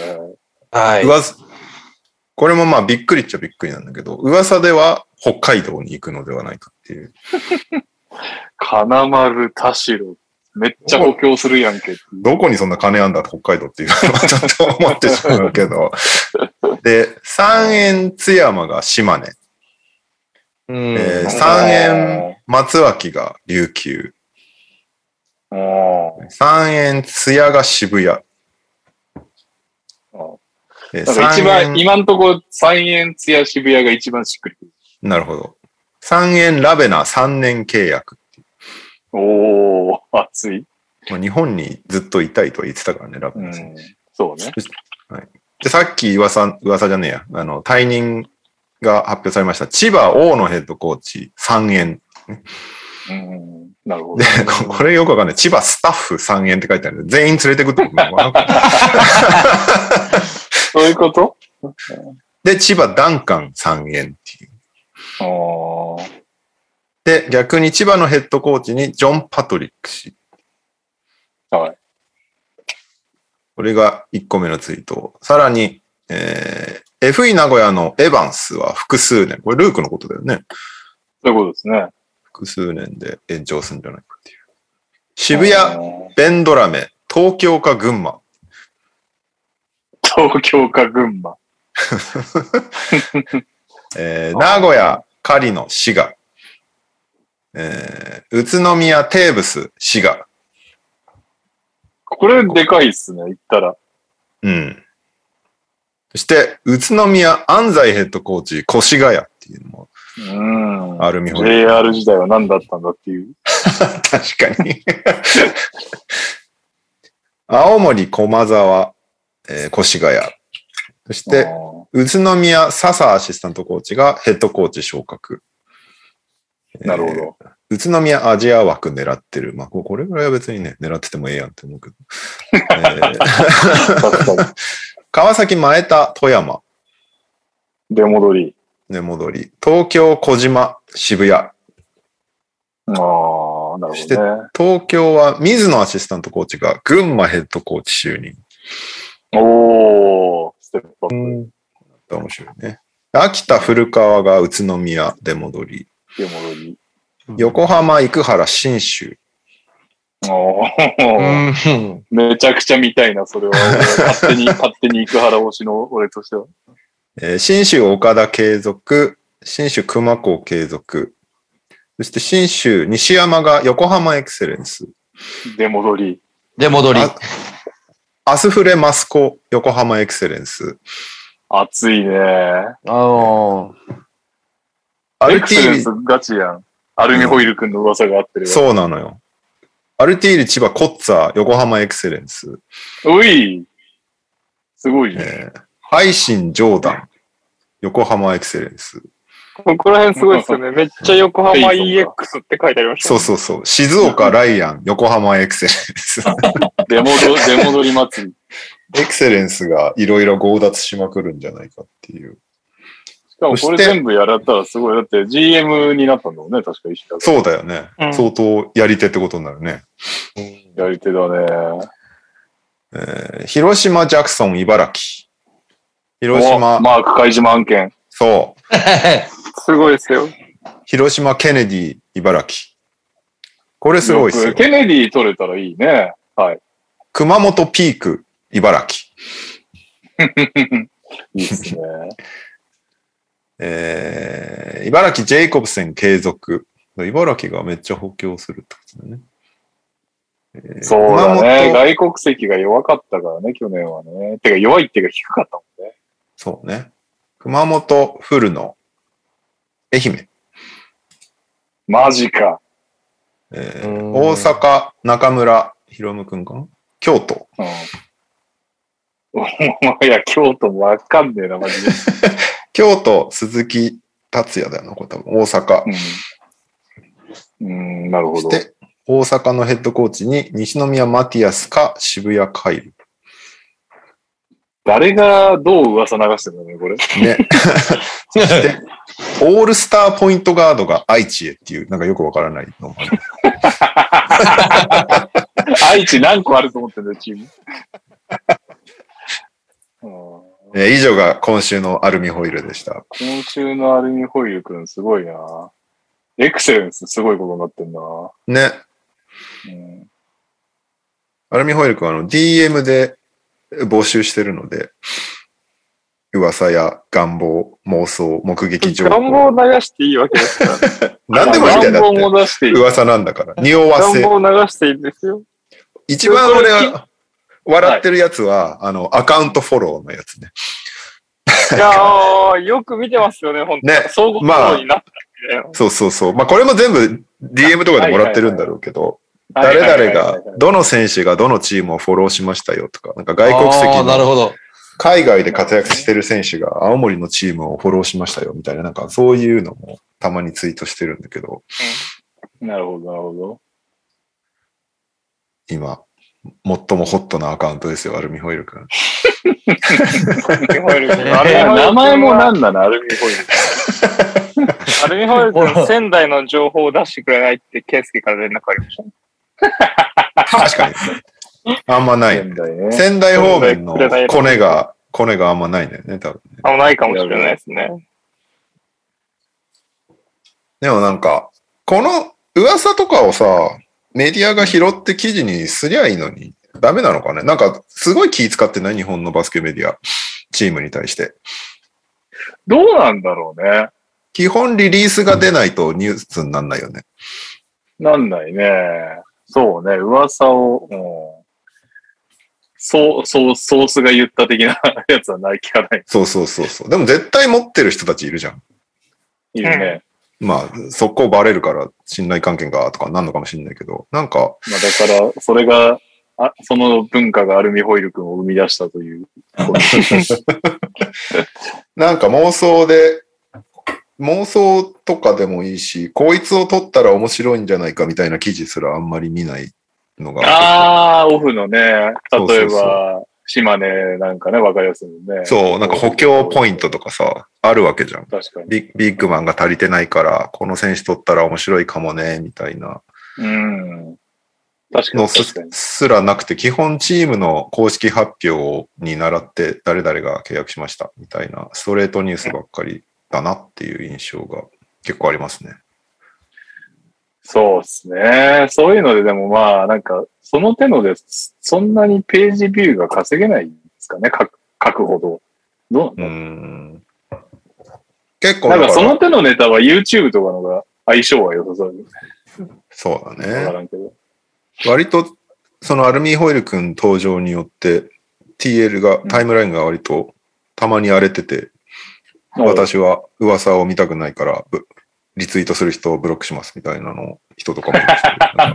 これもまあびっくりっちゃびっくりなんだけど、噂では北海道に行くのではないかっていう。 金丸、田代。めっちゃ補強するやんけ。 どこにそんな金あんだ北海道っていうのはちょっと思ってしまうけど。で、三円津山が島根。三円松脇が琉球。三円津谷が渋谷。 一番、今んとこ三円津谷渋谷が一番しっくりくる。 なるほど。三円ラベナ3年契約。 熱い。 まあ、日本にずっといたいとは言ってたからね、ラベナ選手。 そうね。 はい。で、さっき噂じゃねえや。退任が発表されました。千葉大野ヘッドコーチ3円。 なるほど。 で、これよくわかんない。千葉スタッフ3円って書いてあるんで、全員連れてくってことなのかなそういうことで、千葉ダンカン3円っていう。 で、逆に千葉のヘッドコーチにジョン・パトリック氏。 はい。 これが1個目のツイート。さらに、FE 名古屋のエヴァンスは複数年。これルークのことだよね。 そういうことですね。 複数年で延長するんじゃないかっていう。渋谷、ベンドラメ、東京か群馬。 東京か群馬。 名古屋、狩野、滋賀。宇都宮、テーブス、滋賀。 これでかいっすね、言ったら。 うん。そして、宇都宮、安西ヘッドコーチ、越谷っていうのも、アルミホイル。 JR 時代は何だったんだっていう。 確かに。青森、駒沢、越谷。そして、宇都宮、笹アシスタントコーチがヘッドコーチ昇格。 なるほど。 宇都宮アジア枠狙ってる。まあ、これぐらいは別にね、狙っててもええやんって思うけど。川崎、前田、富山。 出戻り。 東京、小島、渋谷。 ああ、なるほどね。 そして、東京は水野アシスタントコーチが群馬ヘッドコーチ就任。 おー、ステップアップ。 面白いね。秋田、古川が宇都宮、出戻り。横浜、生原、信州。 めちゃくちゃ見たいな、それは。勝手に生原推しの俺としては。 信州、岡田継続。信州、熊高継続。そして信州、西山が横浜エクセレンス。 出戻り。 アスフレマスコ、横浜エクセレンス。 熱いね。 エクセレンスガチやん。アルミホイル君の噂があってる。 そうなのよ。アルティーリ千葉コッツァー、横浜エクセレンス。 ういすごいね。 配信ジョーダン、横浜エクセレンス。 ここら辺すごいですよね。めっちゃ横浜 EX って書いてありました、 ね。そう。静岡ライアン、横浜エクセレンス。 出戻り祭り。 エクセレンスがいろいろ強奪しまくるんじゃないかっていう。 しかもこれ全部やられたらすごい。だって GM になったんだもんね、確か石田。 そうだよね。相当やり手ってことになるね。 やり手だね。 広島、ジャクソン、茨城。広島。 マーク海島案件。 そう。 すごいですよ。 広島、ケネディ、茨城。これすごいっすよ。 ケネディ取れたらいいね。はい。 熊本、ピーク、茨城。 いいっすね。 茨城、ジェイコブセン継続。茨城がめっちゃ補強するってことだね。 そうだね。外国籍が弱かったからね、去年はね。てか弱いっていうか低かったもんね。 そうね。熊本、古野、愛媛。 マジか。 大阪、中村、ひろむくんかな京都。 いや、京都もわかんねえな、マジで。 京都、鈴木達也だよな、これ多分。大阪。 なるほど。 そして、大阪のヘッドコーチに西宮マティアスか渋谷カイル。 誰がどう噂流してるのね、これ。 ね。そして、オールスターポイントガードが愛知へっていう、なんかよくわからないのもある。 愛知何個あると思ってんだよ、チーム。 以上が今週のアルミホイルでした。 今週のアルミホイルくんすごいな。エクセレンスすごいことになってんな。 ね。アルミホイルくんはDM で募集してるので、噂や願望、妄想、目撃情報。 願望を流していいわけですからね。 何でもいいんだよ、だ願望も出していい。 噂なんだから。匂わせ。 願望を流していいんですよ。 一番俺は笑ってるやつは、アカウントフォローのやつね。 いやー、よく見てますよね、本当に。 ね。 相互フォローになったみたいな。 そう。まあ、これも全部 DM とかでもらってるんだろうけど、誰々が、どの選手がどのチームをフォローしましたよとか、なんか外国籍の海外で活躍してる選手が青森のチームをフォローしましたよみたいな、なんかそういうのもたまにツイートしてるんだけど。 なるほど、なるほど。 今、最もホットなアカウントですよ、アルミホイルくん。 アルミホイル君。 名前もなんだな、アルミホイル。 アルルミホイル君、仙台の情報を出してくれないって、ケイスケから連絡ありましたね。 確かに。あんまない。仙台方面のコネがあんまないんだよね、多分ね。 ないかもしれないですね。 でもなんか、この噂とかをさ、メディアが拾って記事にすりゃいいのに、ダメなのかね。なんか、すごい気使ってない日本のバスケメディア、チームに対して。 どうなんだろうね。 基本リリースが出ないとニュースになんないよね。 なんないね。そうね、噂を、ソースが言った的なやつは聞かない。 そう。でも絶対持ってる人たちいるじゃん。 いるね。 まあ、そこバレるから信頼関係がとかなんのかもしれないけど、なんか。 まあだから、それが、その文化がアルミホイル君を生み出したという。 なんか妄想とかでもいいし、こいつを取ったら面白いんじゃないかみたいな記事すらあんまり見ないのが。 オフのね、例えば、島根なんかね、わかりやすいもんね。 そう、なんか補強ポイントとかさ、あるわけじゃん。 確かに。 ビッグマンが足りてないから、この選手取ったら面白いかもね、みたいな。 確かに。 すらなくて、基本チームの公式発表に倣って誰々が契約しましたみたいなストレートニュースばっかりだなっていう印象が結構ありますね。 そうですね。そういうのででもまあなんかその手のでそんなにページビューが稼げないんですかね。書くほど。どうなの？ 結構なんかその手のネタは YouTube とかのが相性は良さそうですね。 そうだね。 わからんけど。 割とそのアルミホイル君登場によって TL が、タイムラインが割とたまに荒れてて、私は噂を見たくないからリツイートする人をブロックしますみたいなの人とかもいま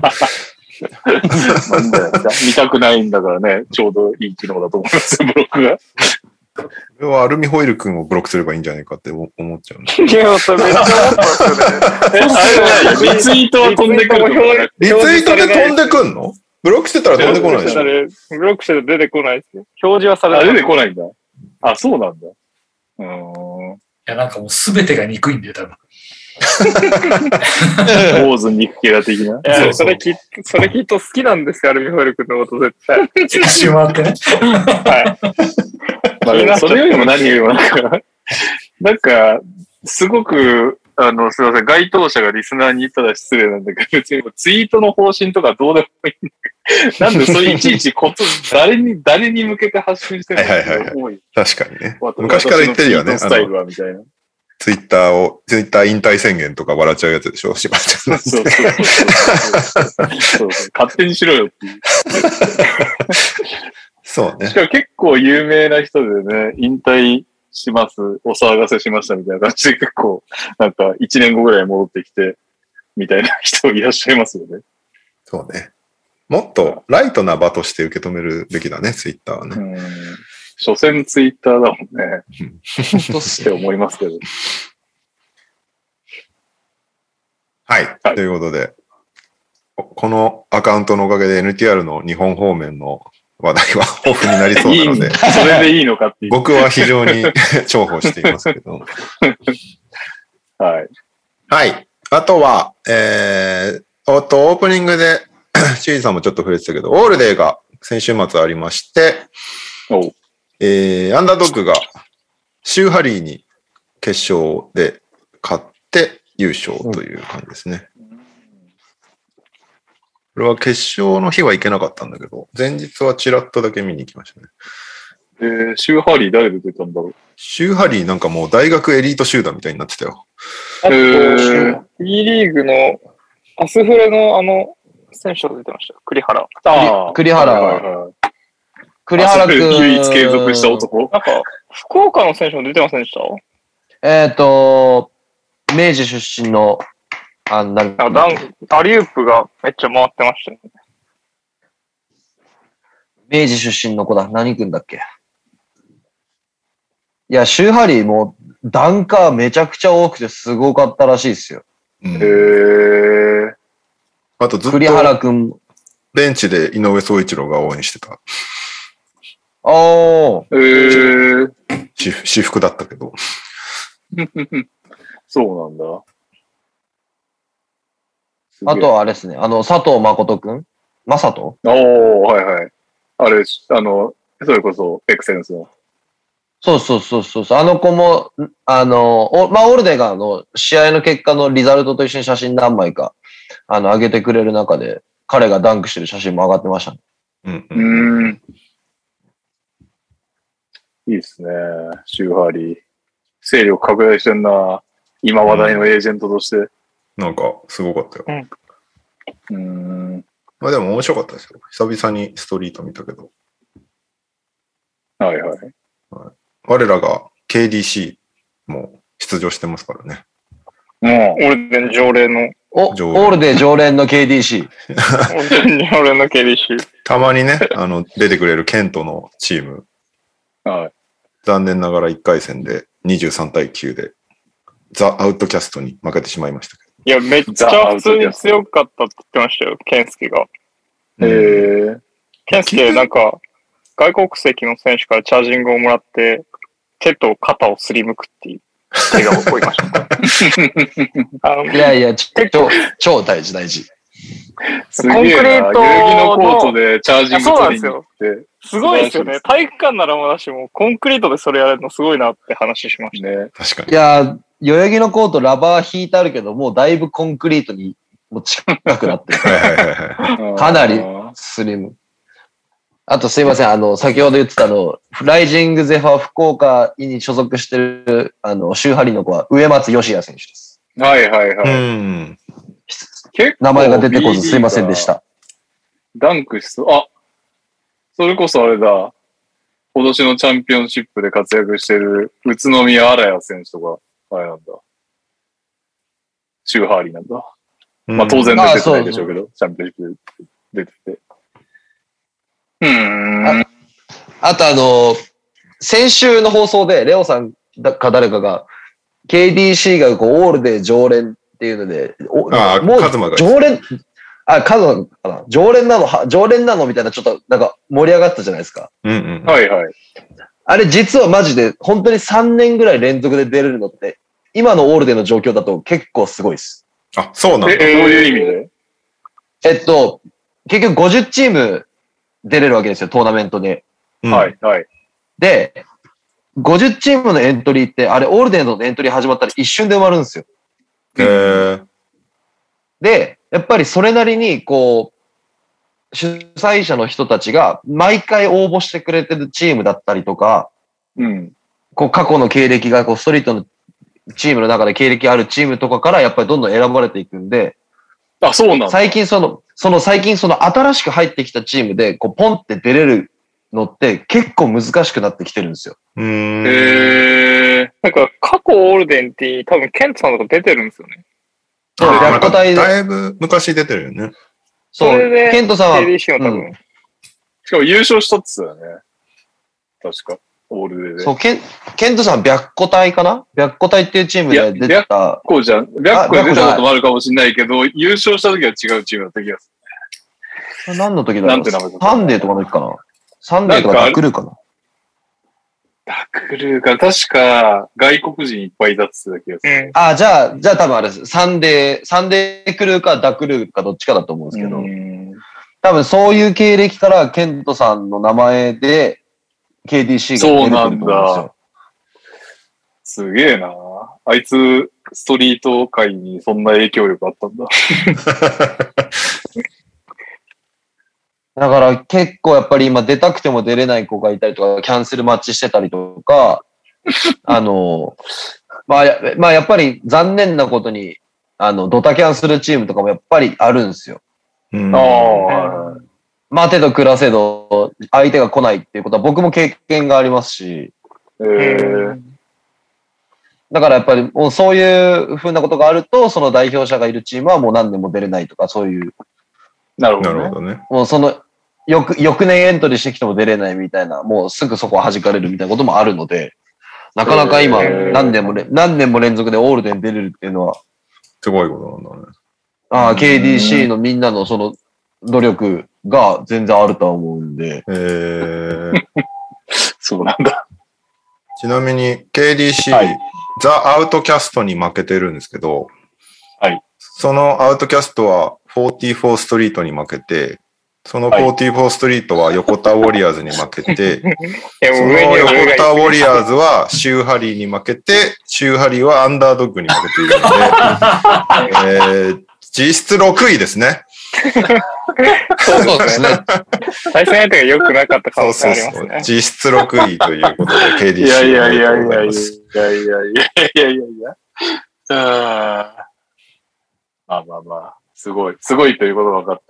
したなんだよ見たくないんだからね、ちょうどいい機能だと思いますよ、ブロックが。 これはアルミホイル君をブロックすればいいんじゃないかって思っちゃう、ね。 いや、それめっちゃ思ったんですよね。 リツイートは飛んでくる。 リツイートで飛んでくんの？ブロックしてたら飛んでこないでしょ？ ブロックしてたら出てこないですよ。表示はされない。 出てこないんだ。あ、そうなんだ。 いや、なんかもうすべてが憎いんだよ、多分。 坊主肉キャラ的な。 いや、それきっと好きなんですよ、アルミホイル君のこと絶対。 一周回ってね。 はい。 まあ、それよりも何よりもなんか、すごく、すいません、該当者がリスナーに言ったら失礼なんだけど、別にツイートの方針とかどうでもいいんだけど、なんでそれいちいち誰に向けて発信してるのか確かにね。昔から言ってるよね。 スタイルはみたいな。 ツイッター引退宣言とか笑っちゃうやつでしょ、しばちゃん。 そう。勝手にしろよっていう。 そうね。 しかも結構有名な人でね、引退します、お騒がせしましたみたいな感じで結構、なんか1年後ぐらい戻ってきて、みたいな人いらっしゃいますよね。そうね。もっとライトな場として受け止めるべきだね、ツイッターはね。 所詮ツイッターだもんね。として思いますけど。 はい。ということで、このアカウントのおかげで NTR の日本方面の話題は豊富になりそうなので、 それでいいのかっていう。 僕は非常に重宝していますけど。 はい。 はい。あとは、オープニングで、シュージさんもちょっと触れてたけど、オールデーが先週末ありまして、アンダードッグがシューハリーに決勝で勝って優勝という感じですね。これは決勝の日は行けなかったんだけど、前日はチラッとだけ見に行きましたね。 シューハリー誰で出たんだろう。 シューハリーなんかもう大学エリート集団みたいになってたよ。 B リーグのアスフレの選手が出てました。栗原。 栗原君。 唯一継続した男。 なんか、福岡の選手も出てませんでした？ 明治出身の、 アリウープがめっちゃ回ってましたね。 明治出身の子だ。何君だっけ？いや、シューハリーもダンカーめちゃくちゃ多くてすごかったらしいですよ。 あとずっと栗原君ベンチで井上宗一郎が応援してた。 私服だったけど。 そうなんだ。 あとはあれですね、佐藤誠くんまさとおー、はいはい。あれ、それこそ、エクセレンスの。 そう。あの子も、オールデンが試合の結果のリザルトと一緒に写真何枚か、上げてくれる中で、彼がダンクしてる写真も上がってましたね。 いいですね。シューハーリー。勢力拡大してんな。今話題のエージェントとして。 なんか、すごかったよ。まあでも面白かったですよ。久々にストリート見たけど。 はいはい。 我らが KDC も出場してますからね。 もう、オールデン常連の。 オールデン常連の KDC。 オールデン常連の KDC。 たまにね、出てくれるケントのチーム。 はい。 残念ながら1回戦で23対9で、ザ・アウトキャストに負けてしまいましたけど。 いや、めっちゃ普通に強かったって言ってましたよ、ケンスケが。ケンスケなんか、外国籍の選手からチャージングをもらって、手と肩をすりむくっていう手が起こりました。 いや、超大事。 すげえな。 コンクリート代々木のコートでチャージング取りに行って。 すごいですよね。体育館ならもだしも、コンクリートでそれやるのすごいなって話しましたね。 確かに。 いや、代々木のコートラバー引いてあるけど、もうだいぶコンクリートにもう近くなってる。かなりスリム。あとすいません、先ほど言ってたライジングゼファー福岡に所属してる、シューハリの子は上松義也選手です。 はいはいはい。 名前が出てこずすいませんでした。 ダンクしそう。あ、それこそあれだ。今年のチャンピオンシップで活躍してる宇都宮荒谷選手とか、あれなんだ。シューハーリーなんだ。まあ当然出てないでしょうけど、チャンピオンシップで出てて。 あと先週の放送でレオさんか誰かが KDC がこうオールで常連っていうので、もう常連、カズマかな常連なのみたいなちょっとなんか盛り上がったじゃないですか。 はいはい。 あれ実はマジで本当に3年ぐらい連続で出れるのって、今のオールデンの状況だと結構すごいです。 あ、そうなんだ。 どういう意味で？ 結局50チーム出れるわけですよ、トーナメントで。 はいはい。 で、50チームのエントリーって、あれ、オールデンのエントリー始まったら一瞬で終わるんですよ。で、やっぱりそれなりに、こう、主催者の人たちが毎回応募してくれてるチームだったりとか、こう過去の経歴がこうストリートのチームの中で経歴あるチームとかからやっぱりどんどん選ばれていくんで、 あ、そうなんだ。 最近最近新しく入ってきたチームでこうポンって出れるのって結構難しくなってきてるんですよ。 なんか過去オールデンって多分ケントさんとか出てるんですよね。 そう、白虎隊で。 だいぶ昔出てるよね。 そう、ケントさんは。 KDC の多分。 しかも優勝したっつったよね。確か。オールデンで。 そう、ケントさん、白虎隊かな白虎隊っていうチームで出てた。 白虎で出たこともあるかもしれないけど、優勝した時は違うチームだった気がする。何の時だろう。 なんて名前だったサンデーとかの時かな。サンデーとかダクルーかな。 ダクルーか、確か外国人いっぱいいたって言ってた気がする。 あ、じゃあ多分あれです。サンデークルーかダクルーかどっちかだと思うんですけど、多分そういう経歴からケントさんの名前で KDC が出てくると思うんですよ。そうなんだ。 すげえな。あいつ、ストリート界にそんな影響力あったんだ。 だから結構やっぱり今出たくても出れない子がいたりとか、キャンセル待ちしてたりとか、まあやっぱり残念なことに、ドタキャンするチームとかもやっぱりあるんですよ。待てど暮らせど相手が来ないっていうことは僕も経験がありますし、だからやっぱりもうそういうふうなことがあると、その代表者がいるチームはもう何年も出れないとか、そういう。 なるほどね。 もう翌年エントリーしてきても出れないみたいな、もうすぐそこは弾かれるみたいなこともあるので、なかなか今、何年も連続でオールデン出れるっていうのは。 すごいことなんだね。 KDC のみんなのその努力が全然あるとは思うんで。 そうなんだ。 ちなみに KDC、ザ・アウトキャストに負けてるんですけど、 そのアウトキャストは44ストリートに負けて、その44ストリートは横田ウォリアーズに負けて、その横田ウォリアーズはシューハリーに負けて、シューハリーはアンダードッグに負けているので、実質6位ですね。 そうですね。 対戦相手が良くなかった可能性ありますね。 実質6位ということで、KDC いやいやいやいおめでとうござやいいますやいやいやいやいやいや。まあまあまあ、すごいということが分かった。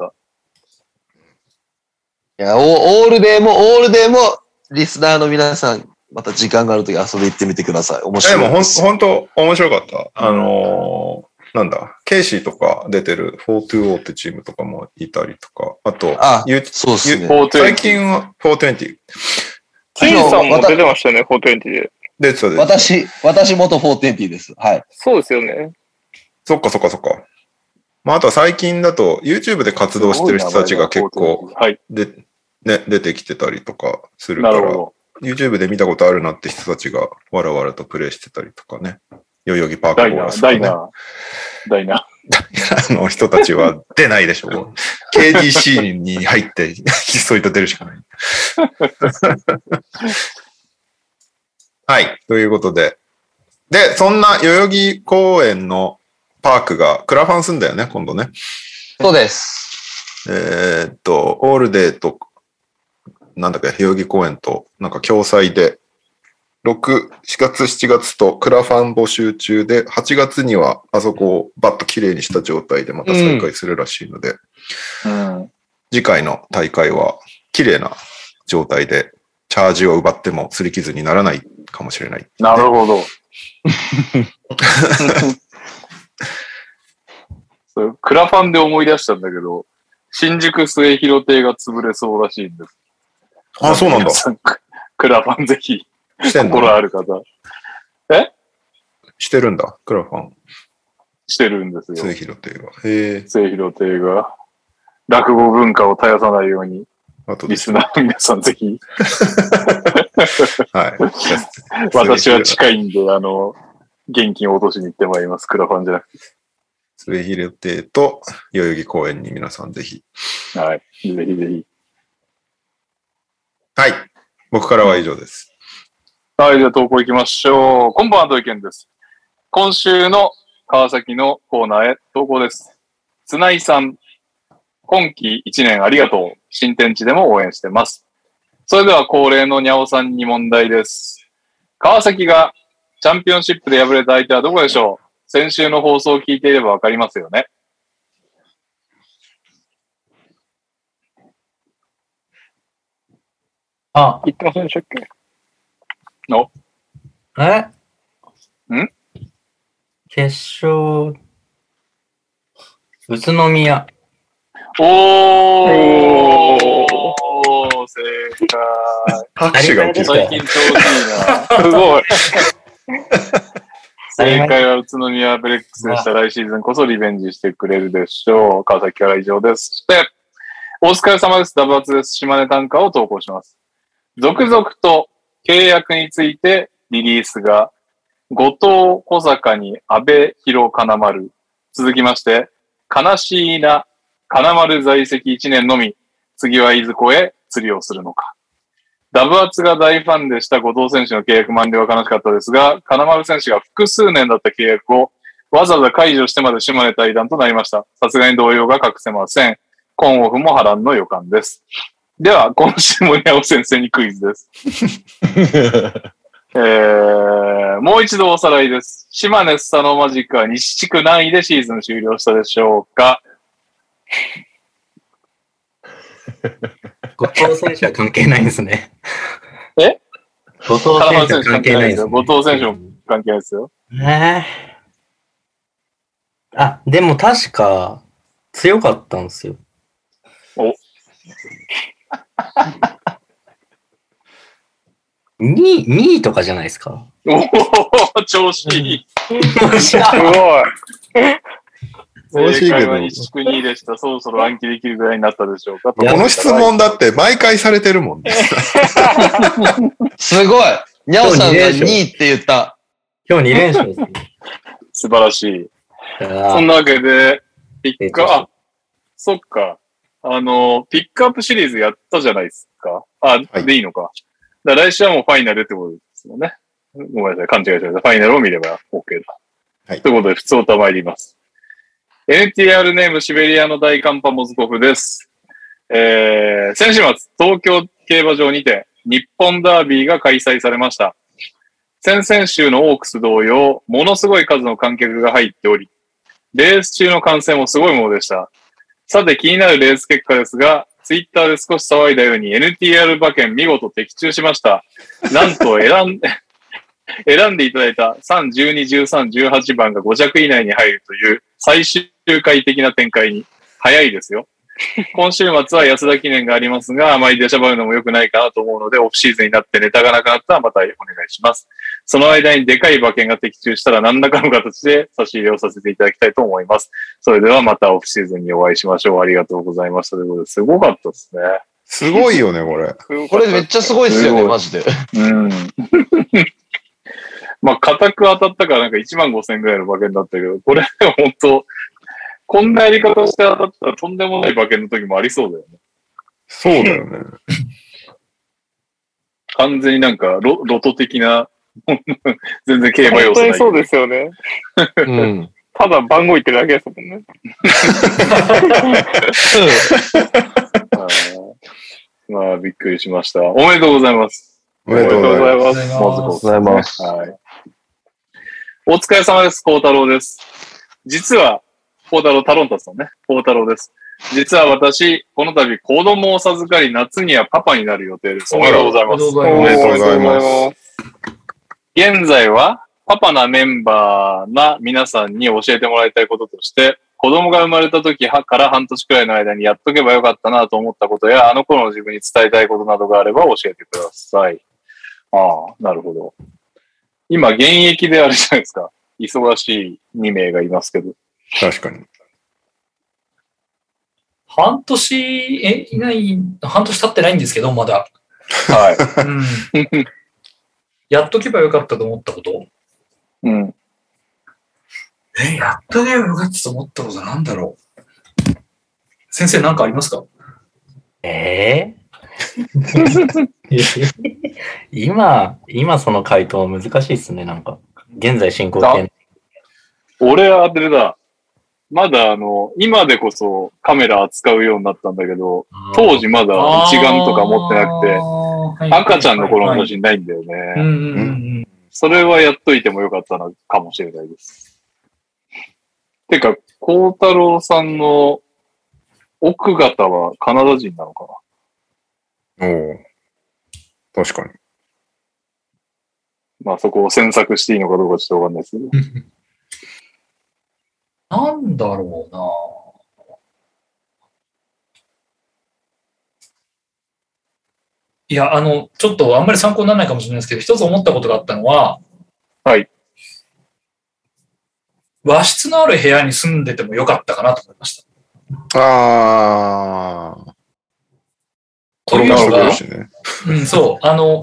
いや、オールデーも、リスナーの皆さん、また時間があるとき遊び行ってみてください。面白いです。 でも本当面白かった。なんだ、ケイシーとか出てる420ってチームとかもいたりとか、あと、 そうですね。 最近は420。 キーさんも出てましたよね、420で。 出てたで。 私元420です。はい。 そうですよね。 そっか。まあ、あとは最近だと YouTube で活動してる人たちが結構出てきてたりとかするから、YouTube で見たことあるなって人たちがわらわらとプレイしてたりとかね。代々木パークボールスとかね。 ダイナの人たちは出ないでしょう。KDC に入ってひっそりと出るしかない。はい。ということで。で、そんな代々木公園のパークがクラファンすんだよね、今度ね。 そうです。 オールデーと、なんだっけ、代々木公園と、なんか共催で、4月、7月とクラファン募集中で、8月にはあそこをバッと綺麗にした状態でまた再開するらしいので、次回の大会は綺麗な状態で、チャージを奪っても擦り傷にならないかもしれない、ね。 なるほど。クラファンで思い出したんだけど、新宿末広亭が潰れそうらしいんです。 あ、そうなんだ。 クラファンぜひ、心ある方。 してるんだ、クラファン。 してるんですよ。 末広亭が。 末広亭が、落語文化を絶やさないように、リスナーの皆さんぜひ。 はい。 私は近いんで、現金を落としに行ってまいります。クラファンじゃなくて。 末広亭と代々木公園に皆さんぜひ。 はい。ぜひぜひ。 はい。僕からは以上です。 はい。じゃあ投稿行きましょう。こんばんは、土井健です。今週の川崎のコーナーへ投稿です。つないさん。今季1年ありがとう。新天地でも応援してます。それでは恒例のにゃおさんに問題です。川崎がチャンピオンシップで敗れた相手はどこでしょう？先週の放送を聞いていればわかりますよね。 言ってませんでしたっけ？ 決勝、宇都宮。 おー正解。 拍手が起きる。 最近調子いいな。すごい。正解は宇都宮ブレックスでした。来シーズンこそリベンジしてくれるでしょう。川崎から以上です。そして、お疲れ様です。ダブアツです。島根短歌を投稿します。続々と契約についてリリースが、後藤小坂に安倍広金丸。続きまして、悲しいな金丸在籍1年のみ。次はいずこへ釣りをするのか。ダブアツが大ファンでした後藤選手の契約満了は悲しかったですが、金丸選手が複数年だった契約をわざわざ解除してまで島根対談となりました。さすがに動揺が隠せません。コンオフも波乱の予感です。では、今週もにゃお先生にクイズです。もう一度おさらいです。島根スサノーマジックは西地区何位でシーズン終了したでしょうか？ 後藤選手は関係ないんですね。後藤選手は関係ないです、ね。 後藤選手も関係ないですよ。 でも確か強かったんですよ。2位とかじゃないですか。 調子いい。 すごい。 正解は西地区2位でした。そろそろ暗記できるぐらいになったでしょうか。 この質問だって毎回されてるもんね。 すごい。にゃおさんが2位って言った。 今日2連勝ですね。 素晴らしい。 そんなわけで、そっか。ピックアップシリーズやったじゃないですか。でいいのか。だから来週はもうファイナルってことですもんね。ごめんなさい、勘違いしました。ファイナルを見れば OK だ。 はい。 ということで、普通歌参ります。NTR ネームシベリアの大寒波モズコフです。先週末、東京競馬場にて日本ダービーが開催されました。先々週のオークス同様、ものすごい数の観客が入っており、レース中の観戦もすごいものでした。さて気になるレース結果ですが、ツイッターで少し騒いだように NTR 馬券見事的中しました。なんと選んでいただいた3、12、13、18番が5着以内に入るという最終回的な展開に早いですよ。今週末は安田記念がありますが、あまり出しゃばるのも良くないかなと思うので、オフシーズンになってネタがなくなったらまたお願いします。その間にでかい馬券が的中したら何らかの形で差し入れをさせていただきたいと思います。それではまたオフシーズンにお会いしましょう。ありがとうございました。ということですごかったですね。 すごいよね、これ。 これめっちゃすごいですよね、マジで。 まあ、固く当たったからなんか15,000円ぐらいの馬券だったけど、これ本当こんなやり方して当たったらとんでもない馬券の時もありそうだよね。 そうだよね。 完全になんかロト的な、全然競馬要素ない。 本当にそうですよね。うん。ただ番号言ってるだけですもんね。 まあ、びっくりしました。おめでとうございます。 おめでとうございます。 ありがとうございます。 はい。お疲れ様です。孝太郎です。実は、孝太郎、タロンタスのね、孝太郎です。実は私、この度子供を授かり、夏にはパパになる予定です。おめでとうございます。 おめでとうございます。 現在は、パパなメンバーな皆さんに教えてもらいたいこととして、子供が生まれた時から半年くらいの間にやっとけばよかったなと思ったことや、あの頃の自分に伝えたいことなどがあれば教えてください。ああ、なるほど。今、現役であるじゃないですか。忙しい2名がいますけど。 確かに。 半年経ってないんですけど、まだ。 はい。 やっとけばよかったと思ったこと？ うん。 やっとけばよかったと思ったことなんだろう。先生なんかありますか？ 今その回答難しいっすね、なんか。現在進行形。 俺は当てた。まだ今でこそカメラ扱うようになったんだけど、当時まだ一眼とか持ってなくて、赤ちゃんの頃の写真ないんだよね。それはやっといてもよかったのかもしれないです。てか、孝太郎さんの奥方はカナダ人なのかな？ おお、確かに。 まあそこを詮索していいのかどうかちょっとわかんないですけど。 なんだろうな。いや、ちょっとあんまり参考にならないかもしれないですけど、一つ思ったことがあったのは、 はい。 和室のある部屋に住んでてもよかったかなと思いました。というのが、そう、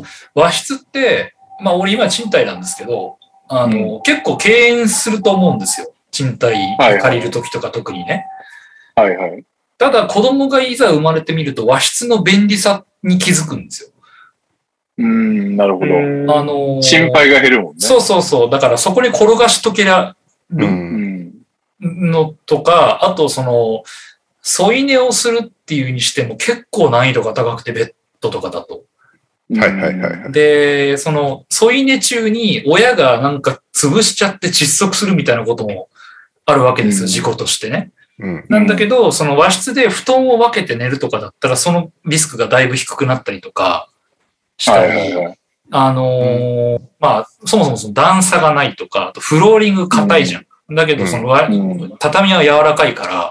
和室って、まあ俺今賃貸なんですけど、結構敬遠すると思うんですよ。賃貸借りるときとか特にね。 はいはい。 ただ子供がいざ生まれてみると和室の便利さに気づくんですよ。 なるほど。心配が減るもんね。 そうそうそう。だからそこに転がしとけらるのとか、あと添い寝をするっていうにしても結構難易度が高くてベッドとかだと。 はいはいはい。 で、添い寝中に親がなんか潰しちゃって窒息するみたいなこともあるわけですよ、事故としてね。なんだけど、和室で布団を分けて寝るとかだったら、そのリスクがだいぶ低くなったりとかしたり、まあ、そもそも段差がないとか、あとフローリング硬いじゃん。だけど、畳は柔らかいから、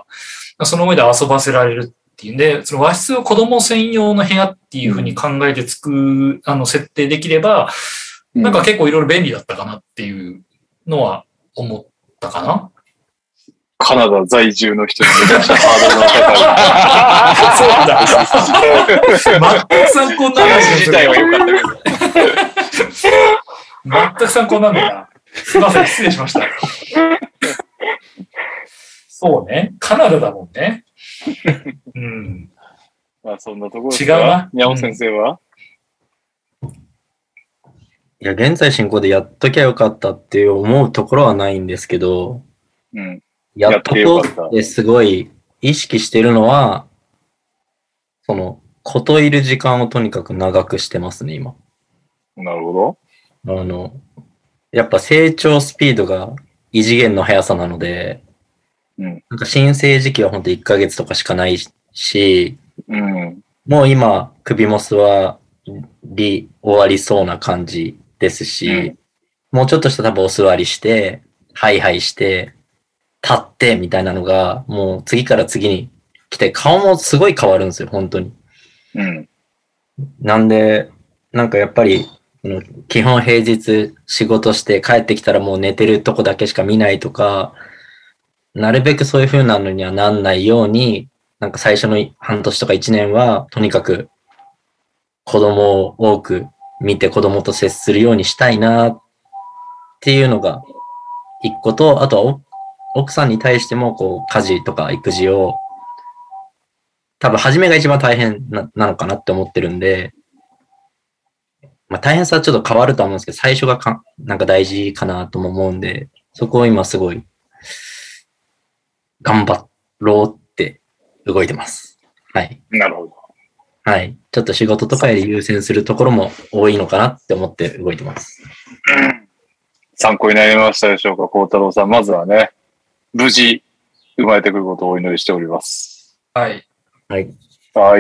その上で遊ばせられるっていうんで、和室を子供専用の部屋っていうふうに考えて設定できれば、なんか結構いろいろ便利だったかなっていうのは思ったかな。 カナダ在住の人にめちゃくちゃハードルの高い。 そうだ。全く参考にならない。 自体は良かったけど。 全く参考にならないな。すいません、失礼しました。 そうね。カナダだもんね。うん。 まあそんなところですか。 違うな。 宮本先生は、 いや、現在進行でやっときゃよかったっていう思うところはないんですけど、 うん。 やっとこうってすごい意識してるのは、その、こといる時間をとにかく長くしてますね、今。 なるほやっぱ成長スピードが異次元の速さなので、 うんなんか申請時期は本当1ヶ月とかしかないし、 ど。うん。 もう今、首モスは終わりそうな感じですし、もうちょっとした多分お座りして、ハイハイして、立ってみたいなのが、もう次から次に来て、顔もすごい変わるんですよ、本当に。 うん。 なんで、なんかやっぱり、基本平日仕事して帰ってきたらもう寝てるとこだけしか見ないとか、なるべくそういう風なのにはなんないように、なんか最初の半年とか1年は、とにかく子供を多く見て子供と接するようにしたいなっていうのが一個と、あとは奥さんに対してもこう家事とか育児を多分初めが一番大変なのかなって思ってるんで、まあ大変さはちょっと変わると思うんですけど、最初がなんか大事かなとも思うんで、そこを今すごい頑張ろうって動いてます。はい。 なるほど。 はい。ちょっと仕事とかより優先するところも多いのかなって思って動いてます。 参考になりましたでしょうか、孝太郎さん。まずはね、無事生まれてくることをお祈りしております。 はい。 はい。 はい。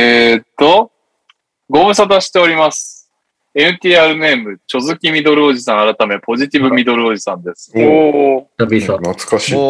ご無沙汰しております。NTR ネーム、ちょずきミドルおじさん改め、ポジティブミドルおじさんです。 お久々。 懐かしい。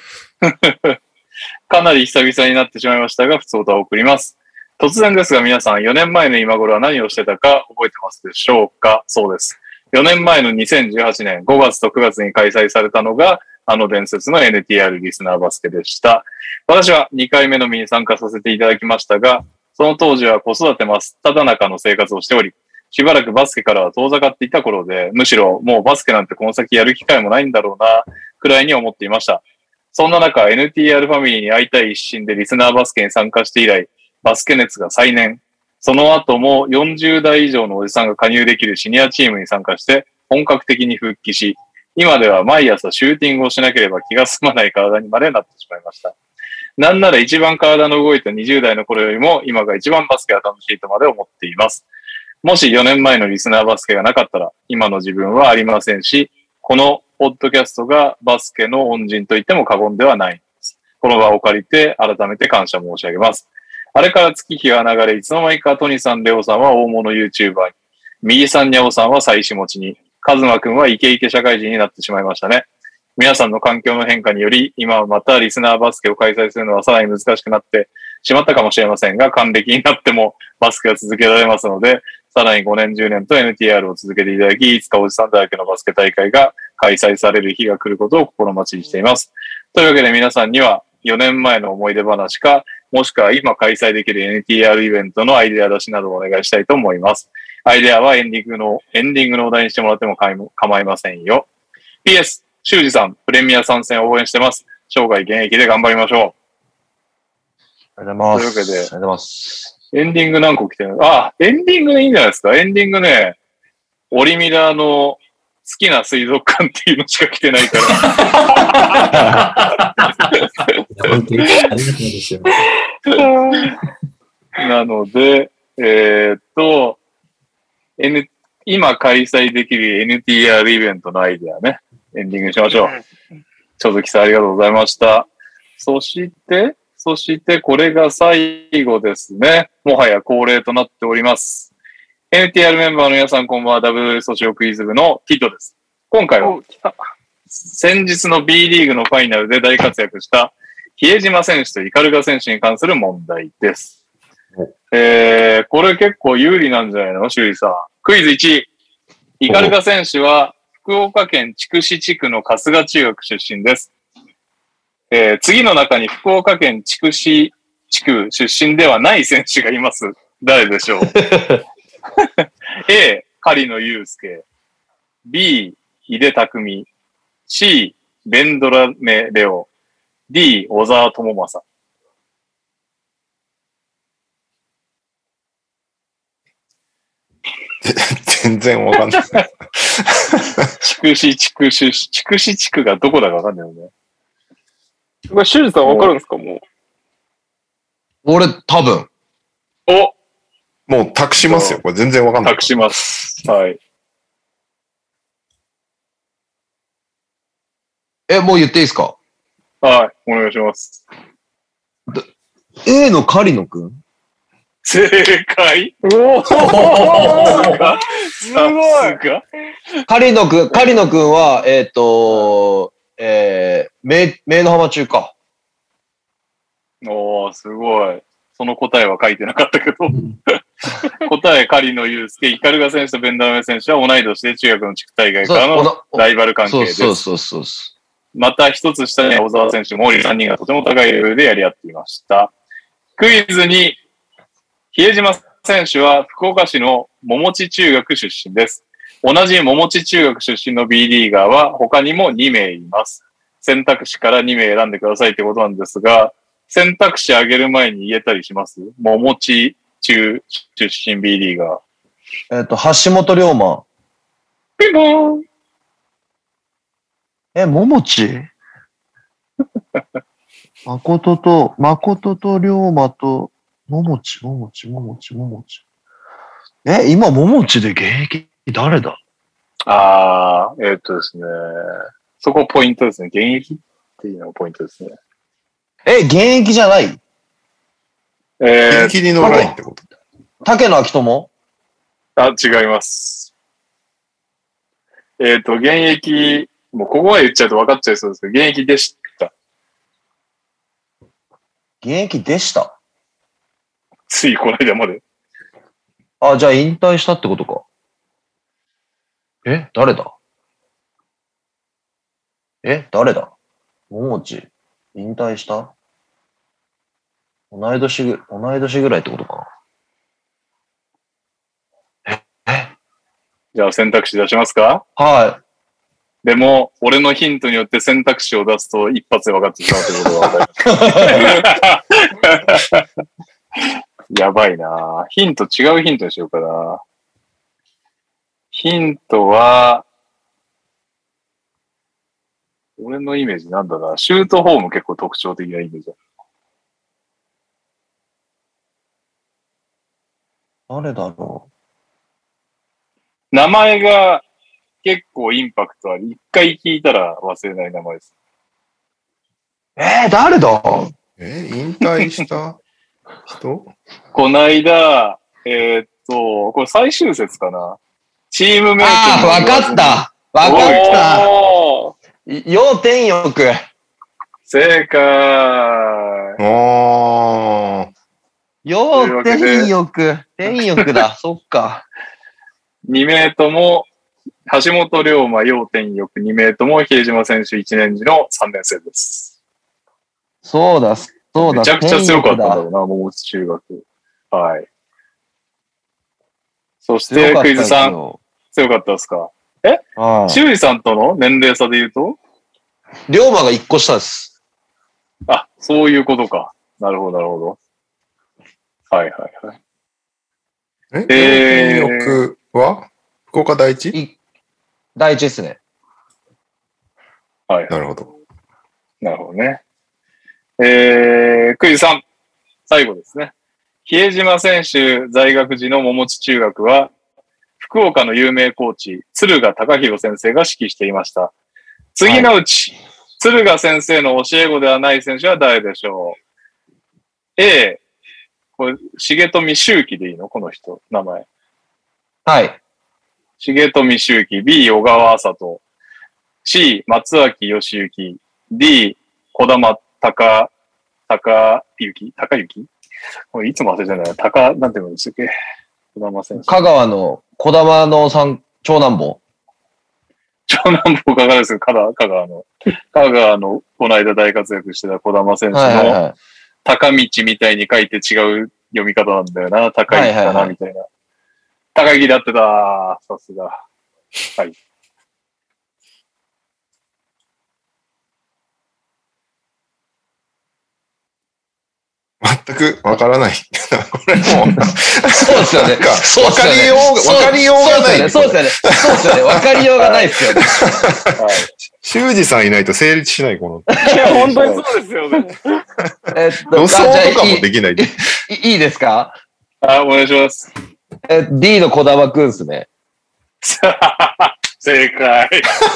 かなり久々になってしまいましたが、普通歌を送ります。突然ですが皆さん、4年前の今頃は何をしてたか覚えてますでしょうか？そうです。4年前の2018年5月と9月に開催されたのが、あの伝説の NTR リスナーバスケでした。私は2回目のみに参加させていただきましたが、その当時は子育て真っ只中の生活をしており、しばらくバスケからは遠ざかっていた頃で、むしろもうバスケなんてこの先やる機会もないんだろうな、くらいに思っていました。そんな中、NTR ファミリーに会いたい一心でリスナーバスケに参加して以来、バスケ熱が再燃。その後も40代以上のおじさんが加入できるシニアチームに参加して本格的に復帰し、今では毎朝シューティングをしなければ気が済まない体にまでなってしまいました。なんなら一番体の動いた20代の頃よりも今が一番バスケが楽しいとまで思っています。もし4年前のリスナーバスケがなかったら今の自分はありませんし、このポッドキャストがバスケの恩人と言っても過言ではないです。この場を借りて改めて感謝申し上げます。あれから月日が流れ、いつの間にかトニさん、レオさんは大物 YouTuber に、右さん、ニャオさんは妻子持ちに、カズマくんはイケイケ社会人になってしまいましたね。皆さんの環境の変化により、今はまたリスナーバスケを開催するのはさらに難しくなってしまったかもしれませんが、還暦になってもバスケは続けられますので、さらに5年、10年と NTR を続けていただき、いつかおじさんだらけのバスケ大会が開催される日が来ることを心待ちにしています。というわけで皆さんには4年前の思い出話か、もしくは今開催できる NTR イベントのアイデア出しなどをお願いしたいと思います。アイデアはエンディングのお題にしてもらっても構いませんよ。PS、修二さん、プレミア参戦を応援してます。生涯現役で頑張りましょありがとうございます。 というわけでありがとうございます。 う。エンディング何個来てる？エンディングでいいんじゃないですか。エンディングね、オリミラの好きな水族館っていうのしか来てないから。 本当にありがとうですよ。 なので、今開催できる NTR イベントのアイデアね、エンディングにしましょう。ちょずきさんありがとうございました。そして、これが最後ですね。もはや恒例となっております。NTR メンバーの皆さん、こんばんは。WL ソシオクイズ部のキッドです。今回は、先日の B リーグのファイナルで大活躍した比江島選手とイカルガ選手に関する問題です。これ結構有利なんじゃないの？修理さん。クイズ1。イカルガ選手は福岡県筑紫地区の春日中学出身です。次の中に福岡県筑紫地区出身ではない選手がいます。誰でしょう？ A、狩野祐介。B、井出拓実。C、ベンドラメレオ。 D、小沢智正。 全然わかんない。 筑紫地区がどこだかわかんないよね。 これ、修二さんわかるんですかもう。 俺、多分。 おもう託しますよ。これ全然わかんない。 託します。はい。 もう言っていいですか？ はい。お願いします。 A の狩野くん？ 正解おおすごい狩野くんは、明の浜中か。 おー、すごい。その答えは書いてなかったけど。答え、狩野祐介、イカルガ選手とベンダーメ選手は同い年で中学の地区大会からのライバル関係です。 そう。 また一つ下に小沢選手、毛利3人がとても高いレベルでやり合っていました。クイズに、比江島選手は福岡市の桃地中学出身です。同じ桃地中学出身の B リーガーは他にも2名います。選択肢から2名選んでくださいってことなんですが、選択肢上げる前に言えたりします？桃地中出身 B リーガー。 橋本龍馬。 ピンポーン。 桃地誠と龍馬と、桃地。今、桃地で現役誰だ？ ですね。そこポイントですね。現役っていうのがポイントですね。 現役じゃない？ ギリギリのラインってこと？ 竹野明友？ 違います。現役、もうここまで言っちゃうと分かっちゃいそうですけど、現役でした。 現役でした？ ついこの間まで。 じゃあ引退したってことか。誰だ？桃地、引退した？同い年ぐらいってことかな。 じゃあ選択肢出しますか？ はい。 でも、俺のヒントによって選択肢を出すと一発で分かってしまうということが分かります。やばいな。違うヒントにしようかな。ヒントは、俺のイメージなんだな。シュートフォーム結構特徴的なイメージだ。 誰だろう。名前が結構インパクトある。一回聞いたら忘れない名前です。 誰だ？ 引退した人？ こないだ、これ最終節かな。チームメイトわかった要天欲。 正解。 要天欲。天欲だ。そっか。 2名とも、橋本龍馬、要天欲、2名とも、比江島選手1年時の3年生です。 そうだ。 めちゃくちゃ強かったんだろうな、桃津中学。はい。そして、クイズさん、強かったですか？修二さんとの年齢差で言うと？ 龍馬が1個下です。 そういうことか。なるほど。はい。 天欲は福岡第一？ 第一ですね。 はい。 なるほどね。クイズ3、最後ですね。比江島選手在学時の桃地中学は、福岡の有名コーチ、敦賀隆弘先生が指揮していました。次のうち、敦賀先生の教え子ではない選手は誰でしょう？ A、これ、重富周樹でいいの？この人、名前。 はい。 重富周樹、B、小川麻人、C、松脇義行、D、小玉高幸これいつも忘れてない。なんていうんですっけ？小玉選手。 香川の小玉の長男坊。 長男坊香川ですよ。香川のこの間大活躍してた小玉選手の高道みたいに書いて違う読み方なんだよな。高いかな、みたいな。高木だってた。さすが。はい。 全くわからない。これもう、 そうですよね。 わかりようがない。 そうですよね。わかりようがないですよね。 修二さんいないと成立しない、この。 いや、本当にそうですよね。 予想とかもできない。 いいですか？ お願いします。 D の小玉くんですね。 正解。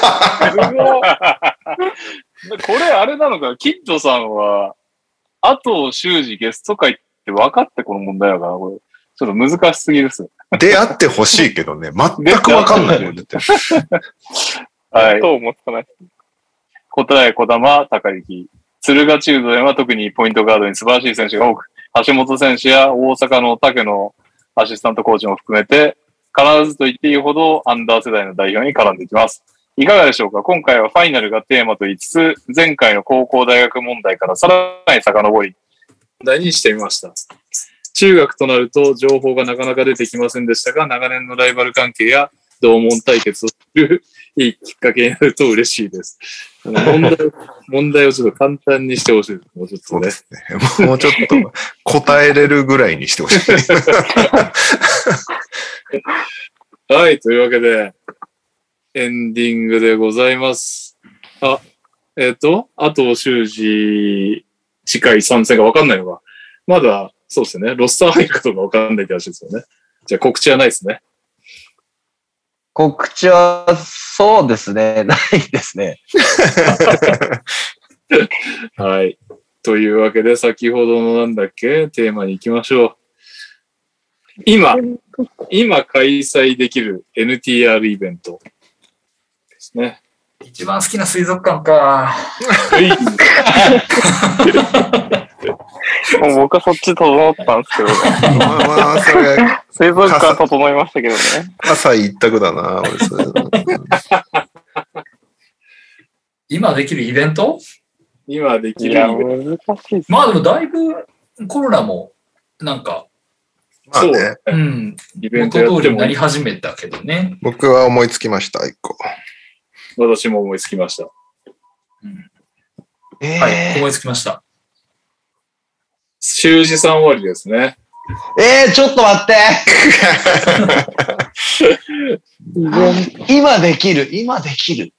これあれなのか、キッドさんは、あと修二ゲスト会って分かってこの問題だから、これ、ちょっと難しすぎです。 であってほしいけどね、全く分かんないもんね。 はい。 どう思ったない。 答え、小玉、高幸。敦賀中道は特にポイントガードに素晴らしい選手が多く、橋本選手や大阪の竹野アシスタントコーチも含めて、必ずと言っていいほどアンダー世代の代表に絡んでいきます。いかがでしょうか？今回はファイナルがテーマと言いつつ、前回の高校大学問題からさらに遡り、問題にしてみました。中学となると情報がなかなか出てきませんでしたが、長年のライバル関係や同門対決をするいいきっかけになると嬉しいです。問題をちょっと簡単にしてほしいです。もうちょっとね。 もうちょっと答えれるぐらいにしてほしい。 はい、というわけで、エンディングでございます。あと修二次回参戦が分かんないのが、まだ、そうですね、ロスター入るかどうか分かんないって話ですよね。じゃあ告知はないですね。 告知は、そうですね。ないですね。 はい。というわけで、先ほどのなんだっけ、テーマに行きましょう。今開催できる NTR イベントですね。 一番好きな水族館か。 もう僕はそっち整ったんですけどね。 まあ、それ、 水族館整いましたけどね。 朝一択だな、俺それ。 今できるイベント？ 今できるイいや、 ベント。 難しいです。 まあでもだいぶコロナもなんか、 まあね、 うん、 イベントや元通りにってもいい。 なり始めたけどね。 僕は思いつきました、一個。 私も思いつきました。 はい、思いつきました。 修二さん終わりですね。 ちょっと待って今できる。今できる。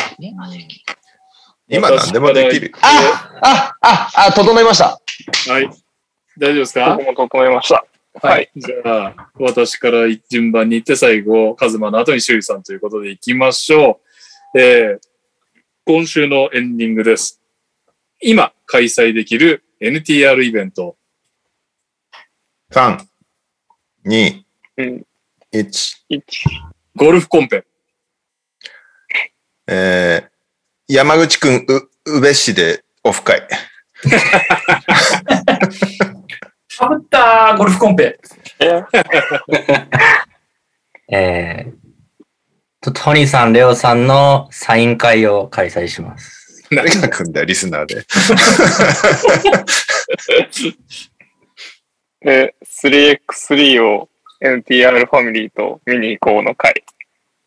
今何でもできる。 整いました。 はい。大丈夫ですか？ 僕も整いました。はい。 じゃあ、私から順番に行って、最後、カズマの後に修二さんということで行きましょう。今週のエンディングです。今開催できる NTR イベント。 3、2、 1。 1。 ゴルフコンペ。 山口くん、宇部市でオフ会。 かぶったゴルフコンペ。 トニーさん、レオさんのサイン会を開催します。 誰が来んだよ、リスナーで。 3x3 を NTR ファミリーと見に行こうの会。 うん。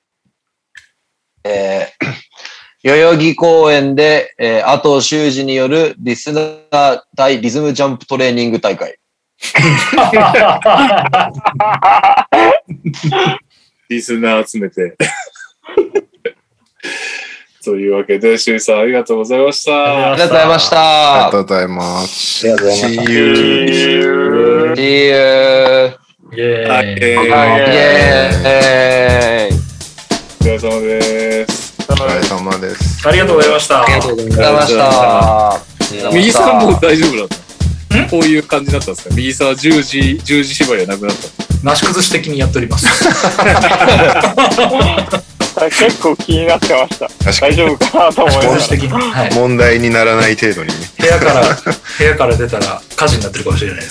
代々木公園で、阿藤修二によるリスナー対リズムジャンプトレーニング大会。 リスナー集めて。というわけで、修二さんありがとうございました。 ありがとうございました。 ありがとうございます。 ありがとうございました。 See you. See you. イェーイ。 はい。 イエーイ。 お疲れ様です。 お疲れ様です。 ありがとうございました。 ありがとうございありがとうございました。 右さんも大丈夫だったこういう感じだったんですか？右さんは十字縛りはなくなった。 なし崩し的にやっております。 結構気になってました。 確かに大丈夫かなと思いながら。 崩し的に。はい。 問題にならない程度にね。 部屋から出たら火事になってるかもしれないです。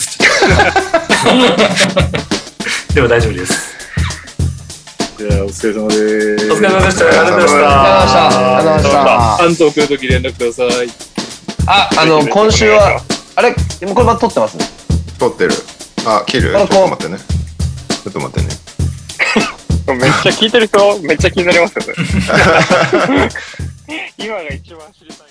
でも大丈夫です。 じゃあ、お疲れ様です。 お疲れ様でした。ありがとうございました。 ありがとうございました。 関東来るとき連絡ください。 今週は、あれ、これま撮ってます？ 撮ってる。あ、切る？ちょっと待ってね。ちょっと待ってね。 めっちゃ聞いてる人、めっちゃ気になりますよね。今が一番知りたい。